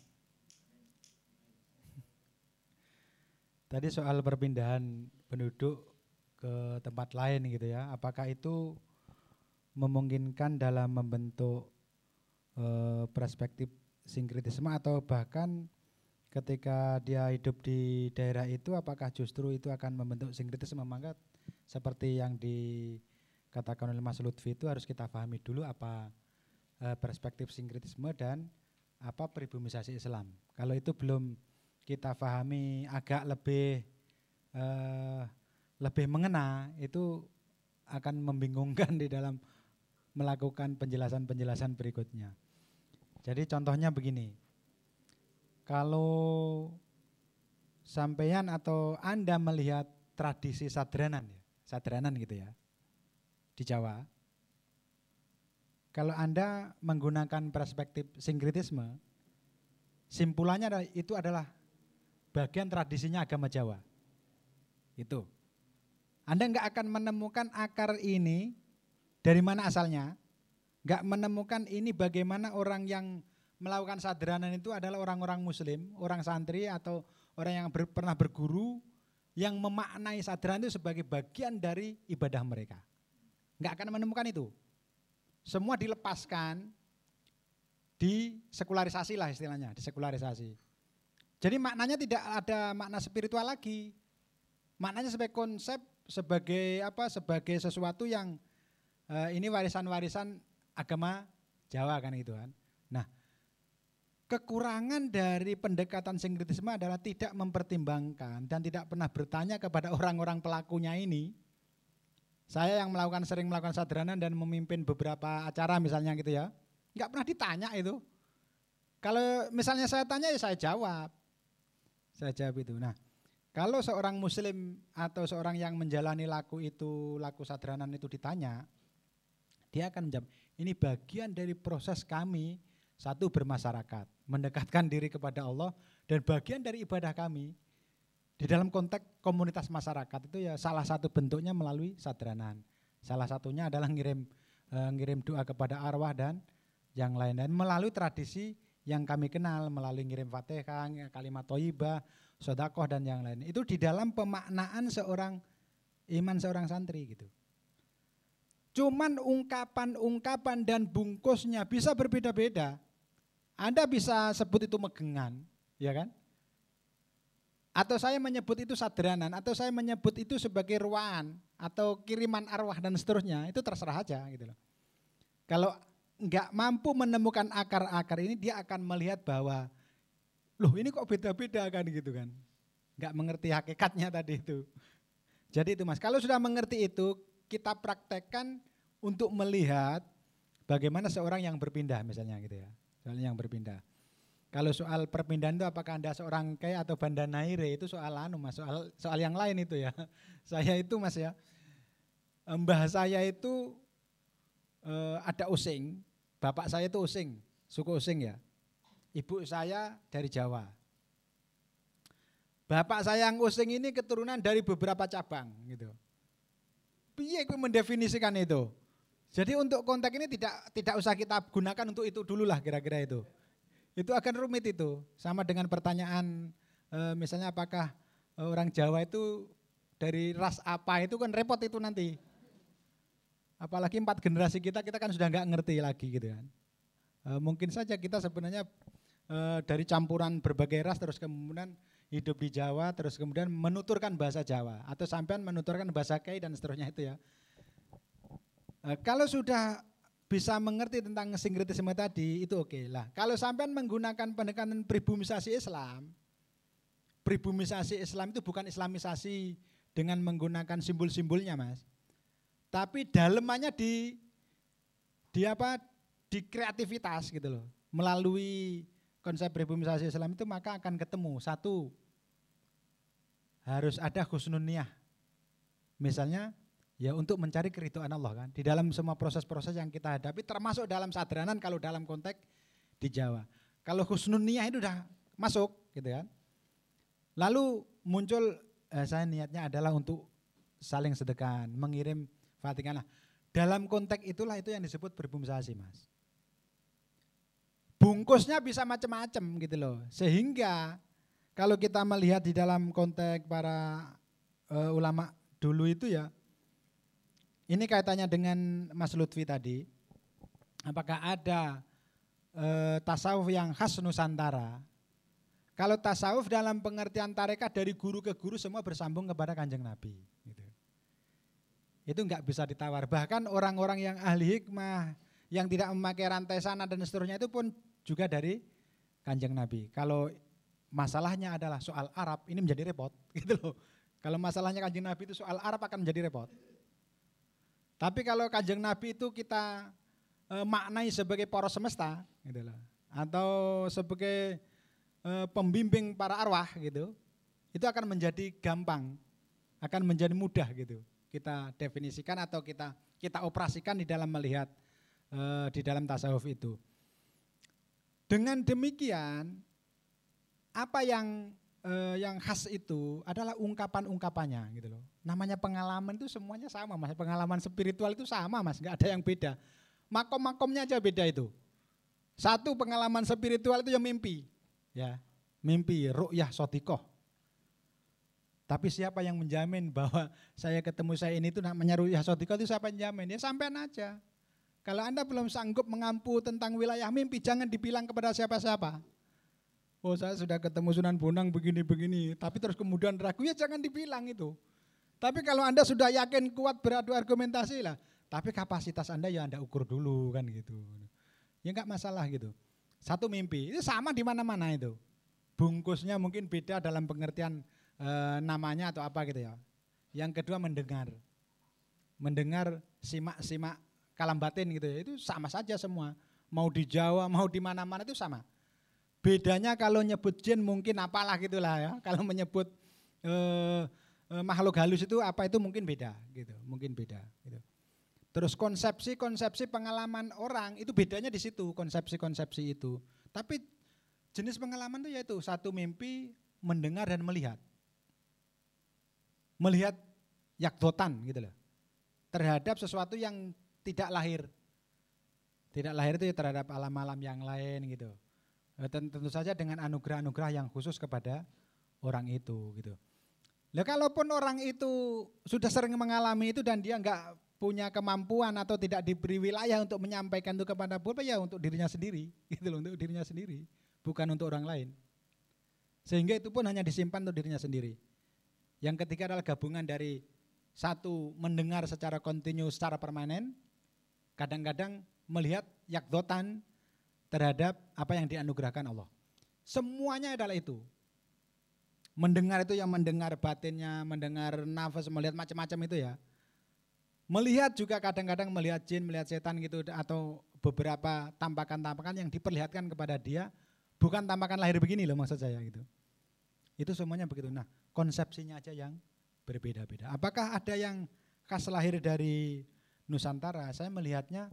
Tadi soal perpindahan penduduk ke tempat lain gitu ya, apakah itu memungkinkan dalam membentuk perspektif sinkretisme atau bahkan ketika dia hidup di daerah itu apakah justru itu akan membentuk sinkretisme? Maka seperti yang dikatakan oleh Mas Lutfi itu harus kita pahami dulu apa perspektif sinkretisme dan apa pribumisasi Islam. Kalau itu belum kita pahami agak lebih mengena, itu akan membingungkan di dalam melakukan penjelasan-penjelasan berikutnya. Jadi contohnya begini, kalau sampeyan atau Anda melihat tradisi sadranan gitu ya, di Jawa, kalau Anda menggunakan perspektif sinkretisme, simpulannya itu adalah bagian tradisinya agama Jawa. Itu. Anda enggak akan menemukan akar ini dari mana asalnya, enggak menemukan ini bagaimana orang yang melakukan sadranan itu adalah orang-orang muslim, orang santri atau orang yang pernah berguru yang memaknai sadranan itu sebagai bagian dari ibadah mereka. Enggak akan menemukan itu. Semua dilepaskan, disekularisasi lah istilahnya, disekularisasi. Jadi maknanya tidak ada makna spiritual lagi. Maknanya sebagai konsep, sebagai sesuatu yang ini warisan-warisan agama Jawa kan gitu kan. Nah, kekurangan dari pendekatan sinkretisme adalah tidak mempertimbangkan dan tidak pernah bertanya kepada orang-orang pelakunya ini. Saya yang sering melakukan sadranan dan memimpin beberapa acara misalnya gitu ya, enggak pernah ditanya itu. Kalau misalnya saya tanya ya saya jawab. Saya jawab itu. Nah, kalau seorang muslim atau seorang yang menjalani laku sadranan itu ditanya, dia akan menjawab, ini bagian dari proses kami Satu, bermasyarakat, mendekatkan diri kepada Allah, dan bagian dari ibadah kami di dalam konteks komunitas masyarakat itu ya salah satu bentuknya melalui sadranan. Salah satunya adalah ngirim doa kepada arwah dan yang lain, dan melalui tradisi yang kami kenal, melalui ngirim Fatihah, kalimat thayyibah, sedekah dan yang lain. Itu di dalam pemaknaan seorang iman seorang santri gitu. Cuman ungkapan-ungkapan dan bungkusnya bisa berbeda-beda. Anda bisa sebut itu megengan, ya kan? Atau saya menyebut itu sadranan, atau saya menyebut itu sebagai ruaan, atau kiriman arwah dan seterusnya, itu terserah aja gitu loh. Kalau enggak mampu menemukan akar-akar ini, dia akan melihat bahwa, loh ini kok beda-beda kan gitu kan. Enggak mengerti hakikatnya tadi itu. Jadi itu Mas, kalau sudah mengerti itu, kita praktekkan untuk melihat bagaimana seorang yang berpindah misalnya gitu ya. Soalnya yang berpindah. Kalau soal perpindahan itu apakah Anda seorang kaya atau bandanaire, itu soal Mas, soal yang lain itu ya. Saya itu Mas ya, mbah saya itu ada Using, bapak saya itu Using, suku Using ya. Ibu saya dari Jawa. Bapak saya yang Using ini keturunan dari beberapa cabang gitu. Piye kowe mendefinisikan itu? Jadi untuk konteks ini tidak usah kita gunakan untuk itu dulu lah kira-kira itu. Itu akan rumit itu. Sama dengan pertanyaan misalnya apakah orang Jawa itu dari ras apa, itu kan repot itu nanti. Apalagi 4 generasi kita kan sudah nggak ngerti lagi gitu kan. Mungkin saja kita sebenarnya dari campuran berbagai ras terus kemudian hidup di Jawa terus kemudian menuturkan bahasa Jawa atau sampean menuturkan bahasa Kai dan seterusnya itu ya. Kalau sudah bisa mengerti tentang sinkretisme tadi itu oke lah. Kalau sampean menggunakan pendekatan pribumisasi Islam itu bukan islamisasi dengan menggunakan simbol-simbolnya Mas. Tapi dalemannya di kreativitas gitu loh. Melalui konsep pribumisasi Islam itu maka akan ketemu satu, harus ada husnul niyah. Misalnya ya untuk mencari keridhaan Allah kan. Di dalam semua proses-proses yang kita hadapi termasuk dalam sadranan kalau dalam konteks di Jawa. Kalau husnul niyah itu udah masuk gitu kan. Lalu muncul saya niatnya adalah untuk saling sedekah, mengirim Fatihah. Nah, dalam konteks itulah itu yang disebut pribumisasi Mas. Bungkusnya bisa macam-macam gitu loh. Sehingga kalau kita melihat di dalam konteks para ulama dulu itu ya, ini kaitannya dengan Mas Lutfi tadi, apakah ada tasawuf yang khas Nusantara? Kalau tasawuf dalam pengertian tarekat dari guru ke guru semua bersambung kepada Kanjeng Nabi. Gitu. Itu enggak bisa ditawar. Bahkan orang-orang yang ahli hikmah, yang tidak memakai rantai sana dan seterusnya itu pun juga dari Kanjeng Nabi. Kalau masalahnya adalah soal Arab, ini menjadi repot. Gitu loh. Kalau masalahnya Kanjeng Nabi itu soal Arab akan menjadi repot. Tapi kalau Kanjeng Nabi itu kita maknai sebagai poros semesta gitu loh, atau sebagai pembimbing para arwah gitu, itu akan menjadi gampang, akan menjadi mudah gitu. Kita definisikan atau kita operasikan di dalam melihat di dalam tasawuf itu. Dengan demikian apa yang khas itu adalah ungkapan-ungkapannya gitu loh. Namanya pengalaman itu semuanya sama Mas, pengalaman spiritual itu sama Mas, enggak ada yang beda. Makom-makomnya aja beda itu. Satu pengalaman spiritual itu yang mimpi. Ya, mimpi ru'yah shadiqah. Tapi siapa yang menjamin bahwa saya ketemu saya ini itu namanya ru'yah shadiqah, itu siapa yang jamin? Ya sampean aja. Kalau Anda belum sanggup mengampu tentang wilayah mimpi, jangan dibilang kepada siapa-siapa. Oh saya sudah ketemu Sunan Bonang begini-begini, tapi terus kemudian ragu, ya jangan dibilang itu. Tapi kalau Anda sudah yakin kuat beradu argumentasi lah, tapi kapasitas Anda ya Anda ukur dulu kan gitu. Ya enggak masalah gitu. Satu mimpi, itu sama di mana-mana itu. Bungkusnya mungkin beda dalam pengertian namanya atau apa gitu ya. Yang kedua mendengar. Mendengar, simak kalam batin gitu ya, itu sama saja semua. Mau di Jawa, mau di mana-mana itu sama. Bedanya kalau nyebut jin mungkin apalah gitulah ya. Kalau menyebut makhluk halus itu apa itu mungkin beda gitu, mungkin beda gitu. Terus konsepsi-konsepsi pengalaman orang itu bedanya di situ, konsepsi-konsepsi itu. Tapi jenis pengalaman itu yaitu satu mimpi, mendengar dan melihat. Melihat yakdotan gitu loh. Terhadap sesuatu yang tidak lahir. Tidak lahir itu ya terhadap alam-alam yang lain gitu. Tentu saja dengan anugerah-anugerah yang khusus kepada orang itu gitu. Nah, kalaupun orang itu sudah sering mengalami itu dan dia enggak punya kemampuan atau tidak diberi wilayah untuk menyampaikan itu kepada publik, ya untuk dirinya sendiri gitu loh, untuk dirinya sendiri, bukan untuk orang lain. Sehingga itu pun hanya disimpan untuk dirinya sendiri. Yang ketiga adalah gabungan dari satu, mendengar secara kontinu, secara permanen, kadang-kadang melihat yakdotan terhadap apa yang dianugerahkan Allah. Semuanya adalah itu. Mendengar itu yang mendengar batinnya, mendengar nafas, melihat macam-macam itu ya. Melihat juga kadang-kadang melihat jin, melihat setan gitu, atau beberapa tampakan-tampakan yang diperlihatkan kepada dia, bukan tampakan lahir begini loh maksud saya gitu. Itu semuanya begitu. Nah, konsepsinya aja yang berbeda-beda. Apakah ada yang khas lahir dari Nusantara? Saya melihatnya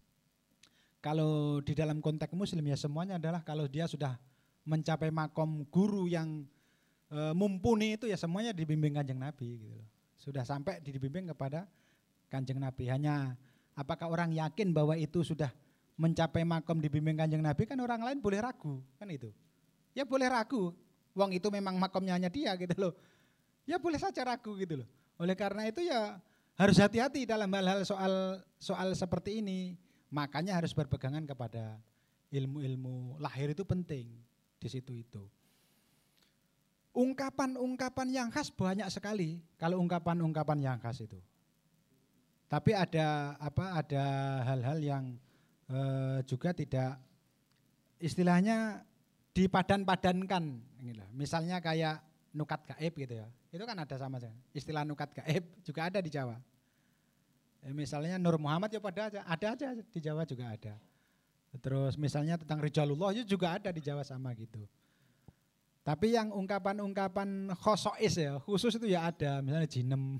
kalau di dalam konteks muslim ya semuanya adalah kalau dia sudah mencapai makom guru yang mumpuni itu ya semuanya dibimbing Kanjeng Nabi gitu loh. Sudah sampai dibimbing kepada Kanjeng Nabi. Hanya apakah orang yakin bahwa itu sudah mencapai makom dibimbing Kanjeng Nabi, kan orang lain boleh ragu kan itu. Ya boleh ragu. Wong itu memang makomnya hanya dia gitu loh. Ya boleh saja ragu gitu loh. Oleh karena itu ya harus hati-hati dalam hal-hal soal seperti ini. Makanya harus berpegangan kepada ilmu-ilmu lahir itu penting di situ itu. Ungkapan-ungkapan yang khas banyak sekali kalau ungkapan-ungkapan yang khas itu. Tapi ada hal-hal yang juga tidak istilahnya dipadan-padankan. Misalnya kayak nukat gaib gitu ya. Itu kan ada sama saja. Istilah nukat gaib juga ada di Jawa. Misalnya Nur Muhammad ya ada aja di Jawa juga ada. Terus misalnya tentang Rijalullah itu juga ada di Jawa sama gitu. Tapi yang ungkapan-ungkapan khosois ya, khusus itu ya ada. Misalnya jinem.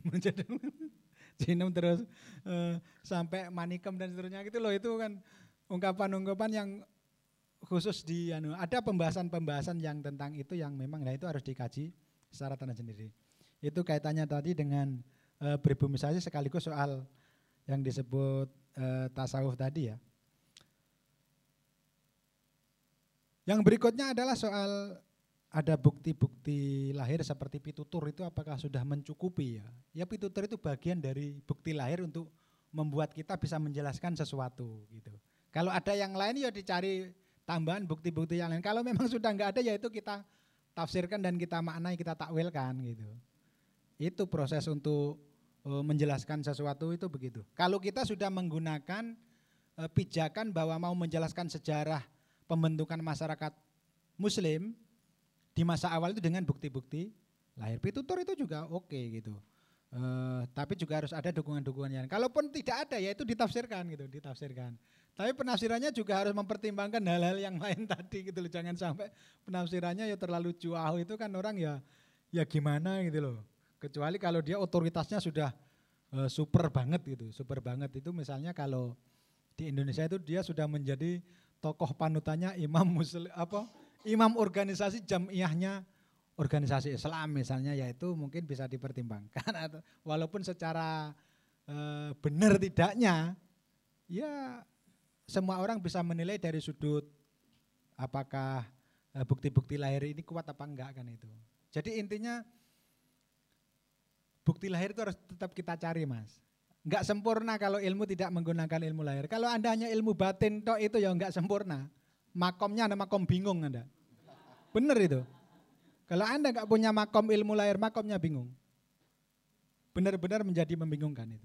Jinem terus sampai manikem dan seterusnya gitu loh, itu kan ungkapan-ungkapan yang khusus ada pembahasan-pembahasan yang tentang itu yang memang itu harus dikaji secara tersendiri. Itu kaitannya tadi dengan berbumisasi sekaligus soal yang disebut tasawuf tadi ya. Yang berikutnya adalah soal ada bukti-bukti lahir seperti pitutur itu apakah sudah mencukupi ya? Ya pitutur itu bagian dari bukti lahir untuk membuat kita bisa menjelaskan sesuatu gitu. Kalau ada yang lain ya dicari tambahan bukti-bukti yang lain. Kalau memang sudah enggak ada ya itu kita tafsirkan dan kita maknai, kita takwilkan gitu. Itu proses untuk menjelaskan sesuatu itu begitu. Kalau kita sudah menggunakan pijakan bahwa mau menjelaskan sejarah pembentukan masyarakat muslim di masa awal itu dengan bukti-bukti lahir, pitutur itu juga oke gitu. Tapi juga harus ada dukungan-dukungan yang. Kalaupun tidak ada ya itu ditafsirkan gitu, ditafsirkan. Tapi penafsirannya juga harus mempertimbangkan hal-hal yang lain tadi gitu loh. Jangan sampai penafsirannya ya terlalu jauh, itu kan orang ya gimana gitu loh. Kecuali kalau dia otoritasnya sudah super banget gitu, super banget itu misalnya kalau di Indonesia itu dia sudah menjadi tokoh panutannya imam muslim imam organisasi jamiyahnya organisasi Islam misalnya, yaitu mungkin bisa dipertimbangkan atau walaupun secara benar tidaknya ya semua orang bisa menilai dari sudut apakah bukti-bukti lahir ini kuat apa enggak kan itu. Jadi intinya bukti lahir itu harus tetap kita cari Mas. Enggak sempurna kalau ilmu tidak menggunakan ilmu lahir. Kalau Anda hanya ilmu batin tok itu ya enggak sempurna. Makomnya ada makom bingung Anda. Benar itu. Kalau Anda enggak punya makom ilmu lahir, makomnya bingung. Benar-benar menjadi membingungkan itu.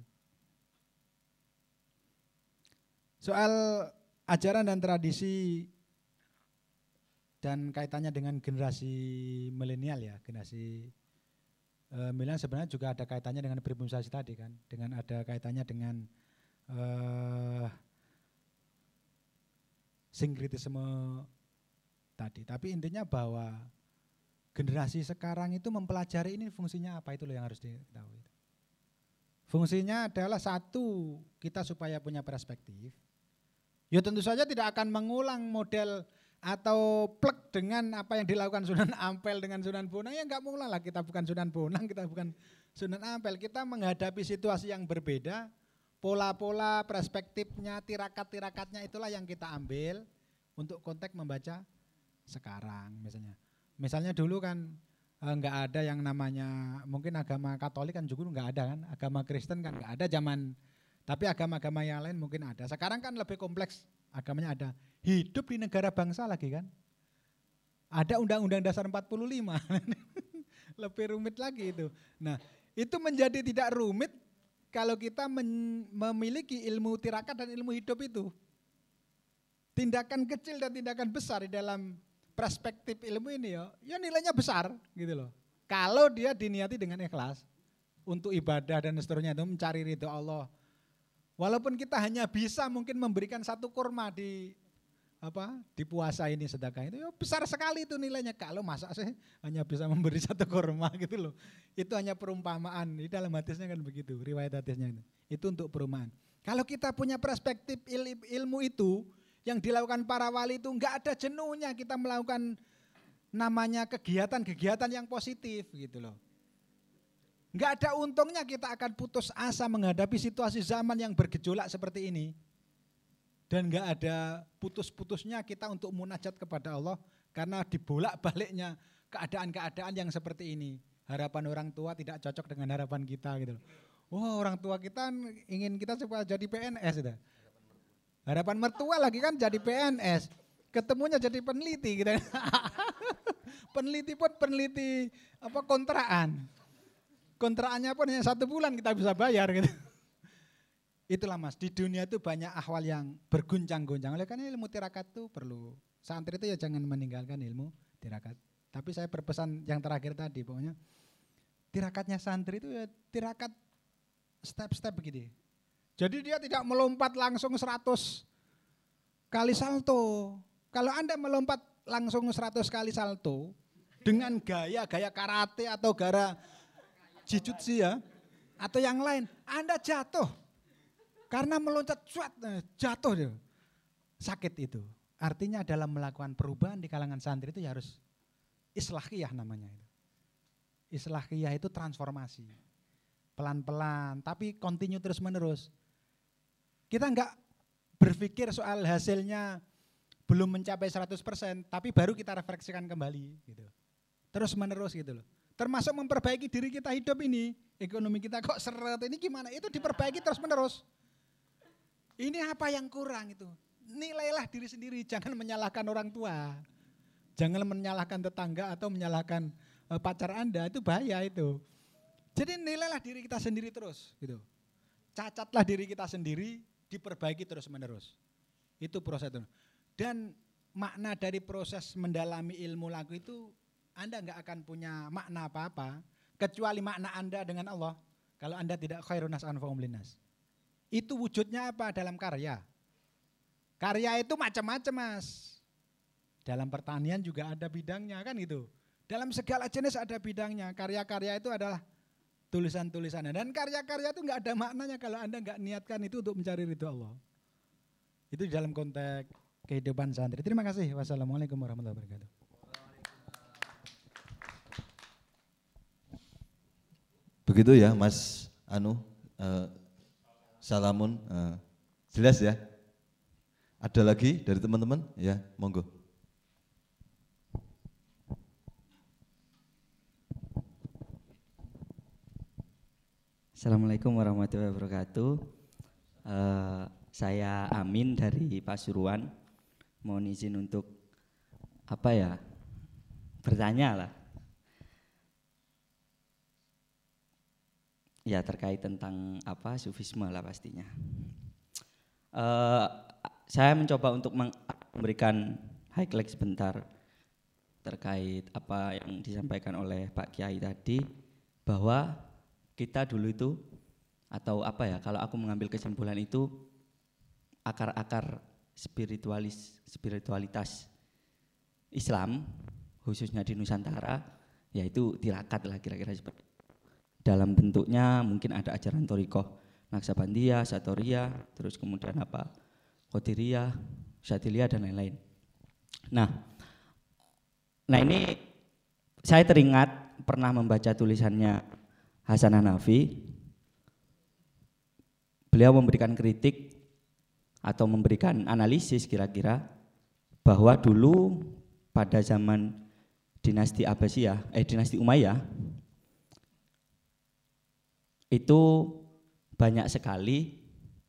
Soal ajaran dan tradisi dan kaitannya dengan generasi milenial ya, generasi milenial sebenarnya juga ada kaitannya dengan berbumisasi tadi kan, dengan ada kaitannya dengan sinkritisme tadi. Tapi intinya bahwa generasi sekarang itu mempelajari ini fungsinya apa, itu loh yang harus diketahui. Fungsinya adalah satu, kita supaya punya perspektif. Ya tentu saja tidak akan mengulang model atau plek dengan apa yang dilakukan Sunan Ampel dengan Sunan Bonang, ya enggak mengulang lah, kita bukan Sunan Bonang, kita bukan Sunan Ampel, kita menghadapi situasi yang berbeda, pola-pola, perspektifnya, tirakat-tirakatnya itulah yang kita ambil untuk konteks membaca sekarang misalnya. Misalnya dulu kan enggak ada yang namanya, mungkin agama Katolik kan juga enggak ada kan, agama Kristen kan enggak ada zaman, tapi agama-agama yang lain mungkin ada. Sekarang kan lebih kompleks, agamanya ada. Hidup di negara bangsa lagi kan. Ada Undang-Undang Dasar 45. Lebih rumit lagi itu. Nah, itu menjadi tidak rumit kalau kita memiliki ilmu tirakat dan ilmu hidup itu. Tindakan kecil dan tindakan besar di dalam perspektif ilmu ini ya nilainya besar gitu loh. Kalau dia diniati dengan ikhlas untuk ibadah dan seterusnya itu mencari ridho Allah. Walaupun kita hanya bisa mungkin memberikan satu kurma di puasa ini sedekah itu ya besar sekali itu nilainya. Kalau masa sih hanya bisa memberi satu kurma gitu loh. Itu hanya perumpamaan. Di dalam hadisnya kan begitu, riwayat hadisnya itu. Itu untuk perumpamaan. Kalau kita punya perspektif ilmu itu yang dilakukan para wali itu enggak ada jenuhnya kita melakukan namanya kegiatan-kegiatan yang positif gitu loh. Enggak ada untungnya kita akan putus asa menghadapi situasi zaman yang bergejolak seperti ini. Dan enggak ada putus-putusnya kita untuk munajat kepada Allah karena dibolak-baliknya keadaan-keadaan yang seperti ini. Harapan orang tua tidak cocok dengan harapan kita gitu. Wah, orang tua kita ingin kita supaya jadi PNS gitu. Harapan mertua lagi kan jadi PNS. Ketemunya jadi peneliti gitu. Peneliti pun peneliti kontraan. Kontraannya pun hanya 1 bulan kita bisa bayar gitu. Itulah Mas, di dunia itu banyak ahwal yang berguncang-guncang. Oleh karena ilmu tirakat itu perlu. Santri itu ya jangan meninggalkan ilmu tirakat. Tapi saya berpesan yang terakhir tadi, pokoknya tirakatnya santri itu ya tirakat step-step begini. Jadi dia tidak melompat langsung 100 kali salto. Kalau Anda melompat langsung 100 kali salto dengan gaya karate atau gara jujutsu ya, atau yang lain, Anda jatuh. Karena meloncat jatuh dia. Sakit itu. Artinya dalam melakukan perubahan di kalangan santri itu ya harus islahiyah namanya itu. Islahiyah itu transformasi. Pelan-pelan tapi continue terus menerus. Kita enggak berpikir soal hasilnya belum mencapai 100%, tapi baru kita refleksikan kembali gitu. Terus menerus gitu loh. Termasuk memperbaiki diri kita hidup ini. Ekonomi kita kok seret ini gimana? Itu diperbaiki terus menerus. Ini apa yang kurang itu? Nilailah diri sendiri, jangan menyalahkan orang tua. Jangan menyalahkan tetangga atau menyalahkan pacar Anda, itu bahaya itu. Jadi nilailah diri kita sendiri terus gitu. Cacatlah diri kita sendiri, diperbaiki terus menerus. Itu proses itu. Dan makna dari proses mendalami ilmu lagu itu Anda enggak akan punya makna apa-apa kecuali makna Anda dengan Allah. Kalau Anda tidak khairun nas anfa'um linnas. Itu wujudnya apa? Dalam karya. Karya itu macam-macam Mas. Dalam pertanian juga ada bidangnya kan gitu. Dalam segala jenis ada bidangnya. Karya-karya itu adalah tulisan-tulisannya. Dan karya-karya itu enggak ada maknanya kalau Anda enggak niatkan itu untuk mencari ridho Allah. Itu di dalam konteks kehidupan santri. Terima kasih. Wassalamualaikum warahmatullahi wabarakatuh. Begitu ya Mas Salamun, jelas ya. Ada lagi dari teman-teman? Ya, monggo. Assalamualaikum warahmatullahi wabarakatuh. Saya Amin dari Pasuruan. Mohon izin untuk bertanya lah. Ya terkait tentang sufisme lah pastinya. Saya mencoba untuk memberikan highlight sebentar terkait apa yang disampaikan oleh Pak Kiai tadi, bahwa kita dulu itu atau kalau aku mengambil kesimpulan itu akar-akar spiritualitas Islam khususnya di Nusantara yaitu tirakat lah kira-kira seperti itu. dalam bentuknya mungkin ada ajaran Thorikoh Naksabandiyah, Satoriyah, terus kemudian apa Qadiriyah, Syadiliyah dan lain-lain. Nah ini saya teringat pernah membaca tulisannya Hasan Hanafi. Beliau memberikan kritik atau memberikan analisis kira-kira bahwa dulu pada zaman dinasti Abbasiyah, dinasti Umayyah itu banyak sekali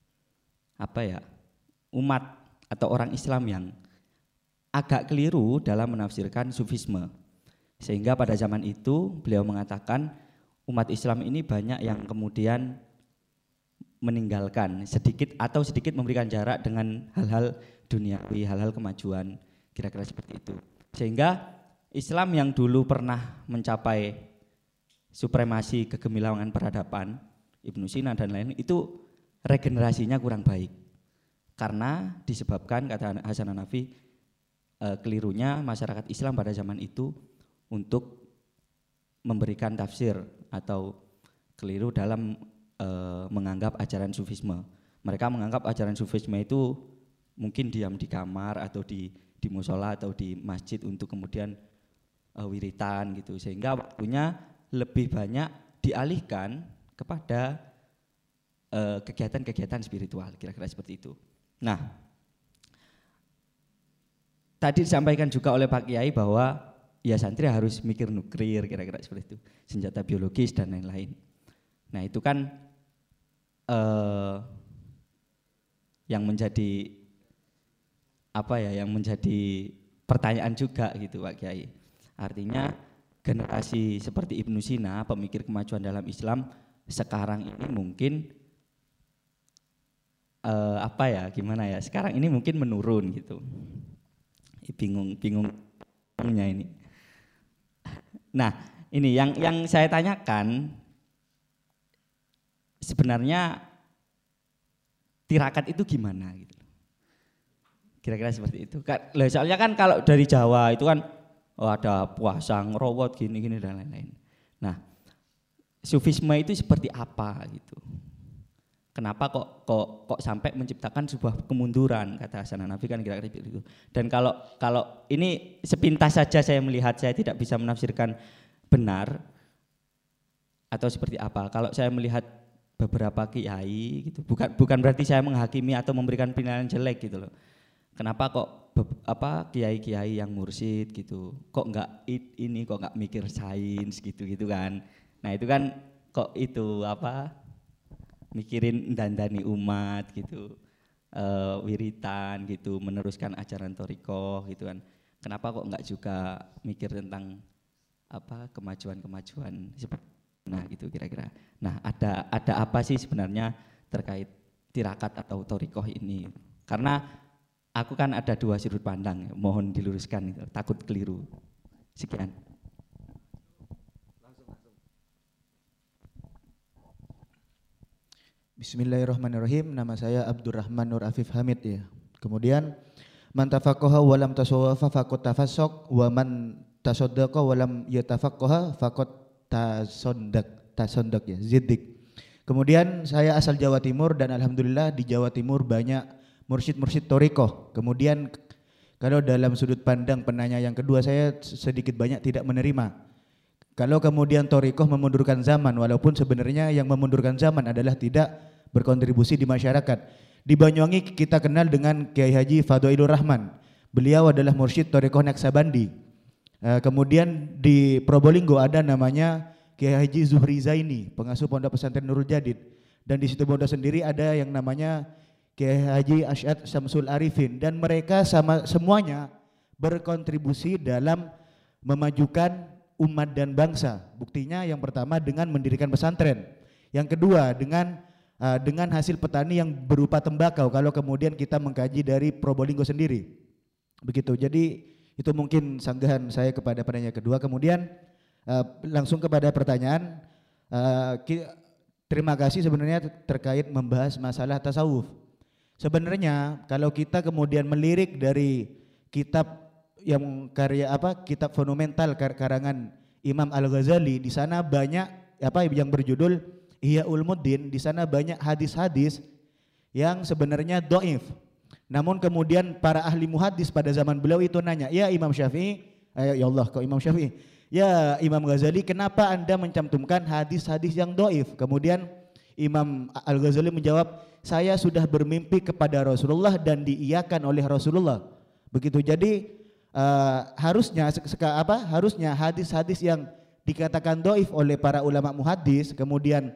umat atau orang Islam yang agak keliru dalam menafsirkan sufisme. Sehingga pada zaman itu beliau mengatakan umat Islam ini banyak yang kemudian meninggalkan sedikit memberikan jarak dengan hal-hal duniawi, hal-hal kemajuan, kira-kira seperti itu. Sehingga Islam yang dulu pernah mencapai supremasi kegemilangan peradaban, Ibnu Sina dan lain itu regenerasinya kurang baik. Karena disebabkan, kata Hasan Hanafi, kelirunya masyarakat Islam pada zaman itu untuk memberikan tafsir atau keliru dalam menganggap ajaran sufisme. Mereka menganggap ajaran sufisme itu mungkin diam di kamar atau di musola atau di masjid untuk kemudian wiritan gitu, sehingga waktunya lebih banyak dialihkan kepada kegiatan-kegiatan spiritual, kira-kira seperti itu. Nah, tadi disampaikan juga oleh Pak Kiai bahwa ya santri harus mikir nuklir, kira-kira seperti itu, senjata biologis dan lain-lain. Nah itu kan yang menjadi yang menjadi pertanyaan juga gitu Pak Kiai. Artinya generasi seperti Ibnu Sina, pemikir kemajuan dalam Islam sekarang ini mungkin sekarang ini mungkin menurun gitu. Bingungnya ini. Nah, ini yang saya tanyakan, sebenarnya tirakat itu gimana gitu. Kira-kira seperti itu. Soalnya kan kalau dari Jawa itu kan ada puasa, ngerowot, gini-gini dan lain-lain. Nah, sufisme itu seperti apa gitu. Kenapa kok sampai menciptakan sebuah kemunduran, kata Hasan Hanafi kan kira-kira itu. Dan kalau ini sepintas saja saya melihat, saya tidak bisa menafsirkan benar atau seperti apa. Kalau saya melihat beberapa kiai gitu, bukan berarti saya menghakimi atau memberikan penilaian jelek gitu loh. Kenapa kok kiai-kiai yang mursyid gitu, kok enggak mikir sains gitu kan. Nah, itu kan kok itu mikirin dandani umat gitu, wiritan gitu, meneruskan ajaran Thorikoh gitu kan. Kenapa kok enggak juga mikir tentang kemajuan seperti gitu kira-kira. Nah, ada apa sih sebenarnya terkait tirakat atau Thorikoh ini? Karena aku kan ada dua sudut pandang, mohon diluruskan, takut keliru. Sekian. Bismillahirrahmanirrahim. Nama saya Abdurrahman Nur Afif Hamid ya. Kemudian man tafaqaha wa lam tasawwafa faqad tafassaq wa man tasaddaqa wa lam yatafaqqaha faqad tasondaq ya, ziddiq. Kemudian saya asal Jawa Timur dan alhamdulillah di Jawa Timur banyak mursyid-mursyid Thorikoh. Kemudian kalau dalam sudut pandang penanya yang kedua, saya sedikit banyak tidak menerima. Kalau kemudian Thorikoh memundurkan zaman, walaupun sebenarnya yang memundurkan zaman adalah tidak berkontribusi di masyarakat. Di Banyuwangi kita kenal dengan Kiai Haji Fadhailur Rahman. Beliau adalah mursyid Thorikoh Naksabandi. Kemudian di Probolinggo ada namanya Kiai Haji Zuhri Zaini, pengasuh Pondok Pesantren Nurul Jadid. Dan di Situbondo sendiri ada yang namanya Kiai Haji Asy'ad Syamsul Arifin, dan mereka semuanya berkontribusi dalam memajukan umat dan bangsa. Buktinya yang pertama dengan mendirikan pesantren, yang kedua dengan hasil petani yang berupa tembakau kalau kemudian kita mengkaji dari Probolinggo sendiri. Begitu. Jadi itu mungkin sanggahan saya kepada penanya kedua. Kemudian langsung kepada pertanyaan, terima kasih sebenarnya terkait membahas masalah tasawuf. Sebenarnya kalau kita kemudian melirik dari kitab yang kitab monumental karangan Imam Al-Ghazali, di sana banyak yang berjudul Ihya Ulumuddin. Di sana banyak hadis-hadis yang sebenarnya dhaif. Namun kemudian para ahli muhadis pada zaman beliau itu nanya, "Ya Imam Syafi'i, ya Allah kok Imam Syafi'i? Ya Imam Ghazali, kenapa Anda mencantumkan hadis-hadis yang dhaif?" Kemudian Imam Al-Ghazali menjawab, "Saya sudah bermimpi kepada Rasulullah dan diiyakan oleh Rasulullah." Begitu. Jadi harusnya hadis-hadis yang dikatakan dhaif oleh para ulama muhadis kemudian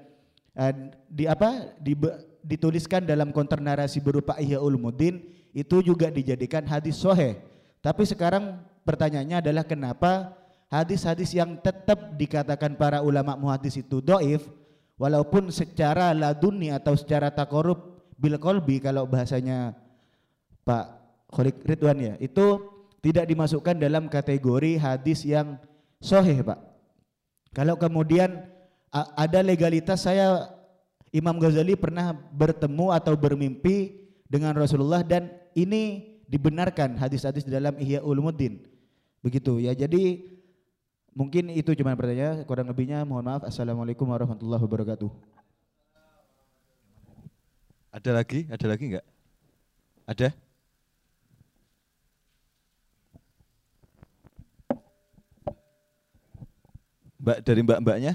dituliskan dalam konter narasi berupa Ihya Ulumuddin itu juga dijadikan hadis sahih. Tapi sekarang pertanyaannya adalah kenapa hadis-hadis yang tetap dikatakan para ulama muhadis itu dhaif walaupun secara laduni atau secara taqarrub bil qalbi kalau bahasanya Pak Khalid Ridwan ya, itu tidak dimasukkan dalam kategori hadis yang sahih, Pak. Kalau kemudian ada legalitas Imam Ghazali pernah bertemu atau bermimpi dengan Rasulullah dan ini dibenarkan hadis-hadis di dalam Ihya Ulumuddin. Begitu ya. Jadi mungkin itu cuma pertanyaan, kurang lebihnya mohon maaf. Assalamualaikum warahmatullahi wabarakatuh. Ada lagi enggak? Ada? Mbak, dari mbak-mbaknya?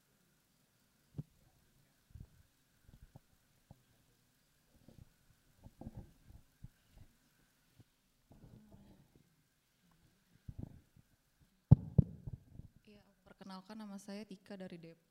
Iya, perkenalkan nama saya Tika dari Depok.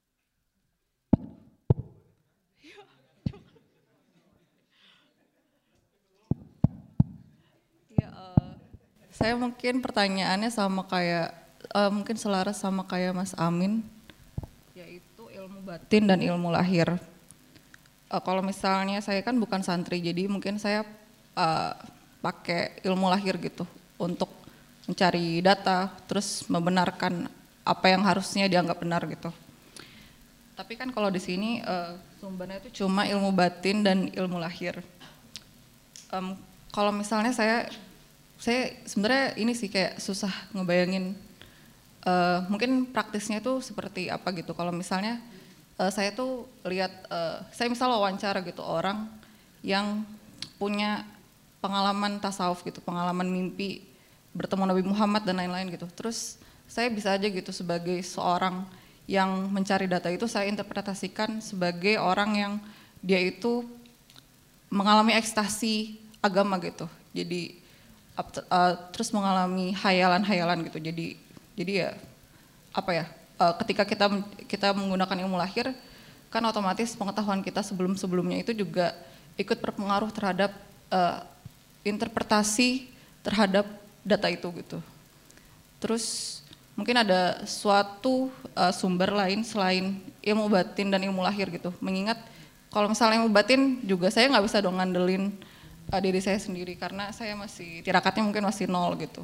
Iya, saya mungkin pertanyaannya sama kayak mungkin selaras sama kayak Mas Amin, yaitu ilmu batin dan ilmu lahir. Kalau misalnya saya kan bukan santri, jadi mungkin saya pakai ilmu lahir gitu untuk mencari data, terus membenarkan apa yang harusnya dianggap benar gitu. Tapi kan kalau di sini sumbernya itu cuma ilmu batin dan ilmu lahir. Kalau misalnya saya sebenarnya ini sih kayak susah ngebayangin mungkin praktisnya itu seperti apa gitu. Kalau misalnya saya tuh lihat, saya misal wawancara gitu orang yang punya pengalaman tasawuf gitu, pengalaman mimpi bertemu Nabi Muhammad dan lain-lain gitu. Terus saya bisa aja gitu sebagai seorang yang mencari data itu saya interpretasikan sebagai orang yang dia itu mengalami ekstasi agama gitu. Jadi terus mengalami hayalan-hayalan gitu. Jadi ya apa ya, ketika kita menggunakan ilmu lahir kan otomatis pengetahuan kita sebelum-sebelumnya itu juga ikut berpengaruh terhadap interpretasi terhadap data itu gitu. Terus mungkin ada suatu sumber lain selain ilmu batin dan ilmu lahir gitu. Mengingat kalau misalnya ilmu batin juga saya nggak bisa dong ngandelin diri saya sendiri karena saya masih tirakatnya mungkin masih 0 gitu.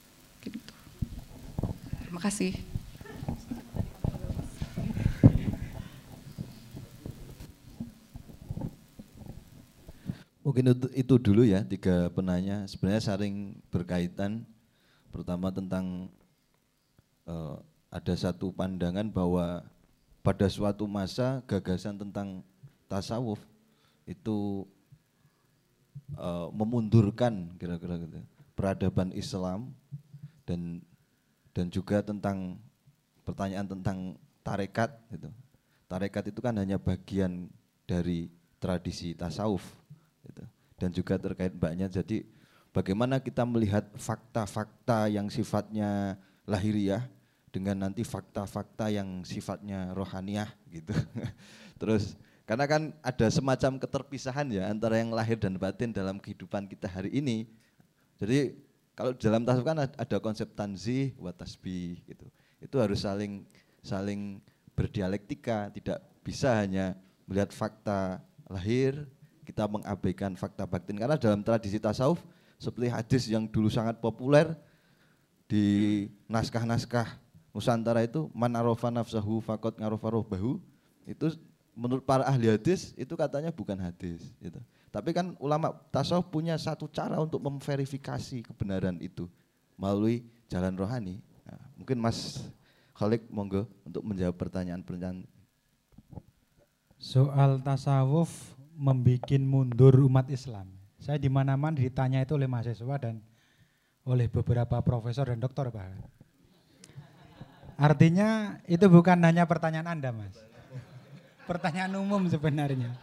Terima kasih. Mungkin itu dulu ya 3 penanya. Sebenarnya saling berkaitan. Pertama tentang ada satu pandangan bahwa pada suatu masa gagasan tentang tasawuf itu memundurkan kira-kira gitu peradaban Islam dan juga tentang pertanyaan tentang tarekat gitu. Tarekat itu kan hanya bagian dari tradisi tasawuf gitu. Dan juga terkait mbaknya, jadi bagaimana kita melihat fakta-fakta yang sifatnya lahiriah dengan nanti fakta-fakta yang sifatnya rohaniah gitu. Terus karena kan ada semacam keterpisahan ya antara yang lahir dan batin dalam kehidupan kita hari ini. Jadi kalau dalam tasawuf kan ada konsep tanzih wa tasbih gitu. Itu harus saling berdialektika, tidak bisa hanya melihat fakta lahir kita mengabaikan fakta batin. Karena dalam tradisi tasawuf seperti hadis yang dulu sangat populer di naskah-naskah Nusantara itu man arafa nafsahu faqad arafa rabbahu, itu menurut para ahli hadis itu katanya bukan hadis gitu. Tapi kan ulama tasawuf punya satu cara untuk memverifikasi kebenaran itu melalui jalan rohani. Nah, mungkin Mas Khalik monggo untuk menjawab pertanyaan-pertanyaan. Soal tasawuf membuat mundur umat Islam. Saya di mana-mana ditanya itu oleh mahasiswa dan oleh beberapa profesor dan doktor bahkan. Artinya itu bukan hanya pertanyaan Anda, Mas. Pertanyaan umum sebenarnya.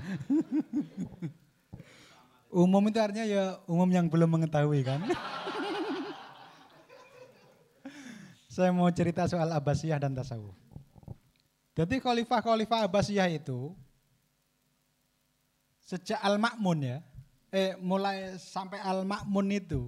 Umum itu artinya ya umum yang belum mengetahui kan. Saya mau cerita soal Abbasiyah dan tasawuf. Jadi khalifah-khalifah Abbasiyah itu sejak Al-Ma'mun ya, mulai sampai Al-Ma'mun itu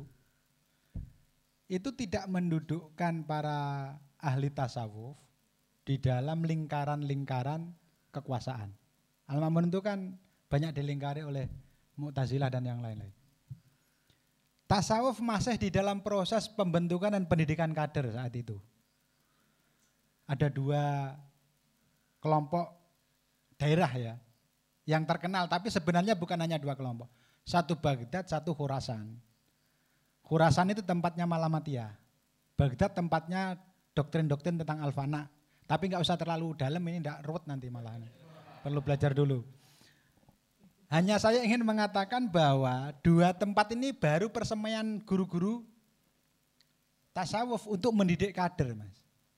tidak mendudukkan para ahli tasawuf di dalam lingkaran-lingkaran kekuasaan. Al-Ma'mun itu kan banyak dilingkari oleh Mu'tazilah dan yang lain-lain. Tasawuf masih di dalam proses pembentukan dan pendidikan kader saat itu. Ada 2 kelompok daerah ya, yang terkenal tapi sebenarnya bukan hanya 2 kelompok. Satu Baghdad, satu Khurasan. Khurasan itu tempatnya Malamatiyah. Baghdad tempatnya doktrin-doktrin tentang Al-Fana. Tapi nggak usah terlalu dalam, ini enggak ruwet nanti malah. Perlu belajar dulu. Hanya saya ingin mengatakan bahwa 2 tempat ini baru persemaian guru-guru tasawuf untuk mendidik kader, Mas.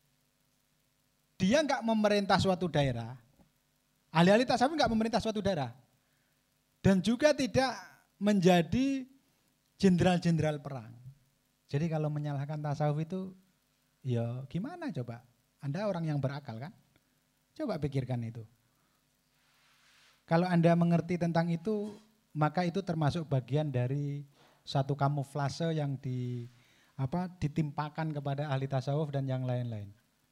Dia enggak memerintah suatu daerah. Ahli-ahli tasawuf enggak memerintah suatu daerah. Dan juga tidak menjadi jenderal-jenderal perang. Jadi kalau menyalahkan tasawuf itu, ya gimana coba? Anda orang yang berakal kan? Coba pikirkan itu. Kalau Anda mengerti tentang itu, maka itu termasuk bagian dari satu kamuflase yang ditimpakan kepada ahli tasawuf dan yang lain-lain.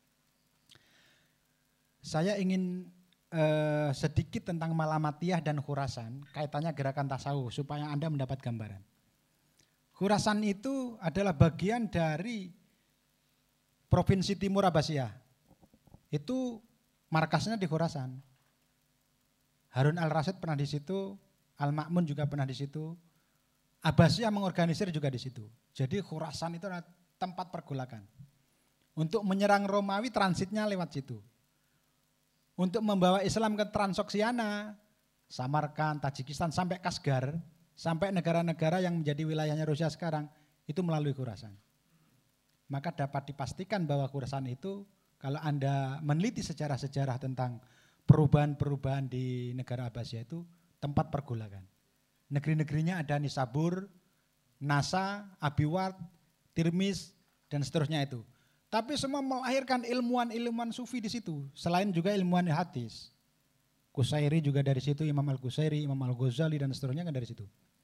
Saya ingin sedikit tentang Malamatiyah dan Khurasan, kaitannya gerakan tasawuf supaya Anda mendapat gambaran. Khurasan itu adalah bagian dari Provinsi Timur Abbasiyah. Itu markasnya di Khurasan. Harun al-Rasyid pernah di situ, Al-Ma'mun juga pernah di situ. Abbasiyah mengorganisir juga di situ. Jadi Khurasan itu adalah tempat pergolakan. Untuk menyerang Romawi transitnya lewat situ. Untuk membawa Islam ke Transoksiana, Samarkand, Tajikistan sampai Kashgar, sampai negara-negara yang menjadi wilayahnya Rusia sekarang, itu melalui Khurasan. Maka dapat dipastikan bahwa Khurasan itu, kalau Anda meneliti sejarah-sejarah tentang perubahan-perubahan di negara Abbasiyah itu tempat pergolakan. Negeri-negerinya ada Nisabur, Nasa, Abiwad, Tirmiz, dan seterusnya itu. Tapi semua melahirkan ilmuwan-ilmuwan sufi di situ, selain juga ilmuwan hadis. Qusairi juga dari situ, Imam Al-Qusairi, Imam Al-Ghazali dan seterusnya kan dari situ.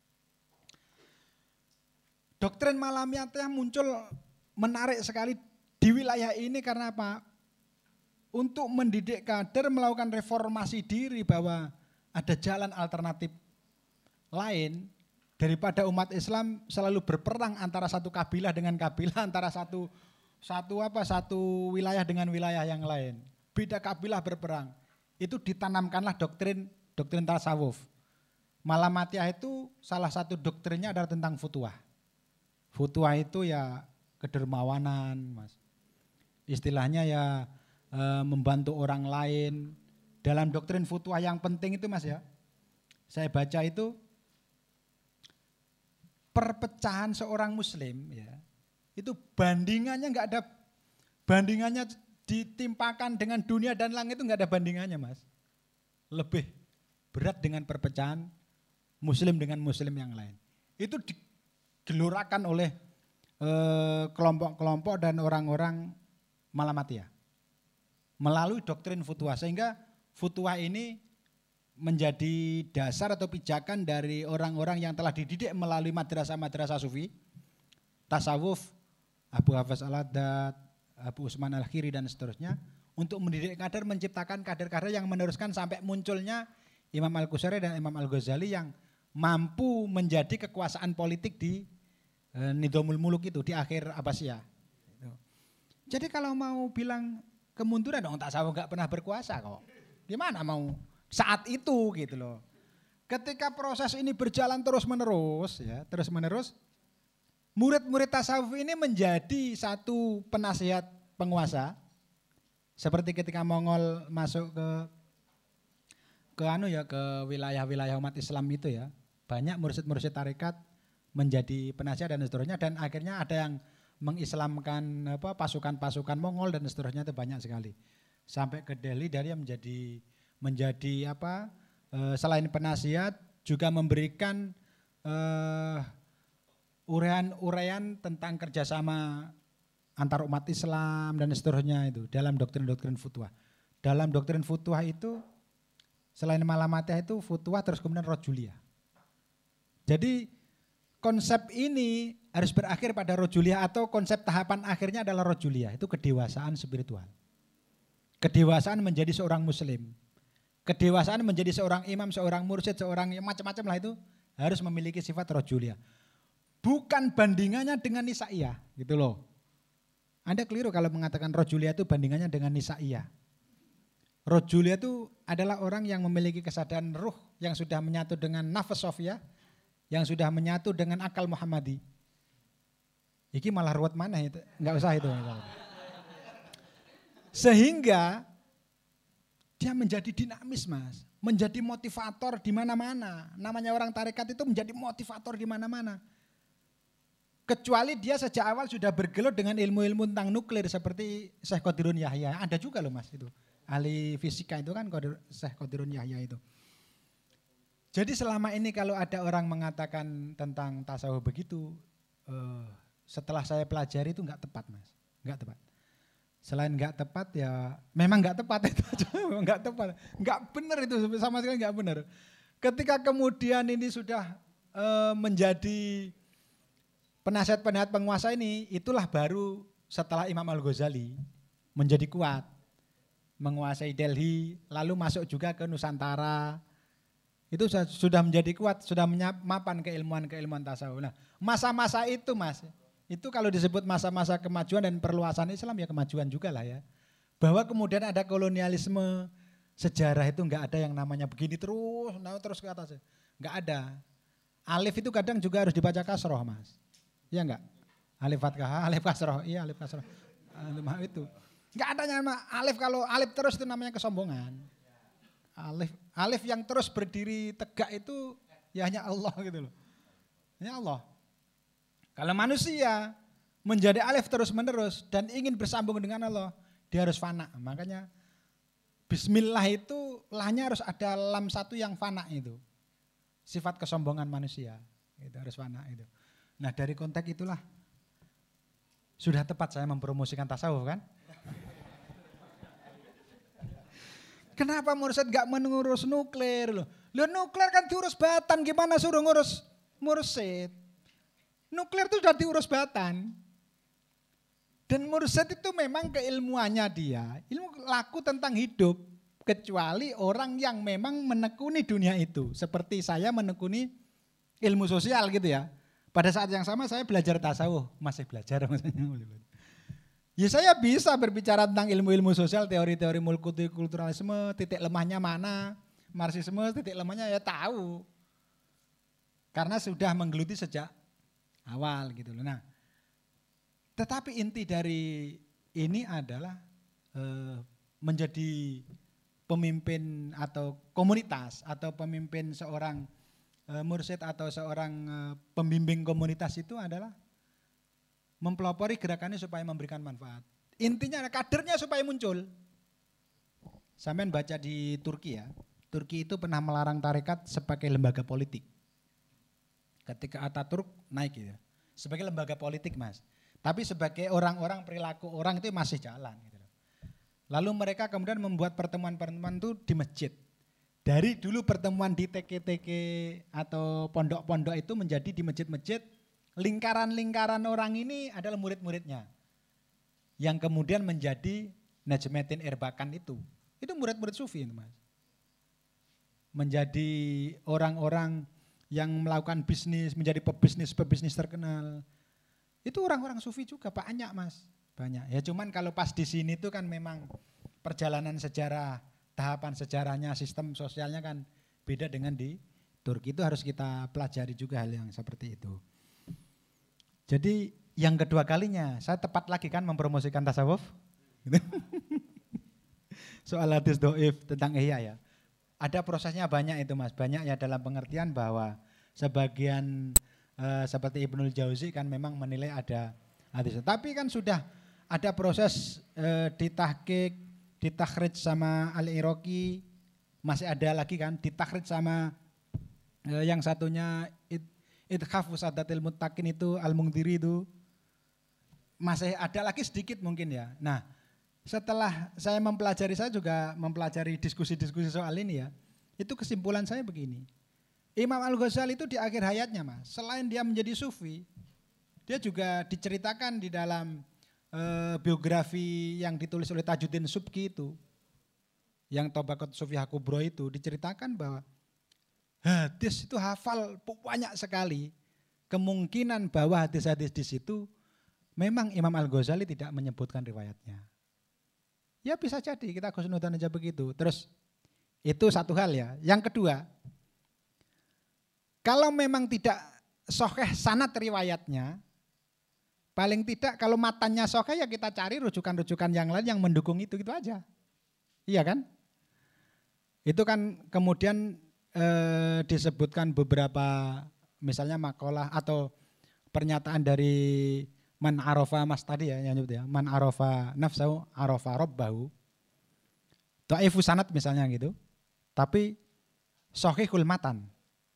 Doktrin Malamatiyah muncul menarik sekali di wilayah ini karena apa? Untuk mendidik kader melakukan reformasi diri bahwa ada jalan alternatif lain daripada umat Islam selalu berperang antara satu kabilah dengan kabilah, antara satu wilayah dengan wilayah yang lain. Beda kabilah berperang. Itu ditanamkanlah doktrin tasawuf. Malamatiyah itu salah satu doktrinnya adalah tentang futuah. Futuah itu ya kedermawanan, Mas. Istilahnya ya membantu orang lain. Dalam doktrin futuah yang penting itu, Mas ya, saya baca itu perpecahan seorang muslim ya, itu bandingannya enggak ada, bandingannya ditimpakan dengan dunia dan langit itu enggak ada bandingannya, Mas. Lebih berat dengan perpecahan muslim dengan muslim yang lain. Itu digelorakan oleh kelompok-kelompok dan orang-orang Malamatiyah melalui doktrin futuah, sehingga futuah ini menjadi dasar atau pijakan dari orang-orang yang telah dididik melalui madrasah-madrasah sufi, tasawuf, Abu Hafiz Al-Haddad, Abu Usman Al-Khiri dan seterusnya, untuk mendidik kader, menciptakan kader-kader yang meneruskan sampai munculnya Imam Al-Qusairi dan Imam Al-Ghazali yang mampu menjadi kekuasaan politik di Nidhamul Muluk itu di akhir Abbasiyah. Jadi kalau mau bilang kemunduran dong, tasawuf gak pernah berkuasa kok. Gimana mau saat itu gitu loh. Ketika proses ini berjalan terus-menerus ya, terus-menerus, murid-murid tasawuf ini menjadi satu penasihat penguasa Seperti ketika Mongol masuk ke wilayah-wilayah umat Islam itu ya, banyak mursyid-mursyid tarekat menjadi penasihat dan seterusnya, dan akhirnya ada yang mengislamkan pasukan-pasukan Mongol dan seterusnya, itu banyak sekali. Sampai ke Delhi dia menjadi selain penasihat juga memberikan uraian tentang kerjasama antar umat Islam dan seterusnya itu dalam doktrin-doktrin futuah. Dalam doktrin futuah itu selain malamatiyah itu futuah terus kemudian rojuliah. Jadi konsep ini harus berakhir pada rojuliah atau konsep tahapan akhirnya adalah rojuliah, itu kedewasaan spiritual. Kedewasaan menjadi seorang muslim. Kedewasaan menjadi seorang imam, seorang mursyid, seorang macam-macam lah itu harus memiliki sifat rojuliah. Bukan bandingannya dengan nisaiyah gitu loh. Anda keliru kalau mengatakan rojuliah itu bandingannya dengan nisaiyah. Rojuliah itu adalah orang yang memiliki kesadaran ruh yang sudah menyatu dengan nafas sofiyah, yang sudah menyatu dengan akal Muhammadi. Iki malah ruwet mana itu? Enggak usah itu. Sehingga dia menjadi dinamis, Mas. Menjadi motivator di mana-mana. Namanya orang tarekat itu menjadi motivator di mana-mana. Kecuali dia sejak awal sudah bergelut dengan ilmu-ilmu tentang nuklir seperti Syekh Qadirun Yahya. Ada juga loh Mas itu. Ahli fisika itu kan Syekh Qadirun Yahya itu. Jadi selama ini kalau ada orang mengatakan tentang tasawuf begitu, setelah saya pelajari itu enggak tepat Mas. Enggak tepat. Selain enggak tepat ya memang enggak tepat itu aja. Enggak tepat. Enggak benar itu sama sekali enggak benar. Ketika kemudian ini sudah menjadi penasihat-penasihat penguasa ini, itulah baru setelah Imam Al-Ghazali menjadi kuat. Menguasai Delhi, lalu masuk juga ke Nusantara. Itu sudah menjadi kuat, sudah mapan keilmuan-keilmuan tasawuf. Nah, masa-masa itu Mas, itu kalau disebut masa-masa kemajuan dan perluasan Islam ya kemajuan juga lah ya. Bahwa kemudian ada kolonialisme, sejarah itu enggak ada yang namanya begini terus ke atas. Enggak ada. Alif itu kadang juga harus dibaca kasroh Mas. Iya enggak? Alif fathah, alif kasroh, iya alif kasroh. Itu. Enggak ada nama alif, kalau alif terus itu namanya kesombongan. Alif yang terus berdiri tegak itu ya hanya Allah gitu loh. Hanya Allah. Kalau manusia menjadi alif terus menerus dan ingin bersambung dengan Allah, dia harus fana. Makanya bismillah itu lahnya harus ada lam satu yang fana itu. Sifat kesombongan manusia, itu harus fana itu. Nah dari konteks itulah sudah tepat saya mempromosikan tasawuf kan. Kenapa mursyid gak mengurus nuklir loh? Loh nuklir kan diurus Batan, gimana suruh ngurus mursyid? Nuklir itu sudah diurus Batan. Dan mursyid itu memang keilmuannya dia, ilmu laku tentang hidup. Kecuali orang yang memang menekuni dunia itu. Seperti saya menekuni ilmu sosial gitu ya. Pada saat yang sama saya belajar tasawuf, masih belajar maksudnya. Ya saya bisa berbicara tentang ilmu-ilmu sosial, teori-teori multikulturalisme, titik lemahnya mana, marxisme, titik lemahnya ya tahu. Karena sudah menggeluti sejak awal gitu loh. Nah, tetapi inti dari ini adalah menjadi pemimpin atau komunitas atau pemimpin seorang mursyid atau seorang pembimbing komunitas itu adalah mempelopori gerakannya supaya memberikan manfaat. Intinya kadernya supaya muncul. Sampean baca di Turki ya. Turki itu pernah melarang tarekat sebagai lembaga politik. Ketika Ataturk naik gitu. Sebagai lembaga politik Mas. Tapi sebagai orang-orang perilaku orang itu masih jalan gitu. Lalu mereka kemudian membuat pertemuan-pertemuan itu di masjid. Dari dulu pertemuan di TK-TK atau pondok-pondok itu menjadi di masjid-masjid, lingkaran-lingkaran orang ini adalah murid-muridnya. Yang kemudian menjadi Najmuddin Erbakan itu. Itu murid-murid sufi itu Mas. Menjadi orang-orang yang melakukan bisnis, menjadi pebisnis terkenal. Itu orang-orang sufi juga banyak Mas. Banyak. Ya cuman kalau pas di sini tuh kan memang perjalanan sejarah, tahapan sejarahnya, sistem sosialnya kan beda dengan di Turki. Itu harus kita pelajari juga hal yang seperti itu. Jadi yang kedua kalinya saya tepat lagi kan mempromosikan tasawuf. soal hadis doif tentang ihya ya. Ada prosesnya banyak itu Mas, banyak ya dalam pengertian bahwa sebagian seperti Ibnul Jauzi kan memang menilai ada hadis. Tapi kan sudah ada proses ditahqiq, ditakhrij sama Al-Iraqi, masih ada lagi kan ditakhrij sama yang satunya Idkhaf Usadatil Muttaqin itu Al-Mundhiri itu. Masih ada lagi sedikit mungkin ya. Nah, setelah saya mempelajari, saya juga mempelajari diskusi-diskusi soal ini ya. Itu kesimpulan saya begini. Imam Al-Ghazali itu di akhir hayatnya Mas, selain dia menjadi sufi, dia juga diceritakan di dalam biografi yang ditulis oleh Tajuddin Subki itu, yang Tabaqat Sufiyah Kubro itu, diceritakan bahwa hadis itu hafal banyak sekali. Kemungkinan bahwa hadis-hadis di situ memang Imam Al-Ghazali tidak menyebutkan riwayatnya. Ya bisa jadi, kita khusnudan aja begitu. Terus itu satu hal ya. Yang kedua, kalau memang tidak sahih sanad riwayatnya, paling tidak kalau matanya sahih ya kita cari rujukan-rujukan yang lain yang mendukung itu, gitu aja. Iya kan? Itu kan kemudian disebutkan beberapa misalnya makalah atau pernyataan dari Man arafa Mas tadi ya, yang nyebut ya, man arafa nafsahu arafa rabbahu. Dhaifu sanad misalnya gitu. Tapi sahihul matan.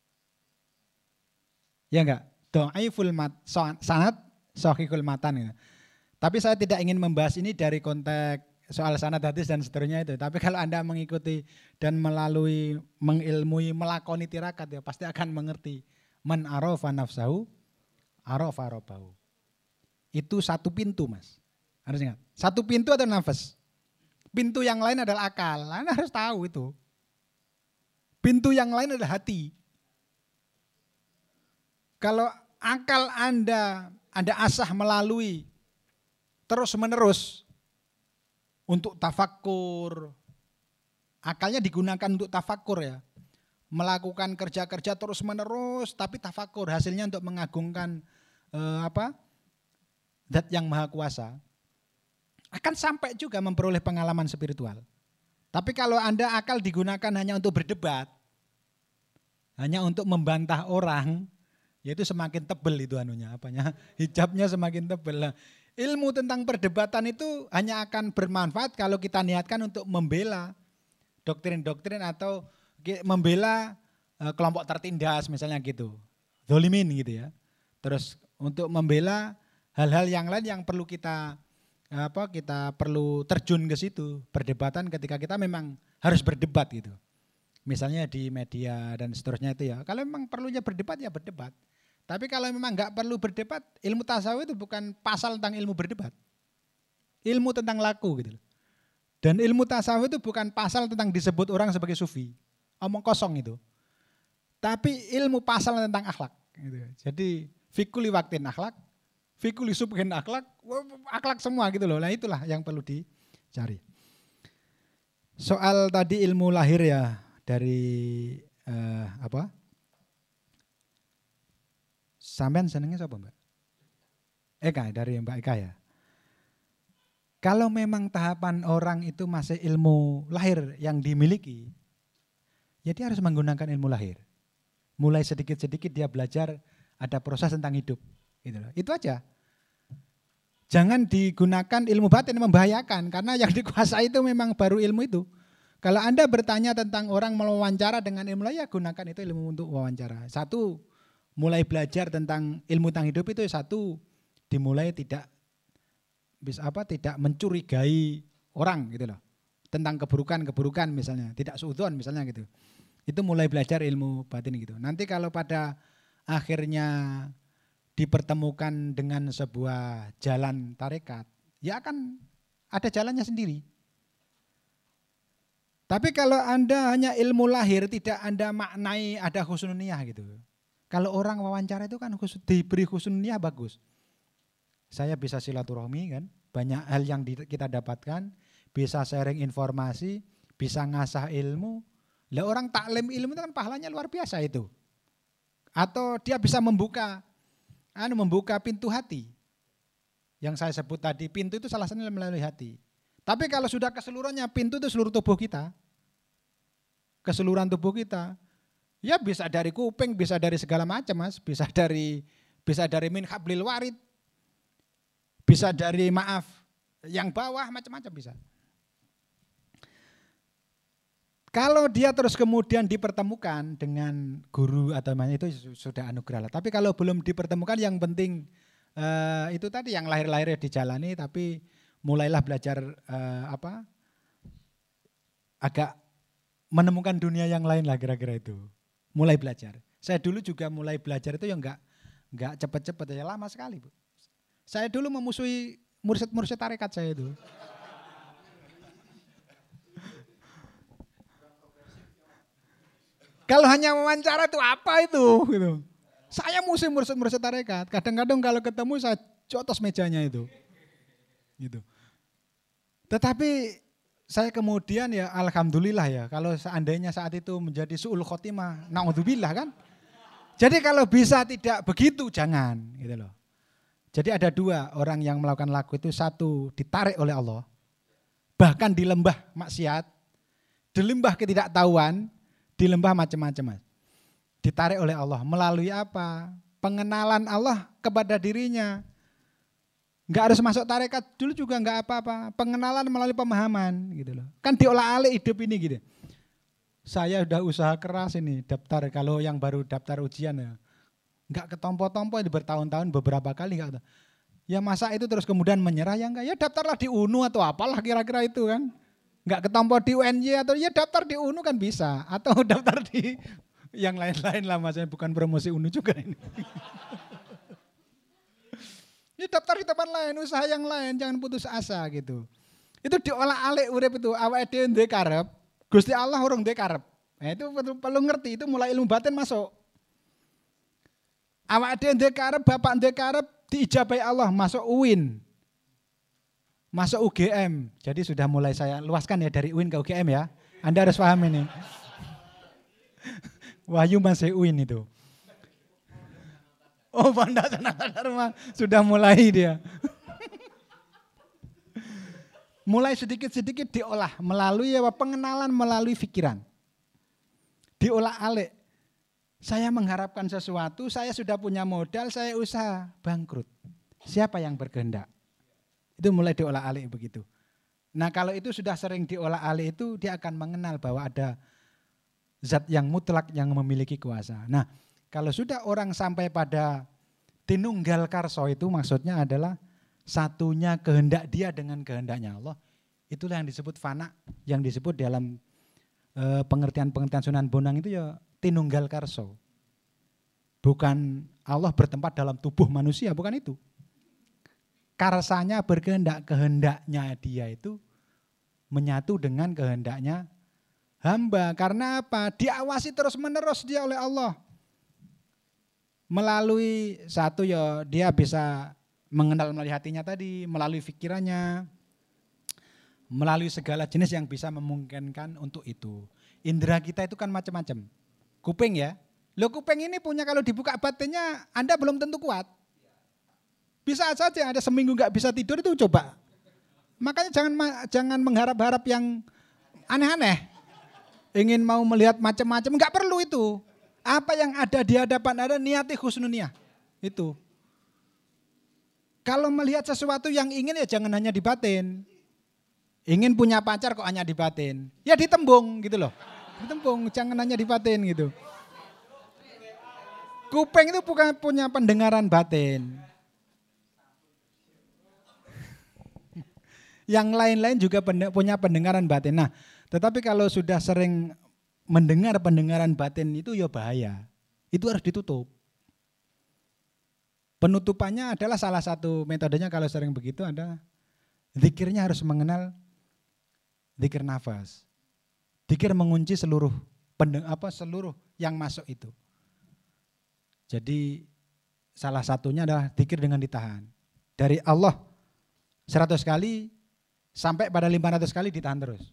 Ya enggak? Dhaiful sanad sahihul matan gitu. Tapi saya tidak ingin membahas ini dari konteks soal sanad hadis dan seterusnya itu. Tapi kalau Anda mengikuti dan melalui mengilmui melakoni tirakat ya pasti akan mengerti. Man arafa nafsahu arafa rabbahu. Itu satu pintu Mas, harus ingat. Satu pintu adalah nafas. Pintu yang lain adalah akal, Anda harus tahu itu. Pintu yang lain adalah hati. Kalau akal Anda asah melalui terus menerus untuk tafakkur, akalnya digunakan untuk tafakkur ya. Melakukan kerja-kerja terus menerus tapi tafakkur, hasilnya untuk mengagungkan Zat yang maha kuasa, akan sampai juga memperoleh pengalaman spiritual. Tapi kalau Anda akal digunakan hanya untuk berdebat, hanya untuk membantah orang, yaitu semakin tebal itu hijabnya semakin tebal. Ilmu tentang perdebatan itu hanya akan bermanfaat kalau kita niatkan untuk membela doktrin-doktrin atau membela kelompok tertindas misalnya gitu, zolimin gitu ya. Terus untuk membela hal-hal yang lain yang perlu kita perlu terjun ke situ, perdebatan ketika kita memang harus berdebat gitu. Misalnya di media dan seterusnya itu ya. Kalau memang perlunya berdebat ya berdebat. Tapi kalau memang enggak perlu berdebat, ilmu tasawuf itu bukan pasal tentang ilmu berdebat. Ilmu tentang laku gitu. Dan ilmu tasawuf itu bukan pasal tentang disebut orang sebagai sufi. Omong kosong itu. Tapi ilmu pasal tentang akhlak gitu. Jadi fikuli waktin akhlak, fikuli subhin akhlak semua gitu loh. Nah itulah yang perlu dicari. Soal tadi ilmu lahir ya dari sampean senengnya siapa Mbak? Eka, dari Mbak Eka ya. Kalau memang tahapan orang itu masih ilmu lahir yang dimiliki, ya dia harus menggunakan ilmu lahir. Mulai sedikit-sedikit dia belajar ada proses tentang hidup. Gitu loh. Itu aja. Jangan digunakan ilmu batin, membahayakan. Karena yang dikuasai itu memang baru ilmu itu. Kalau Anda bertanya tentang orang mewawancara dengan ilmu lahir, ya gunakan itu ilmu untuk wawancara. Satu, mulai belajar tentang ilmu tentang hidup itu satu, dimulai tidak mencurigai orang gitu loh. Tentang keburukan misalnya, tidak suudzon misalnya gitu. Itu mulai belajar ilmu batin gitu. Nanti kalau pada akhirnya dipertemukan dengan sebuah jalan tarekat, ya akan ada jalannya sendiri. Tapi kalau Anda hanya ilmu lahir, tidak Anda maknai ada husnuniyah gitu. Kalau orang wawancara itu kan diberi husnuniyah bagus. Saya bisa silaturahmi kan, banyak hal yang kita dapatkan, bisa sharing informasi, bisa ngasah ilmu. Lah orang taklim ilmu itu kan pahalanya luar biasa itu. Atau dia bisa membuka pintu hati. Yang saya sebut tadi, pintu itu salah satunya melalui hati. Tapi kalau sudah keseluruhannya, pintu itu seluruh tubuh kita. Keseluruhan tubuh kita. Ya bisa dari kuping, bisa dari segala macam Mas. Bisa dari min hablil warid. Bisa dari yang bawah macam-macam bisa. Kalau dia terus kemudian dipertemukan dengan guru atau mana itu sudah anugerah lah. Tapi kalau belum dipertemukan yang penting itu tadi yang lahir-lahirnya dijalani tapi mulailah belajar agak menemukan dunia yang lain lah kira-kira itu. Mulai belajar. Saya dulu juga mulai belajar itu yang enggak cepat-cepat ya lama sekali, Bu. Saya dulu memusuhi mursyid tarekat saya itu. Kalau hanya wawancara itu apa itu gitu. Saya musuh mursyid tarekat. Kadang-kadang kalau ketemu saya jotos mejanya itu. Gitu. Tetapi saya kemudian ya alhamdulillah ya kalau seandainya saat itu menjadi su'ul khotimah, na'udzubillah kan. Jadi kalau bisa tidak begitu jangan gitu loh. Jadi ada dua orang yang melakukan laku itu, satu ditarik oleh Allah. Bahkan di lembah maksiat, di lembah ketidaktahuan, di lembah macam-macam. Ditarik oleh Allah melalui apa? Pengenalan Allah kepada dirinya. Enggak harus masuk tarekat dulu juga enggak apa-apa. Pengenalan melalui pemahaman gitu loh. Kan diolah-alik hidup ini gitu. Saya udah usaha keras ini daftar, kalau yang baru daftar ujian ya. Enggak ketompo-tompo bertahun-tahun beberapa kali enggak. Ya masa itu terus kemudian menyerah ya enggak. Ya daftarlah di UNU atau apalah kira-kira itu kan. Enggak ketompo di UNY atau ya daftar di UNU kan bisa. Atau daftar di yang lain-lain lah, maksudnya bukan promosi UNU juga ini. Ya daftar di tempat lain, usaha yang lain, jangan putus asa gitu. Itu diolah-alik urip itu, awake dhewe ndek karep, Gusti Allah urung ndek karep. Nah itu perlu ngerti, itu mulai ilmu batin masuk. Awake dhewe ndek karep, bapak ndek karep, diijabahi Allah masuk UIN. Masuk UGM. Jadi sudah mulai saya luaskan ya dari UIN ke UGM ya. Anda harus paham ini. Wahyu masih UIN itu. Oh, Pondok Dharma sudah mulai dia. Mulai sedikit-sedikit diolah melalui pengenalan, melalui pikiran. Diolah-alik. Saya mengharapkan sesuatu, saya sudah punya modal, saya usaha, bangkrut. Siapa yang berkehendak? Itu mulai diolah-alik begitu. Nah, kalau itu sudah sering diolah-alik itu dia akan mengenal bahwa ada zat yang mutlak yang memiliki kuasa. Nah, kalau sudah orang sampai pada tinunggal karso itu maksudnya adalah satunya kehendak dia dengan kehendaknya Allah. Itulah yang disebut fana, yang disebut dalam pengertian-pengertian Sunan Bonang itu ya tinunggal karso. Bukan Allah bertempat dalam tubuh manusia, bukan itu. Karsanya berkehendak, kehendaknya dia itu menyatu dengan kehendaknya hamba. Karena apa? Diawasi terus menerus dia oleh Allah. Melalui satu ya dia bisa mengenal melalui hatinya tadi, melalui pikirannya, melalui segala jenis yang bisa memungkinkan untuk itu. Indera kita itu kan macam-macam. Kuping ya, lo kuping ini punya kalau dibuka batinnya Anda belum tentu kuat. Bisa saja ada seminggu nggak bisa tidur itu coba. Makanya jangan mengharap-harap yang aneh-aneh. Ingin mau melihat macam-macam, nggak perlu itu. Apa yang ada di hadapan Anda niati husnuniyah. Itu. Kalau melihat sesuatu yang ingin ya jangan hanya di batin. Ingin punya pacar kok hanya di batin. Ya ditembung gitu loh. Ditembung, jangan hanya di batin gitu. Kuping itu bukan punya pendengaran batin. Yang lain-lain juga punya pendengaran batin. Nah, tetapi kalau sudah sering mendengar pendengaran batin itu ya bahaya. Itu harus ditutup. Penutupannya adalah salah satu metodenya kalau sering begitu adalah zikirnya harus mengenal zikir nafas. Zikir mengunci seluruh seluruh yang masuk itu. Jadi salah satunya adalah zikir dengan ditahan. Dari Allah 100 kali sampai pada 500 kali ditahan terus.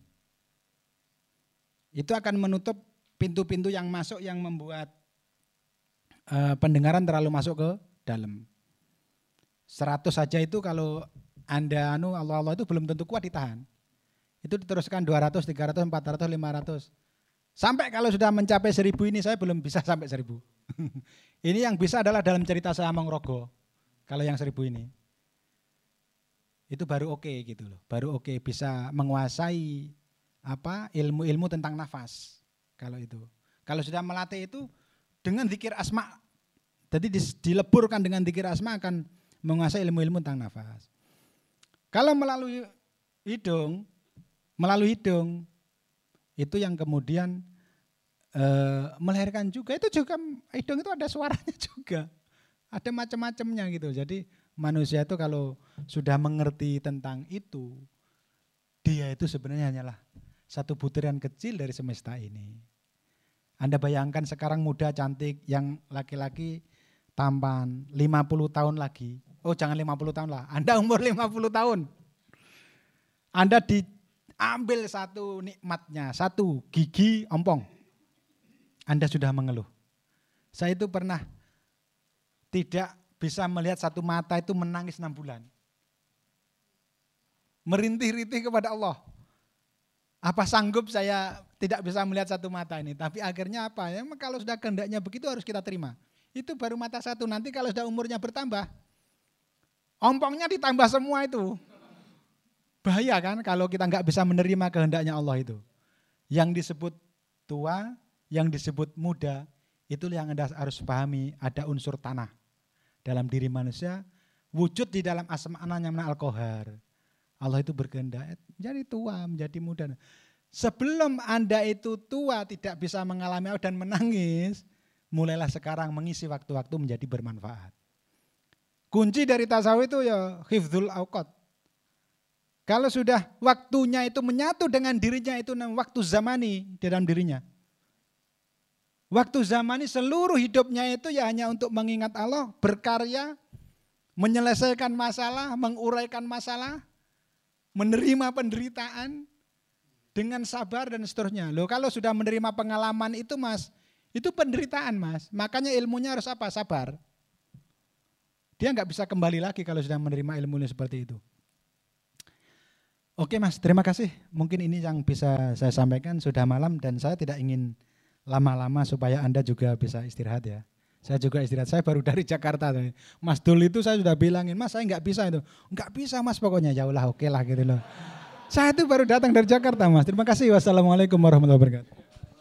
Itu akan menutup pintu-pintu yang masuk yang membuat pendengaran terlalu masuk ke dalam. 100 saja itu kalau Anda Allah itu belum tentu kuat ditahan. itu diteruskan 200, 300, 400, 500. Sampai kalau sudah mencapai 1000 ini saya belum bisa sampai 1000. Ini yang bisa adalah dalam cerita saya Mongrogo. Kalau yang 1000 ini. Itu baru oke gitu loh. Baru oke bisa menguasai ilmu-ilmu tentang nafas. Kalau itu. Kalau sudah melatih itu dengan zikir asma. Jadi dileburkan dengan zikir asma akan menguasai ilmu-ilmu tentang nafas. Kalau melalui hidung itu yang kemudian melahirkan juga. Itu juga hidung itu ada suaranya juga. Ada macam-macamnya gitu. Jadi manusia itu kalau sudah mengerti tentang itu, dia itu sebenarnya hanyalah satu butiran kecil dari semesta ini. Anda bayangkan sekarang muda cantik yang laki-laki tampan 50 tahun lagi. Oh jangan 50 tahun lah, Anda umur 50 tahun. Anda diambil satu nikmatnya, satu gigi ompong. Anda sudah mengeluh. Saya itu pernah tidak bisa melihat satu mata itu menangis 6 bulan. Merintih-rintih kepada Allah. Apa sanggup saya tidak bisa melihat satu mata ini. Tapi akhirnya apa? Ya, kalau sudah kehendaknya begitu harus kita terima. Itu baru mata satu. Nanti kalau sudah umurnya bertambah, ompongnya ditambah semua itu. Bahaya kan kalau kita nggak bisa menerima kehendaknya Allah itu. Yang disebut tua, yang disebut muda, itu yang Anda harus pahami, ada unsur tanah. Dalam diri manusia, wujud di dalam asma'na namanya al-Qahar. Allah itu berkehendak, jadi tua, menjadi muda. Sebelum Anda itu tua tidak bisa mengalami dan menangis, mulailah sekarang mengisi waktu-waktu menjadi bermanfaat. Kunci dari tasawuf itu ya hifdzul awqat. Kalau sudah waktunya itu menyatu dengan dirinya itu waktu zamani di dalam dirinya. Waktu zamani seluruh hidupnya itu ya hanya untuk mengingat Allah, berkarya, menyelesaikan masalah, menguraikan masalah, menerima penderitaan dengan sabar dan seterusnya. Loh kalau sudah menerima pengalaman itu Mas, itu penderitaan Mas. Makanya ilmunya harus apa? Sabar. Dia nggak bisa kembali lagi kalau sudah menerima ilmunya seperti itu. Oke Mas, terima kasih. Mungkin ini yang bisa saya sampaikan, sudah malam dan saya tidak ingin lama-lama supaya Anda juga bisa istirahat ya. Saya juga istirahat, saya baru dari Jakarta. Mas Dul itu saya sudah bilangin, Mas saya nggak bisa itu. Nggak bisa Mas pokoknya, ya ulah oke lah gitu loh. Saya itu baru datang dari Jakarta Mas. Terima kasih, wassalamualaikum warahmatullahi wabarakatuh.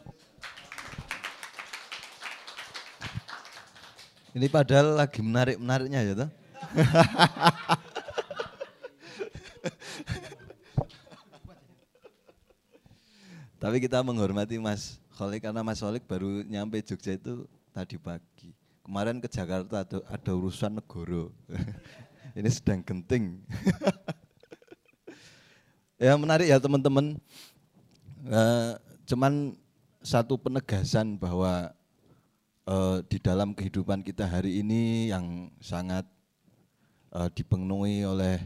Ini padahal lagi menarik-menariknya ya toh. Tapi kita menghormati Mas Kholik karena Mas Kholik baru nyampe Jogja itu tadi pagi. Kemarin ke Jakarta ada urusan negara. Ini sedang genting. Ya menarik ya teman-teman. Cuman satu penegasan bahwa di dalam kehidupan kita hari ini yang sangat dipenuhi oleh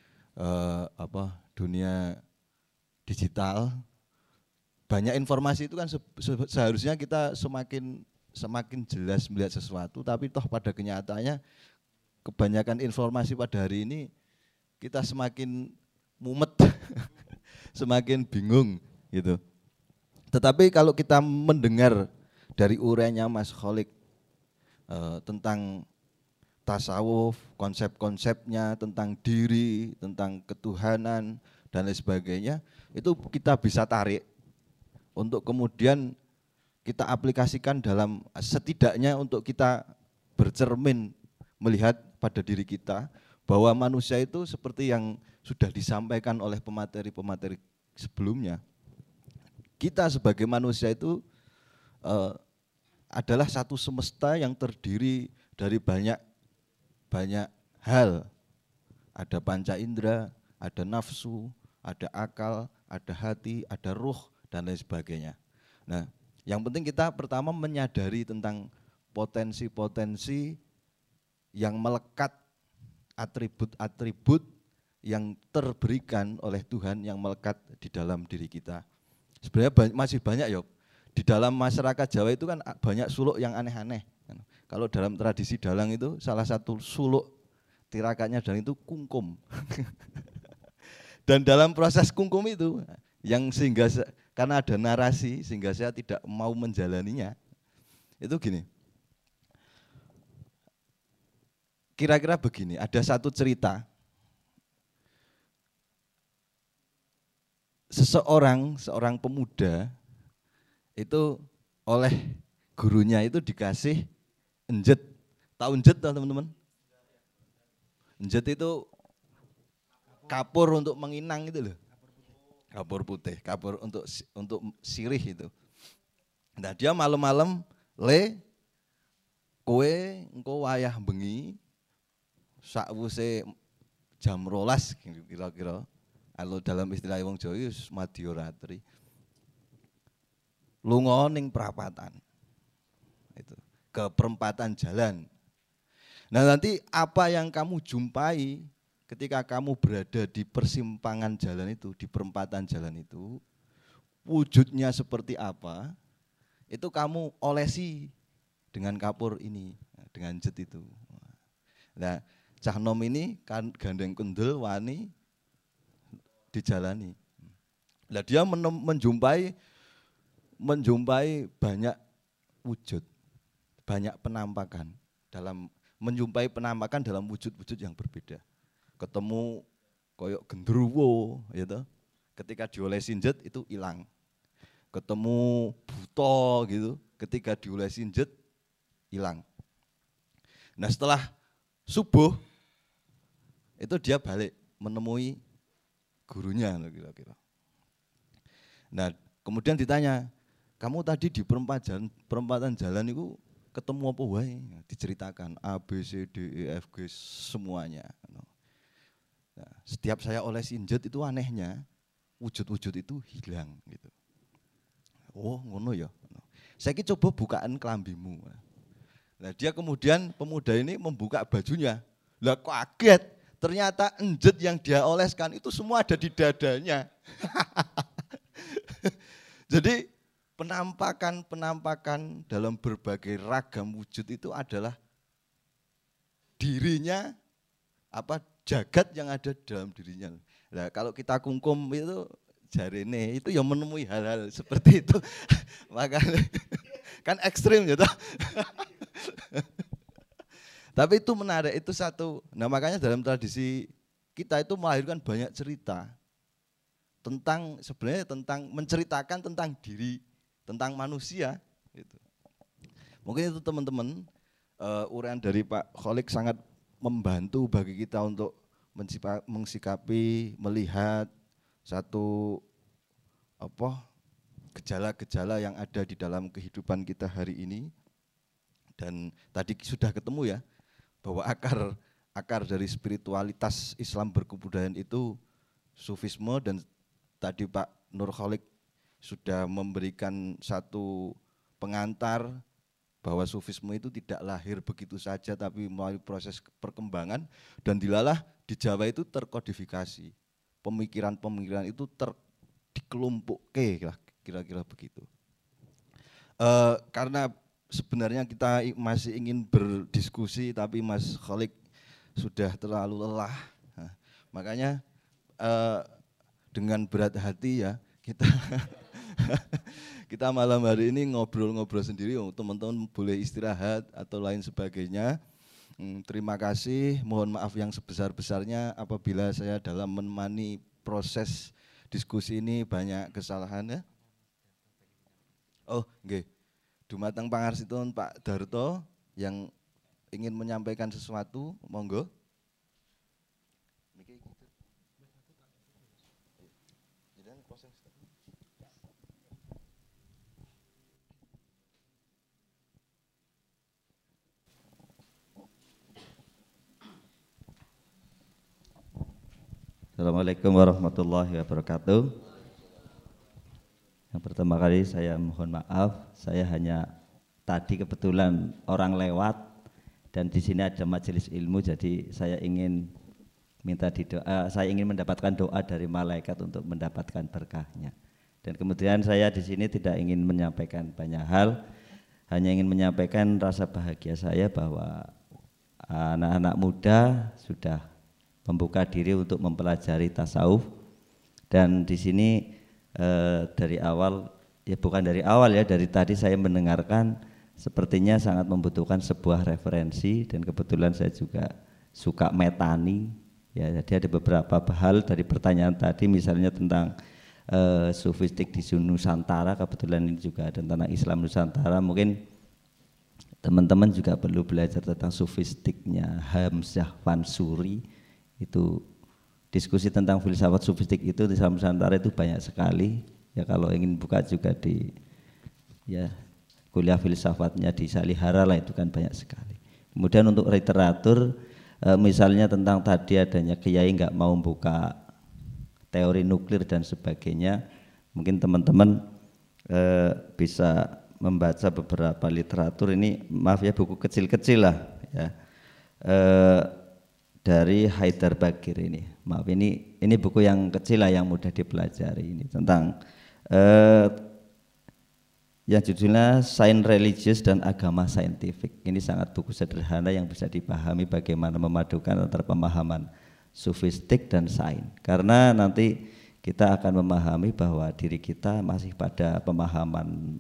dunia digital. Banyak informasi itu kan seharusnya kita semakin jelas melihat sesuatu, tapi toh pada kenyataannya kebanyakan informasi pada hari ini kita semakin mumet, semakin bingung gitu. Tetapi kalau kita mendengar dari uraiannya Mas Kholik tentang tasawuf, konsep-konsepnya, tentang diri, tentang ketuhanan dan lain sebagainya, itu kita bisa tarik untuk kemudian kita aplikasikan dalam setidaknya untuk kita bercermin melihat pada diri kita bahwa manusia itu seperti yang sudah disampaikan oleh pemateri-pemateri sebelumnya. Kita sebagai manusia itu adalah satu semesta yang terdiri dari banyak hal. Ada panca indera, ada nafsu, ada akal, ada hati, ada ruh, dan lain sebagainya. Nah, yang penting kita pertama menyadari tentang potensi-potensi yang melekat, atribut-atribut yang terberikan oleh Tuhan yang melekat di dalam diri kita. Sebenarnya masih banyak ya. Di dalam masyarakat Jawa itu kan banyak suluk yang aneh-aneh. Kalau dalam tradisi dalang itu salah satu suluk tirakannya dalang itu kungkum. Dan dalam proses kungkum itu yang sehingga karena ada narasi sehingga saya tidak mau menjalaninya. Itu gini. Kira-kira begini, ada satu cerita. Seorang pemuda itu oleh gurunya itu dikasih enjet. Tahu enjet teman-teman? Enjet itu kapur untuk menginang itu loh. Kapur putih, kapur untuk sirih itu. Nah dia malam-malam kowe engko wayah bengi sakwuse jam 12 kira-kira. Kalau dalam istilah wong Jawa wis madya ratri. Lunga ning perapatan. Itu, ke perempatan jalan. Nah, nanti apa yang kamu jumpai ketika kamu berada di persimpangan jalan itu, di perempatan jalan itu, wujudnya seperti apa? Itu kamu olesi dengan kapur ini, dengan jet itu. Nah, cah nom ini kan gandeng kendel wani dijalani. Nah, dia menjumpai banyak wujud, banyak penampakan menjumpai penampakan dalam wujud-wujud yang berbeda. Ketemu koyok gendruwo, gitu. Ketika diolesin jet itu hilang. Ketemu buto gitu, ketika diolesin jet hilang. Nah setelah subuh itu dia balik menemui gurunya kira-kira. Nah kemudian ditanya, kamu tadi di perempatan jalan itu ketemu apa wae? Diceritakan A, B, C, D, E, F, G semuanya. Nah, setiap saya olesin jet itu anehnya wujud-wujud itu hilang gitu. Oh ngono ya. Saya coba bukaan kelambimu. Nah dia kemudian pemuda ini membuka bajunya. Lah kaget. Ternyata enjet yang dia oleskan itu semua ada di dadanya. Jadi penampakan dalam berbagai ragam wujud itu adalah dirinya, jagat yang ada dalam dirinya. Nah, kalau kita kungkum itu jarene itu yang menemui hal-hal seperti itu. Makanya kan ekstrim gitu. Tapi itu menarik, itu satu. Nah makanya dalam tradisi kita itu melahirkan banyak cerita sebenarnya tentang menceritakan tentang diri, tentang manusia. Gitu. Mungkin itu teman-teman uraian dari Pak Kholik sangat membantu bagi kita untuk mensikapi, melihat satu gejala-gejala yang ada di dalam kehidupan kita hari ini. Dan tadi sudah ketemu ya, bahwa akar dari spiritualitas Islam berkebudayaan itu sufisme, dan tadi Pak Nur Kholik sudah memberikan satu pengantar bahwa sufisme itu tidak lahir begitu saja tapi melalui proses perkembangan, dan dilalah di Jawa itu terkodifikasi. Pemikiran-pemikiran itu dikelompokkan kira-kira begitu. Karena sebenarnya kita masih ingin berdiskusi tapi Mas Kholik sudah terlalu lelah. Nah, makanya dengan berat hati ya kita malam hari ini ngobrol-ngobrol sendiri. Teman-teman boleh istirahat atau lain sebagainya. Terima kasih, mohon maaf yang sebesar-besarnya apabila saya dalam menemani proses diskusi ini banyak kesalahan ya. Oh, nggih. Dumateng pangarsipun Pak Darto yang ingin menyampaikan sesuatu, monggo. Assalamualaikum warahmatullahi wabarakatuh. Yang pertama kali saya mohon maaf, saya hanya tadi kebetulan orang lewat dan di sini ada majelis ilmu, jadi saya ingin saya ingin mendapatkan doa dari malaikat untuk mendapatkan berkahnya. Dan kemudian saya di sini tidak ingin menyampaikan banyak hal, hanya ingin menyampaikan rasa bahagia saya bahwa anak-anak muda sudah membuka diri untuk mempelajari tasawuf, dan di sini dari awal, ya bukan dari awal ya, dari tadi saya mendengarkan sepertinya sangat membutuhkan sebuah referensi, dan kebetulan saya juga suka metani ya. Jadi ada beberapa hal dari pertanyaan tadi, misalnya tentang sufistik di Nusantara, kebetulan ini juga ada tentang Islam Nusantara. Mungkin teman-teman juga perlu belajar tentang sufistiknya Hamzah Fansuri. Itu diskusi tentang filsafat sufistik itu di Islam Nusantara itu banyak sekali ya. Kalau ingin buka juga di ya kuliah filsafatnya di Salihara lah, itu kan banyak sekali. Kemudian untuk literatur, misalnya tentang tadi adanya kiai nggak mau buka teori nuklir dan sebagainya, mungkin teman-teman bisa membaca beberapa literatur. Ini maaf ya, buku kecil-kecil lah ya, dari Haidar Bagir ini. Maaf, ini buku yang kecil lah, yang mudah dipelajari. Ini tentang yang judulnya Sains Religius dan Agama Saintifik. Ini sangat buku sederhana yang bisa dipahami bagaimana memadukan antara pemahaman sufistik dan sains. Karena nanti kita akan memahami bahwa diri kita masih pada pemahaman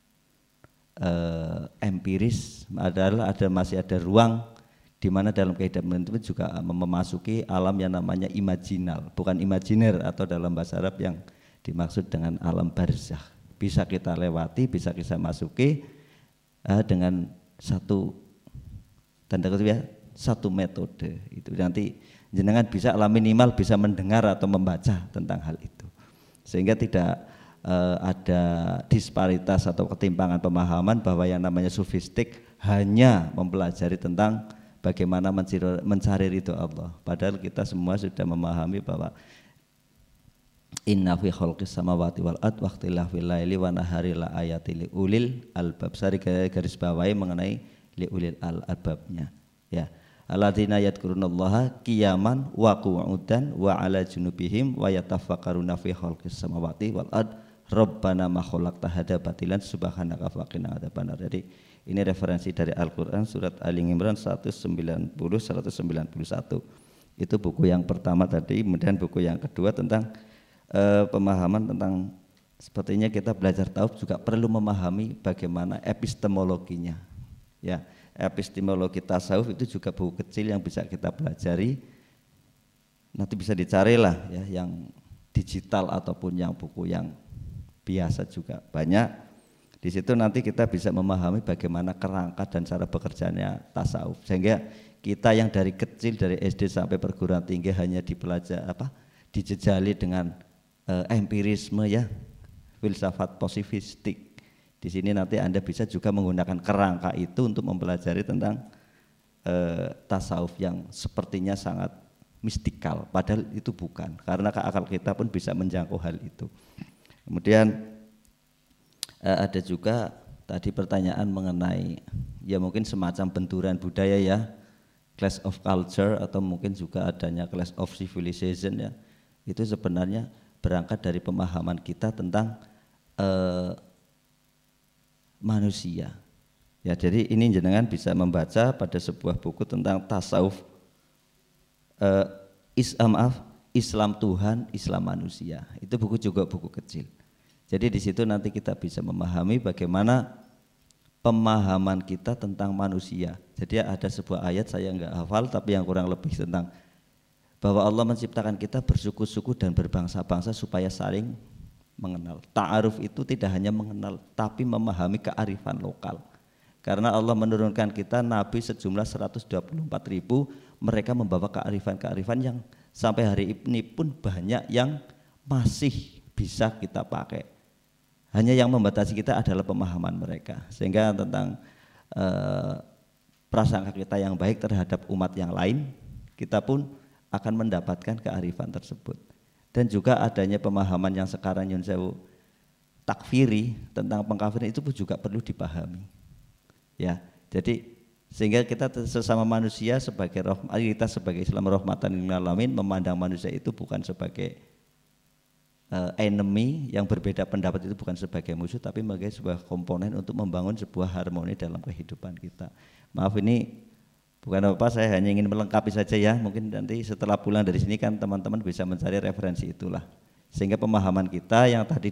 empiris, masih ada ruang di mana dalam kehidupan itu juga memasuki alam yang namanya imajinal, bukan imajiner, atau dalam bahasa Arab yang dimaksud dengan alam barzakh. Bisa kita lewati, bisa kita masuki dengan satu tanda kutip ya, satu metode. Itu nanti jenengan bisa minimal bisa mendengar atau membaca tentang hal itu, sehingga tidak ada disparitas atau ketimpangan pemahaman bahwa yang namanya sufistik hanya mempelajari tentang bagaimana mencari ridho Allah. Padahal kita semua sudah memahami bahwa inna fi khalqis samawati wal ard wa ikhtilafil laili wan nahari la ayatil ulil albab. Sari garis bawahi mengenai li ulil albabnya ya. Alladzina yadhkurunallaha qiyaman wa qu'udan wa ala junubihim wa yatafakkaruna fi khalqis samawati wal ard rabbana ma khalaqta hadza batilan subhanaka faqina adzabannar. Jadi ini referensi dari Al-Qur'an surat Ali Imran 190 191. Itu buku yang pertama tadi. Kemudian buku yang kedua tentang pemahaman tentang, sepertinya kita belajar tasawuf juga perlu memahami bagaimana epistemologinya ya. Epistemologi tasawuf itu juga buku kecil yang bisa kita pelajari, nanti bisa dicarilah ya, yang digital ataupun yang buku yang biasa juga banyak. Di situ nanti kita bisa memahami bagaimana kerangka dan cara bekerjanya tasawuf, sehingga kita yang dari kecil dari SD sampai perguruan tinggi hanya dijejali dengan empirisme ya, filsafat positivistik. Di sini nanti Anda bisa juga menggunakan kerangka itu untuk mempelajari tentang tasawuf yang sepertinya sangat mistikal, padahal itu bukan, karena akal kita pun bisa menjangkau hal itu. Kemudian ada juga tadi pertanyaan mengenai ya mungkin semacam benturan budaya ya, clash of culture, atau mungkin juga adanya clash of civilization ya. Itu sebenarnya berangkat dari pemahaman kita tentang manusia. Ya, jadi ini jenengan bisa membaca pada sebuah buku tentang tasawuf Islam Tuhan, Islam manusia. Itu buku juga buku kecil. Jadi di situ nanti kita bisa memahami bagaimana pemahaman kita tentang manusia. Jadi ada sebuah ayat saya enggak hafal tapi yang kurang lebih tentang bahwa Allah menciptakan kita bersuku-suku dan berbangsa-bangsa supaya saling mengenal. Ta'aruf itu tidak hanya mengenal tapi memahami kearifan lokal. Karena Allah menurunkan kita nabi sejumlah 124.000, mereka membawa kearifan-kearifan yang sampai hari ini pun banyak yang masih bisa kita pakai. Hanya yang membatasi kita adalah pemahaman mereka. Sehingga tentang prasangka kita yang baik terhadap umat yang lain, kita pun akan mendapatkan kearifan tersebut. Dan juga adanya pemahaman yang sekarang Yun Sewu takfiri tentang pengkafiran itu pun juga perlu dipahami. Ya, jadi sehingga kita sesama manusia sebagai kita sebagai Islam rahmatan lil alamin memandang manusia itu bukan sebagai enemy, yang berbeda pendapat itu bukan sebagai musuh tapi sebagai sebuah komponen untuk membangun sebuah harmoni dalam kehidupan kita. Maaf ini bukan apa-apa, saya hanya ingin melengkapi saja ya. Mungkin nanti setelah pulang dari sini kan teman-teman bisa mencari referensi itulah Sehingga pemahaman kita yang tadi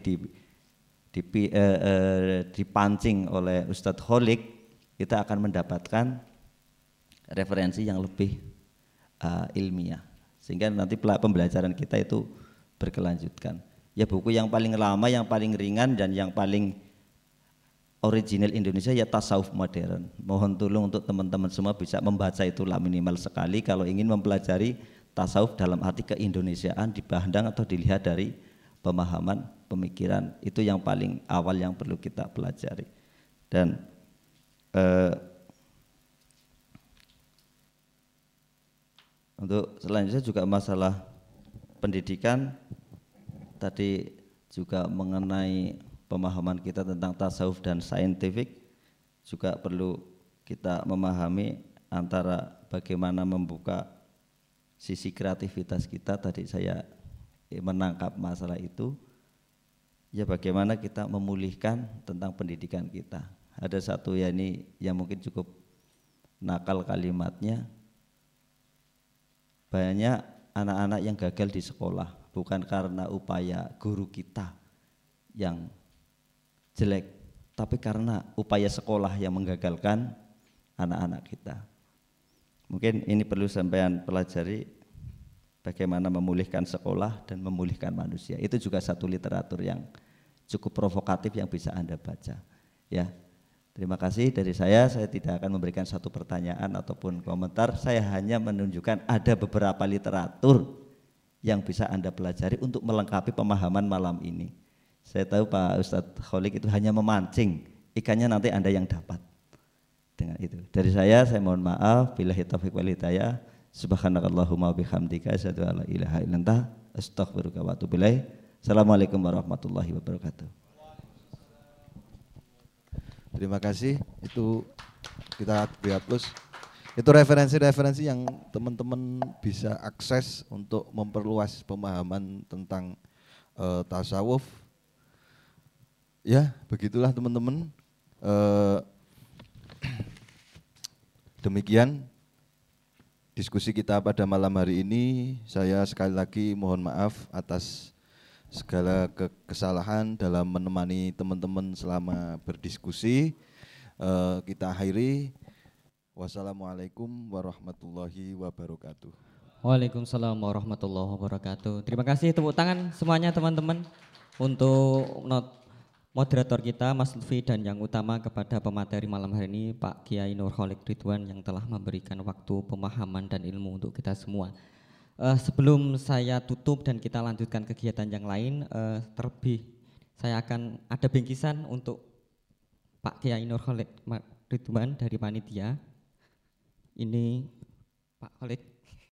dipancing oleh Ustadz Kholik, kita akan mendapatkan referensi yang lebih ilmiah, sehingga nanti pembelajaran kita itu berkelanjutkan. Ya buku yang paling lama, yang paling ringan dan yang paling original Indonesia ya tasawuf modern. Mohon tolong untuk teman-teman semua bisa membaca itulah minimal sekali kalau ingin mempelajari tasawuf dalam arti keindonesiaan, dipandang atau dilihat dari pemahaman pemikiran. Itu yang paling awal yang perlu kita pelajari. Dan untuk selanjutnya juga masalah pendidikan, tadi juga mengenai pemahaman kita tentang tasawuf dan saintifik, juga perlu kita memahami antara bagaimana membuka sisi kreativitas kita. Tadi saya menangkap masalah itu, ya bagaimana kita memulihkan tentang pendidikan kita. Ada satu ya ini yang mungkin cukup nakal kalimatnya, banyak anak-anak yang gagal di sekolah bukan karena upaya guru kita yang jelek, tapi karena upaya sekolah yang menggagalkan anak-anak kita. Mungkin ini perlu sampean pelajari, bagaimana memulihkan sekolah dan memulihkan manusia. Itu juga satu literatur yang cukup provokatif yang bisa Anda baca. Ya, terima kasih dari saya tidak akan memberikan satu pertanyaan ataupun komentar. Saya hanya menunjukkan ada beberapa literatur yang bisa Anda pelajari untuk melengkapi pemahaman malam ini. Saya tahu Pak Ustadz Kholik itu hanya memancing, ikannya nanti Anda yang dapat. Dengan itu, dari saya mohon maaf. Billahi taufiq wal hidayah. Subhanakallahumma bihamdika asyhadu an la ilaha illa anta astaghfiruka wa atubu ilaik. Assalamualaikum warahmatullahi wabarakatuh. Terima kasih. Itu kita beri aplaus. Itu referensi-referensi yang teman-teman bisa akses untuk memperluas pemahaman tentang tasawuf. Ya, begitulah teman-teman. Demikian diskusi kita pada malam hari ini. Saya sekali lagi mohon maaf atas segala kesalahan dalam menemani teman-teman selama berdiskusi. Kita akhiri. Wassalamualaikum warahmatullahi wabarakatuh. Waalaikumsalam warahmatullahi wabarakatuh. Terima kasih, tepuk tangan semuanya teman-teman untuk moderator kita Mas Lutfi, dan yang utama kepada pemateri malam hari ini Pak Kiai Nur Kholik Ridwan yang telah memberikan waktu, pemahaman dan ilmu untuk kita semua. Sebelum saya tutup dan kita lanjutkan kegiatan yang lain, terlebih saya akan ada bingkisan untuk Pak Kiai Nur Kholik Ridwan dari panitia. Ini Pak Kholik.